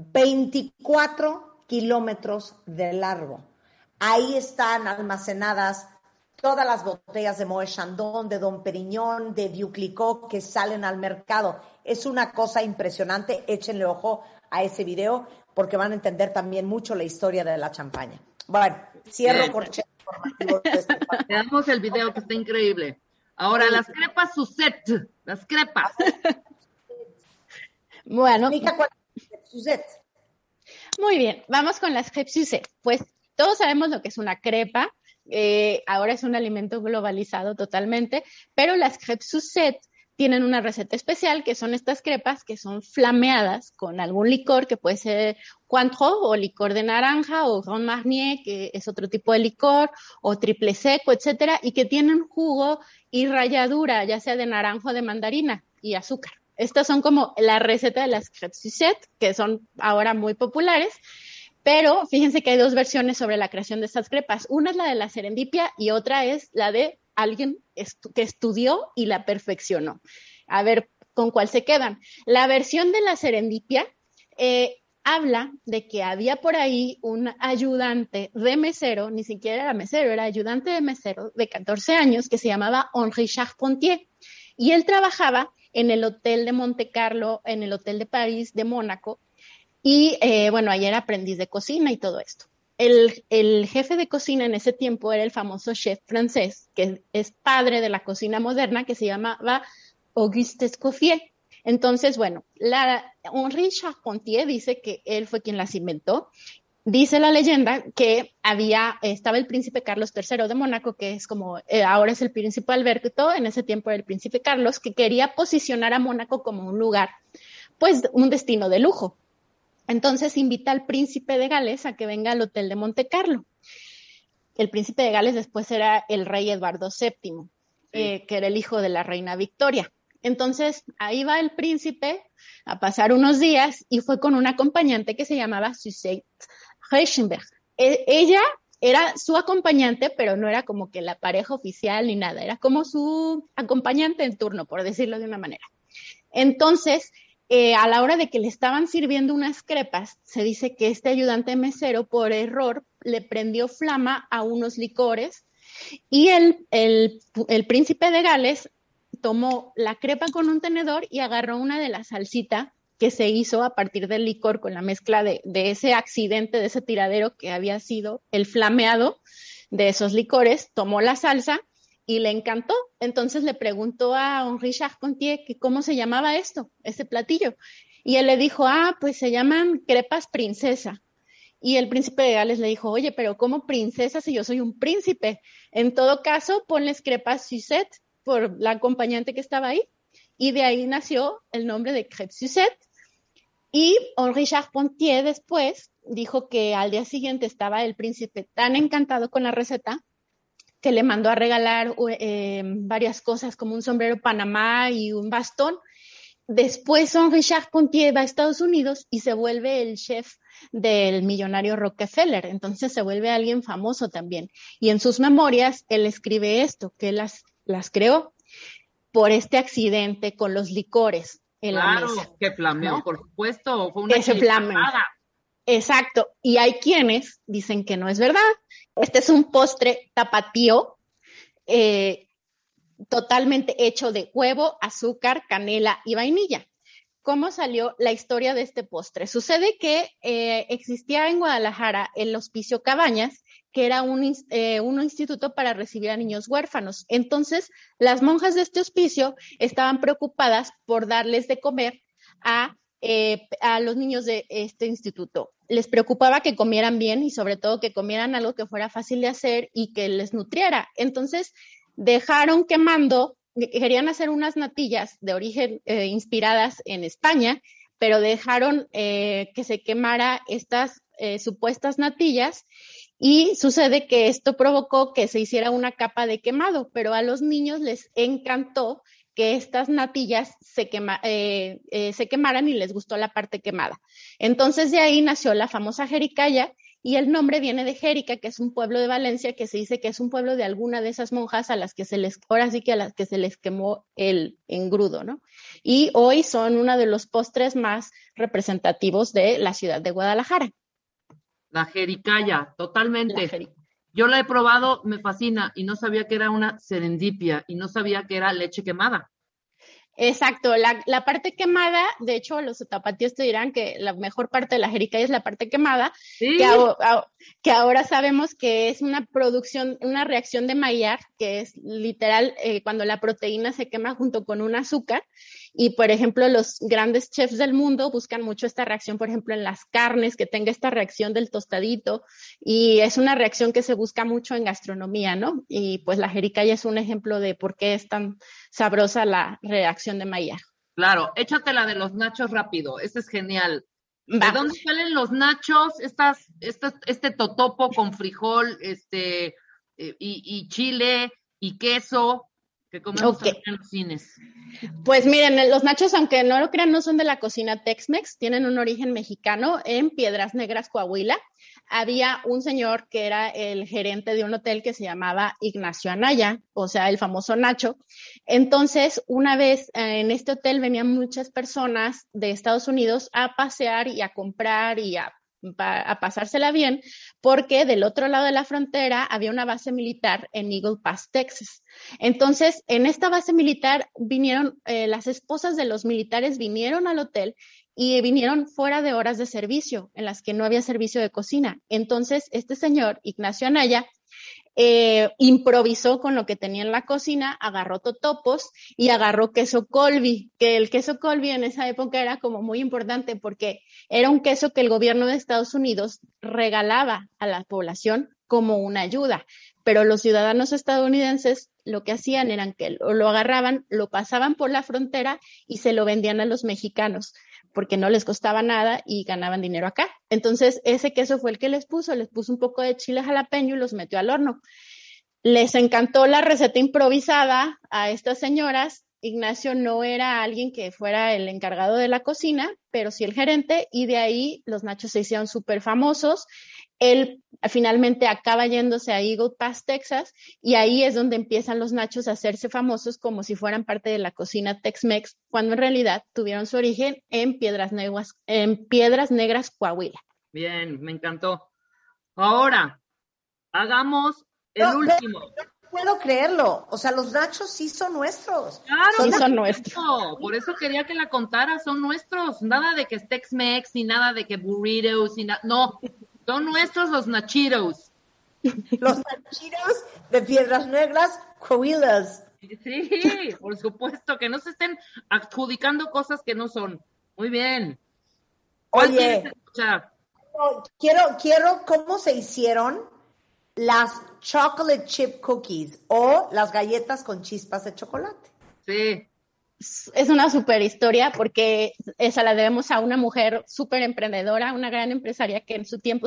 Speaker 4: 24 kilómetros de largo. Ahí están almacenadas todas las botellas de Moët Chandon, de Dom Pérignon, de Vieux Clicquot que salen al mercado. Es una cosa impresionante. Échenle ojo a ese video porque van a entender también mucho la historia de la champaña. Bueno, cierro corchete informativo.
Speaker 5: Veamos el video que está increíble. Ahora, las crepas Suzette, las crepas.
Speaker 7: Bueno.
Speaker 4: Explica cuál es Suzette.
Speaker 7: Muy bien, vamos con las crepes Suzette. Pues todos sabemos lo que es una crepa, ahora es un alimento globalizado totalmente, pero las crepes Suzette tienen una receta especial, que son estas crepas que son flameadas con algún licor, que puede ser Cointreau o licor de naranja o Grand Marnier, que es otro tipo de licor, o triple seco, etcétera, y que tienen jugo y ralladura, ya sea de naranja o de mandarina, y azúcar. Estas son como la receta de las crepes Suzette, que son ahora muy populares, pero fíjense que hay dos versiones sobre la creación de estas crepas. Una es la de la serendipia y otra es la de alguien que estudió y la perfeccionó. A ver con cuál se quedan. La versión de la serendipia habla de que había por ahí un ayudante de mesero, ni siquiera era mesero, era ayudante de mesero de 14 años que se llamaba Henri Charpentier, y él trabajaba en el Hotel de Monte Carlo, en el Hotel de París, de Mónaco, y ahí era aprendiz de cocina y todo esto. El jefe de cocina en ese tiempo era el famoso chef francés, que es padre de la cocina moderna, que se llamaba Auguste Escoffier. Entonces, Henri Charpentier dice que él fue quien las inventó. Dice la leyenda que estaba el príncipe Carlos III de Mónaco, que es como, ahora es el príncipe Alberto, en ese tiempo era el príncipe Carlos, que quería posicionar a Mónaco como un lugar, pues un destino de lujo. Entonces invita al príncipe de Gales a que venga al Hotel de Monte Carlo. El príncipe de Gales después era el rey Eduardo VII, que era el hijo de la reina Victoria. Entonces, ahí va el príncipe a pasar unos días y fue con una acompañante que se llamaba Suzette Reichenberg. Ella era su acompañante, pero no era como que la pareja oficial ni nada, era como su acompañante en turno, por decirlo de una manera. Entonces, a la hora de que le estaban sirviendo unas crepas, se dice que este ayudante mesero, por error, le prendió flama a unos licores y el príncipe de Gales tomó la crepa con un tenedor y agarró una de la salsita que se hizo a partir del licor con la mezcla de ese accidente, de ese tiradero que había sido el flameado de esos licores, tomó la salsa y le encantó. Entonces le preguntó a Henri Charpentier que cómo se llamaba ese platillo. Y él le dijo, pues se llaman crepas princesa. Y el príncipe de Gales le dijo, oye, pero ¿cómo princesa si yo soy un príncipe? En todo caso, ponles crepas Suzette por la acompañante que estaba ahí. Y de ahí nació el nombre de crêpes Suzette. Y Henri Charpentier después dijo que al día siguiente estaba el príncipe tan encantado con la receta que le mandó a regalar varias cosas como un sombrero Panamá y un bastón. Después Henri Charpentier va a Estados Unidos y se vuelve el chef del millonario Rockefeller, entonces se vuelve alguien famoso también. Y en sus memorias él escribe esto, que las creó por este accidente con los licores en la mesa.
Speaker 5: Claro, que flameó, ¿no? Por supuesto, fue una
Speaker 7: que se flameó. Exacto, y hay quienes dicen que no es verdad. Este es un postre tapatío, totalmente hecho de huevo, azúcar, canela y vainilla. ¿Cómo salió la historia de este postre? Sucede que existía en Guadalajara el Hospicio Cabañas, que era un instituto para recibir a niños huérfanos. Entonces, las monjas de este hospicio estaban preocupadas por darles de comer a los niños de este instituto. Les preocupaba que comieran bien y sobre todo que comieran algo que fuera fácil de hacer y que les nutriera. Entonces, dejaron quemando, querían hacer unas natillas de origen inspiradas en España, pero dejaron que se quemara estas supuestas natillas y sucede que esto provocó que se hiciera una capa de quemado, pero a los niños les encantó que estas natillas se quemaran y les gustó la parte quemada. Entonces de ahí nació la famosa jericaya y el nombre viene de Jérica, que es un pueblo de Valencia, que se dice que es un pueblo de alguna de esas monjas a las que se les quemó el engrudo, ¿no? Y hoy son uno de los postres más representativos de la ciudad de Guadalajara.
Speaker 5: La jericaya, totalmente. Yo la he probado, me fascina, y no sabía que era una serendipia, y no sabía que era leche quemada.
Speaker 7: Exacto, la parte quemada, de hecho los tapatíos te dirán que la mejor parte de la jericaya es la parte quemada, ¿sí? que ahora sabemos que es una reacción de Maillard, que es literal cuando la proteína se quema junto con un azúcar, y por ejemplo los grandes chefs del mundo buscan mucho esta reacción, por ejemplo en las carnes, que tenga esta reacción del tostadito, y es una reacción que se busca mucho en gastronomía, ¿no? Y pues la jericaya es un ejemplo de por qué es tan sabrosa la reacción de Maillard.
Speaker 5: Claro, échate la de los nachos rápido, ese es genial. Vamos. ¿De dónde salen los nachos? Este totopo con frijol, y chile y queso que comemos en los cines.
Speaker 7: Pues miren, los nachos, aunque no lo crean, no son de la cocina Tex-Mex, tienen un origen mexicano. En Piedras Negras, Coahuila, había un señor que era el gerente de un hotel que se llamaba Ignacio Anaya, o sea, el famoso Nacho. Entonces, una vez en este hotel venían muchas personas de Estados Unidos a pasear y a comprar y a pasársela bien, porque del otro lado de la frontera había una base militar en Eagle Pass, Texas. Entonces, en esta base militar vinieron, las esposas de los militares vinieron al hotel y vinieron fuera de horas de servicio, en las que no había servicio de cocina. Entonces, este señor, Ignacio Anaya, improvisó con lo que tenía en la cocina, agarró totopos y agarró queso Colby, que el queso Colby en esa época era como muy importante porque era un queso que el gobierno de Estados Unidos regalaba a la población como una ayuda, pero los ciudadanos estadounidenses lo que hacían era que lo agarraban, lo pasaban por la frontera y se lo vendían a los mexicanos, porque no les costaba nada y ganaban dinero acá. Entonces, ese queso fue el que les puso un poco de chile jalapeño y los metió al horno. Les encantó la receta improvisada a estas señoras Ignacio no era alguien que fuera el encargado de la cocina, pero sí el gerente, y de ahí los nachos se hicieron súper famosos. Él finalmente acaba yéndose a Eagle Pass, Texas, y ahí es donde empiezan los nachos a hacerse famosos como si fueran parte de la cocina Tex-Mex, cuando en realidad tuvieron su origen en Piedras Negras, Coahuila.
Speaker 5: Bien, me encantó. Ahora, hagamos el último.
Speaker 4: No puedo creerlo. O sea, los nachos sí son nuestros.
Speaker 5: Claro,
Speaker 7: sí son nuestros.
Speaker 5: Por eso quería que la contara, son nuestros. Nada de que es Tex-Mex, ni nada de que burritos, ni nada. No, son nuestros los nachitos.
Speaker 4: Los nachitos de Piedras Negras, Coahuilas.
Speaker 5: Sí, por supuesto, que no se estén adjudicando cosas que no son. Muy bien. ¿Cuál quieres escuchar?
Speaker 4: Quiero cómo se hicieron las chocolate chip cookies o las galletas con chispas de chocolate.
Speaker 5: Sí.
Speaker 7: Es una súper historia porque esa la debemos a una mujer súper emprendedora, una gran empresaria que en su tiempo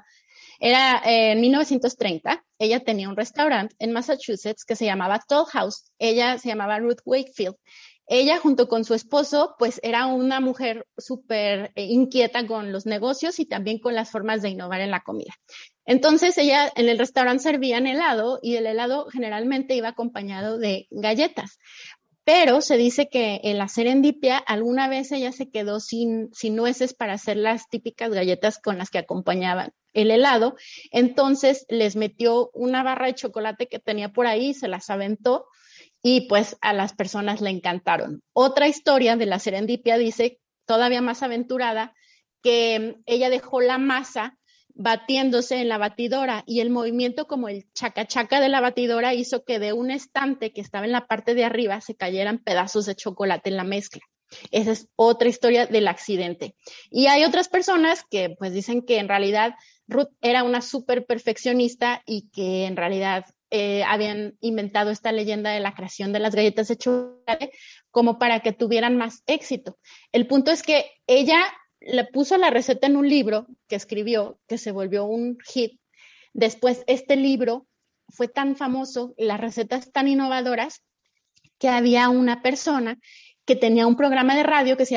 Speaker 7: era en 1930, ella tenía un restaurante en Massachusetts que se llamaba Toll House. Ella se llamaba Ruth Wakefield. Ella, junto con su esposo, pues era una mujer súper inquieta con los negocios y también con las formas de innovar en la comida. Entonces, ella en el restaurante servían helado y el helado generalmente iba acompañado de galletas. Pero se dice que en la serendipia alguna vez ella se quedó sin nueces para hacer las típicas galletas con las que acompañaban el helado. Entonces, les metió una barra de chocolate que tenía por ahí, se las aventó. Y pues a las personas le encantaron. Otra historia de la serendipia dice, todavía más aventurada, que ella dejó la masa batiéndose en la batidora y el movimiento como el chaca-chaca de la batidora hizo que de un estante que estaba en la parte de arriba se cayeran pedazos de chocolate en la mezcla. Esa es otra historia del accidente. Y hay otras personas que pues dicen que en realidad Ruth era una súper perfeccionista y que en realidad habían inventado esta leyenda de la creación de las galletas de chocolate como para que tuvieran más éxito. El punto es que ella le puso la receta en un libro que escribió, que se volvió un hit. Después, este libro fue tan famoso, las recetas tan innovadoras, que había una persona que tenía un programa de radio que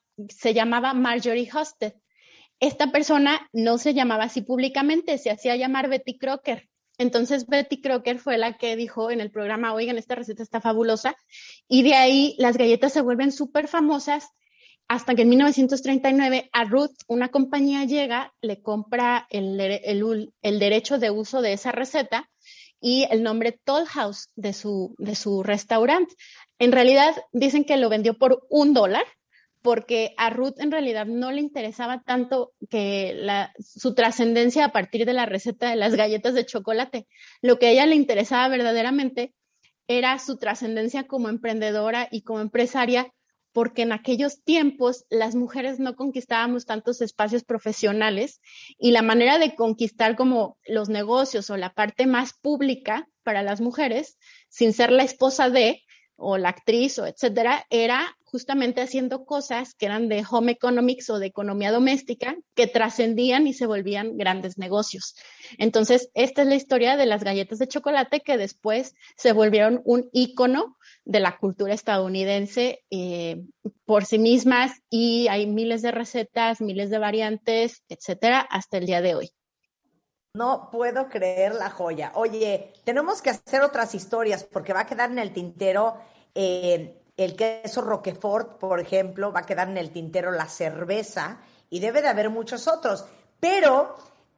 Speaker 7: se llamaba Marjorie Hosted. Esta persona no se llamaba así públicamente, se hacía llamar Betty Crocker. Entonces Betty Crocker fue la que dijo en el programa, oigan, esta receta está fabulosa, y de ahí las galletas se vuelven súper famosas hasta que en 1939 a Ruth, una compañía llega, le compra el derecho de uso de esa receta y el nombre Toll House de su restaurante. En realidad dicen que lo vendió por $1, porque a Ruth en realidad no le interesaba tanto que su trascendencia a partir de la receta de las galletas de chocolate. Lo que a ella le interesaba verdaderamente era su trascendencia como emprendedora y como empresaria, porque en aquellos tiempos las mujeres no conquistábamos tantos espacios profesionales y la manera de conquistar como los negocios o la parte más pública para las mujeres, sin ser la esposa de o la actriz o etcétera, era justamente haciendo cosas que eran de home economics o de economía doméstica que trascendían y se volvían grandes negocios. Entonces, esta es la historia de las galletas de chocolate que después se volvieron un ícono de la cultura estadounidense por sí mismas y hay miles de recetas, miles de variantes, etcétera, hasta el día de hoy.
Speaker 4: No puedo creer la joya. Oye, tenemos que hacer otras historias porque va a quedar en el tintero el queso Roquefort, por ejemplo, va a quedar en el tintero la cerveza y debe de haber muchos otros. Pero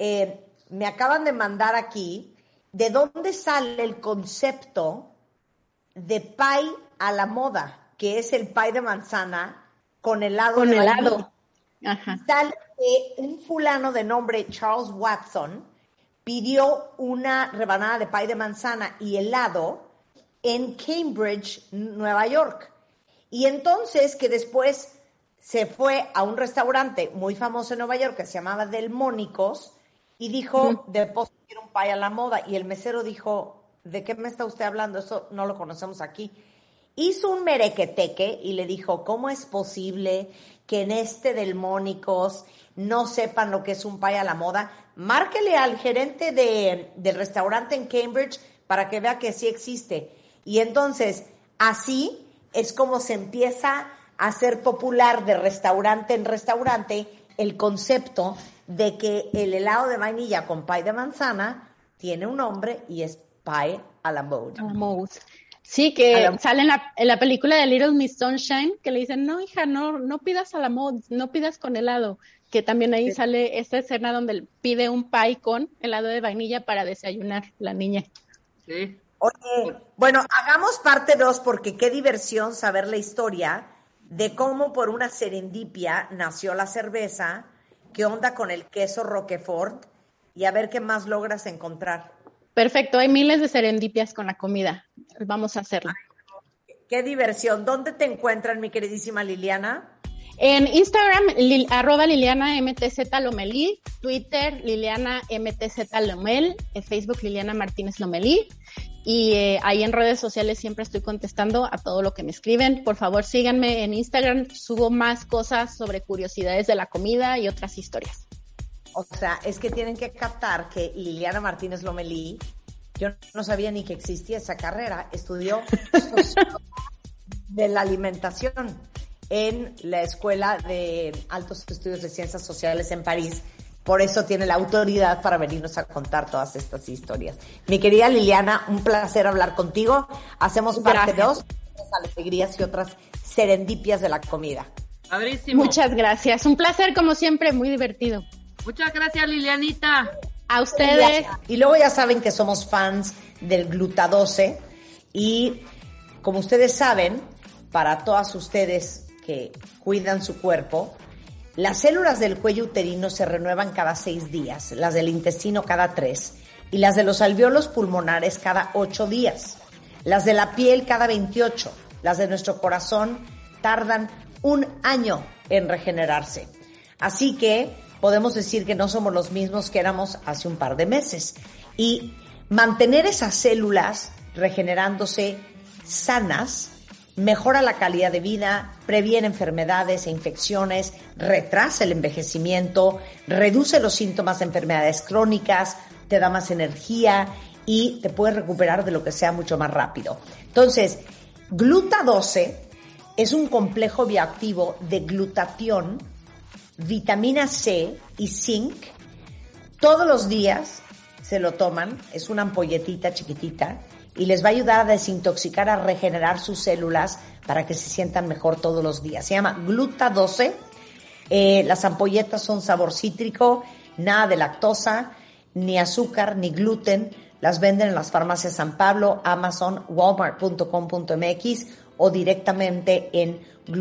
Speaker 4: me acaban de mandar aquí de dónde sale el concepto de pie a la moda, que es el pie de manzana con helado.
Speaker 7: Con helado. Ajá.
Speaker 4: Sale un fulano de nombre Charles Watson pidió una rebanada de pie de manzana y helado en Cambridge, Nueva York. Y entonces que después se fue a un restaurante muy famoso en Nueva York que se llamaba Delmónicos y dijo, de postre quiero un pie a la moda. Y el mesero dijo, ¿de qué me está usted hablando? Eso no lo conocemos aquí. Hizo un merequeteque y le dijo, ¿cómo es posible que en este Delmónicos no sepan lo que es un pie a la moda? Márquele al gerente del restaurante en Cambridge para que vea que sí existe. Y entonces, así es como se empieza a hacer popular de restaurante en restaurante el concepto de que el helado de vainilla con pie de manzana tiene un nombre y es pie a la mode.
Speaker 7: Sí, que sale en la película de Little Miss Sunshine, que le dicen, no, hija, no pidas a la mode, no pidas con helado, que también ahí sale esta escena donde pide un pie con helado de vainilla para desayunar la niña.
Speaker 5: Sí.
Speaker 4: Oye, bueno, hagamos parte 2 porque qué diversión saber la historia de cómo por una serendipia nació la cerveza, qué onda con el queso Roquefort y a ver qué más logras encontrar.
Speaker 7: Perfecto, hay miles de serendipias con la comida. Vamos a hacerlo.
Speaker 4: Qué diversión. ¿Dónde te encuentran, mi queridísima Liliana?
Speaker 7: En Instagram, @Liliana MTZ Lomelí, Twitter, Liliana MTZ Lomel, en Facebook, Liliana Martínez Lomelí. Y ahí en redes sociales siempre estoy contestando a todo lo que me escriben. Por favor, síganme en Instagram. Subo más cosas sobre curiosidades de la comida y otras historias.
Speaker 4: O sea, es que tienen que captar que Liliana Martínez Lomelí, yo no sabía ni que existía esa carrera, estudió de la alimentación en la Escuela de Altos Estudios de Ciencias Sociales en París. Por eso tiene la autoridad para venirnos a contar todas estas historias. Mi querida Liliana, un placer hablar contigo. Hacemos parte 2, alegrías y otras serendipias de la comida.
Speaker 5: Padrísimo.
Speaker 7: Muchas gracias. Un placer, como siempre, muy divertido.
Speaker 5: Muchas gracias, Lilianita.
Speaker 7: A ustedes.
Speaker 4: Y luego ya saben que somos fans del Gluta12 y como ustedes saben, para todas ustedes que cuidan su cuerpo, las células del cuello uterino se renuevan cada 6 días, las del intestino cada 3 y las de los alvéolos pulmonares cada 8 días, las de la piel cada 28, las de nuestro corazón tardan 1 año en regenerarse. Así que podemos decir que no somos los mismos que éramos hace un par de meses. Y mantener esas células regenerándose sanas mejora la calidad de vida, previene enfermedades e infecciones, retrasa el envejecimiento, reduce los síntomas de enfermedades crónicas, te da más energía y te puedes recuperar de lo que sea mucho más rápido. Entonces, Gluta12 es un complejo bioactivo de glutatión, vitamina C y zinc. Todos los días se lo toman, es una ampolletita chiquitita y les va a ayudar a desintoxicar, a regenerar sus células para que se sientan mejor todos los días. Se llama Gluta12. Las ampolletas son sabor cítrico, nada de lactosa, ni azúcar, ni gluten. Las venden en las farmacias San Pablo, Amazon, Walmart.com.mx o directamente en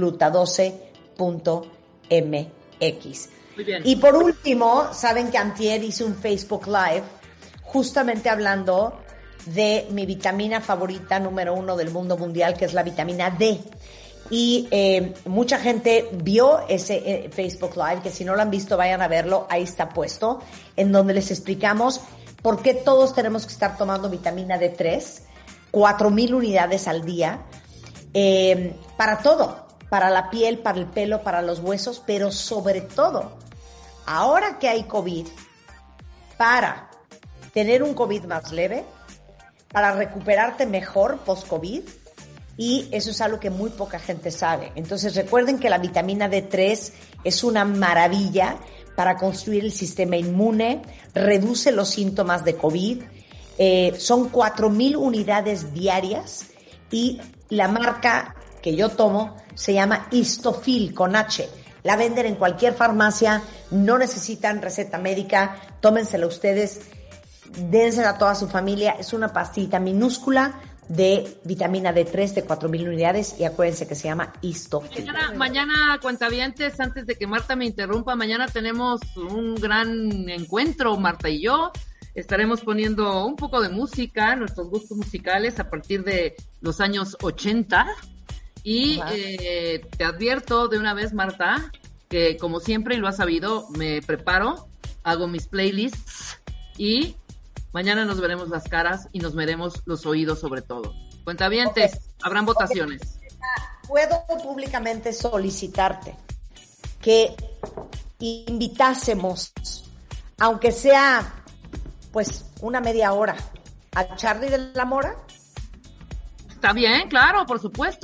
Speaker 4: gluta12.mx.
Speaker 5: Muy bien.
Speaker 4: Y por último, saben que antier hice un Facebook Live justamente hablando de mi vitamina favorita número 1 del mundo mundial, que es la vitamina D. Y mucha gente vio ese Facebook Live, que si no lo han visto vayan a verlo, ahí está puesto, en donde les explicamos por qué todos tenemos que estar tomando vitamina D3, 4,000 unidades al día, para todo, para la piel, para el pelo, para los huesos, pero sobre todo, ahora que hay COVID, para tener un COVID más leve, para recuperarte mejor post-COVID, y eso es algo que muy poca gente sabe. Entonces recuerden que la vitamina D3 es una maravilla para construir el sistema inmune, reduce los síntomas de COVID, son 4,000 unidades diarias y la marca que yo tomo se llama Histofil con H. La venden en cualquier farmacia, no necesitan receta médica, tómensela ustedes, dénsela a toda su familia. Es una pastita minúscula de vitamina D3 de 4,000 unidades y acuérdense que se llama Histofil.
Speaker 5: Mañana, cuentavientes, antes de que Marta me interrumpa, mañana tenemos un gran encuentro, Marta y yo. Estaremos poniendo un poco de música, nuestros gustos musicales a partir de los años 80. Y te advierto de una vez, Marta, que como siempre, y lo has sabido, me preparo, hago mis playlists y mañana nos veremos las caras y nos veremos los oídos sobre todo. Cuentavientes, habrán votaciones.
Speaker 4: Puedo públicamente solicitarte que invitásemos, aunque sea pues una media hora, a Charly de la Mora.
Speaker 5: Está bien, claro, por supuesto.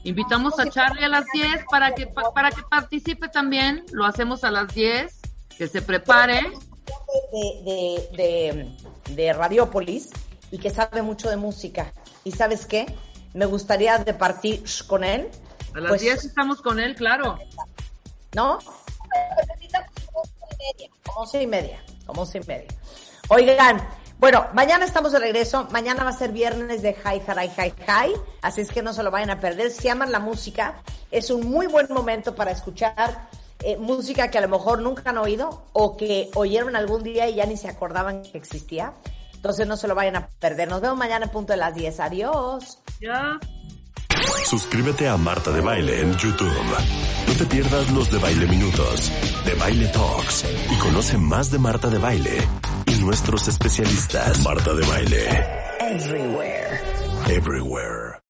Speaker 5: Invitamos a Charlie a las 10 para que participe también. Lo hacemos a las 10, que se prepare.
Speaker 4: De Radiopolis y que sabe mucho de música. ¿Y sabes qué? Me gustaría de partir con él.
Speaker 5: A las 10 estamos con él, claro.
Speaker 4: ¿No? Como 11:30. Oigan, bueno, mañana estamos de regreso. Mañana va a ser viernes de Hi. Así es que no se lo vayan a perder. Si aman la música, es un muy buen momento para escuchar música que a lo mejor nunca han oído o que oyeron algún día y ya ni se acordaban que existía. Entonces no se lo vayan a perder. Nos vemos mañana a punto de las 10. Adiós.
Speaker 5: Ya.
Speaker 1: Suscríbete a Marta de Baile en YouTube. No te pierdas los De Baile Minutos, De Baile Talks y conoce más de Marta de Baile y nuestros especialistas. Marta de Baile.
Speaker 2: Everywhere.
Speaker 1: Everywhere.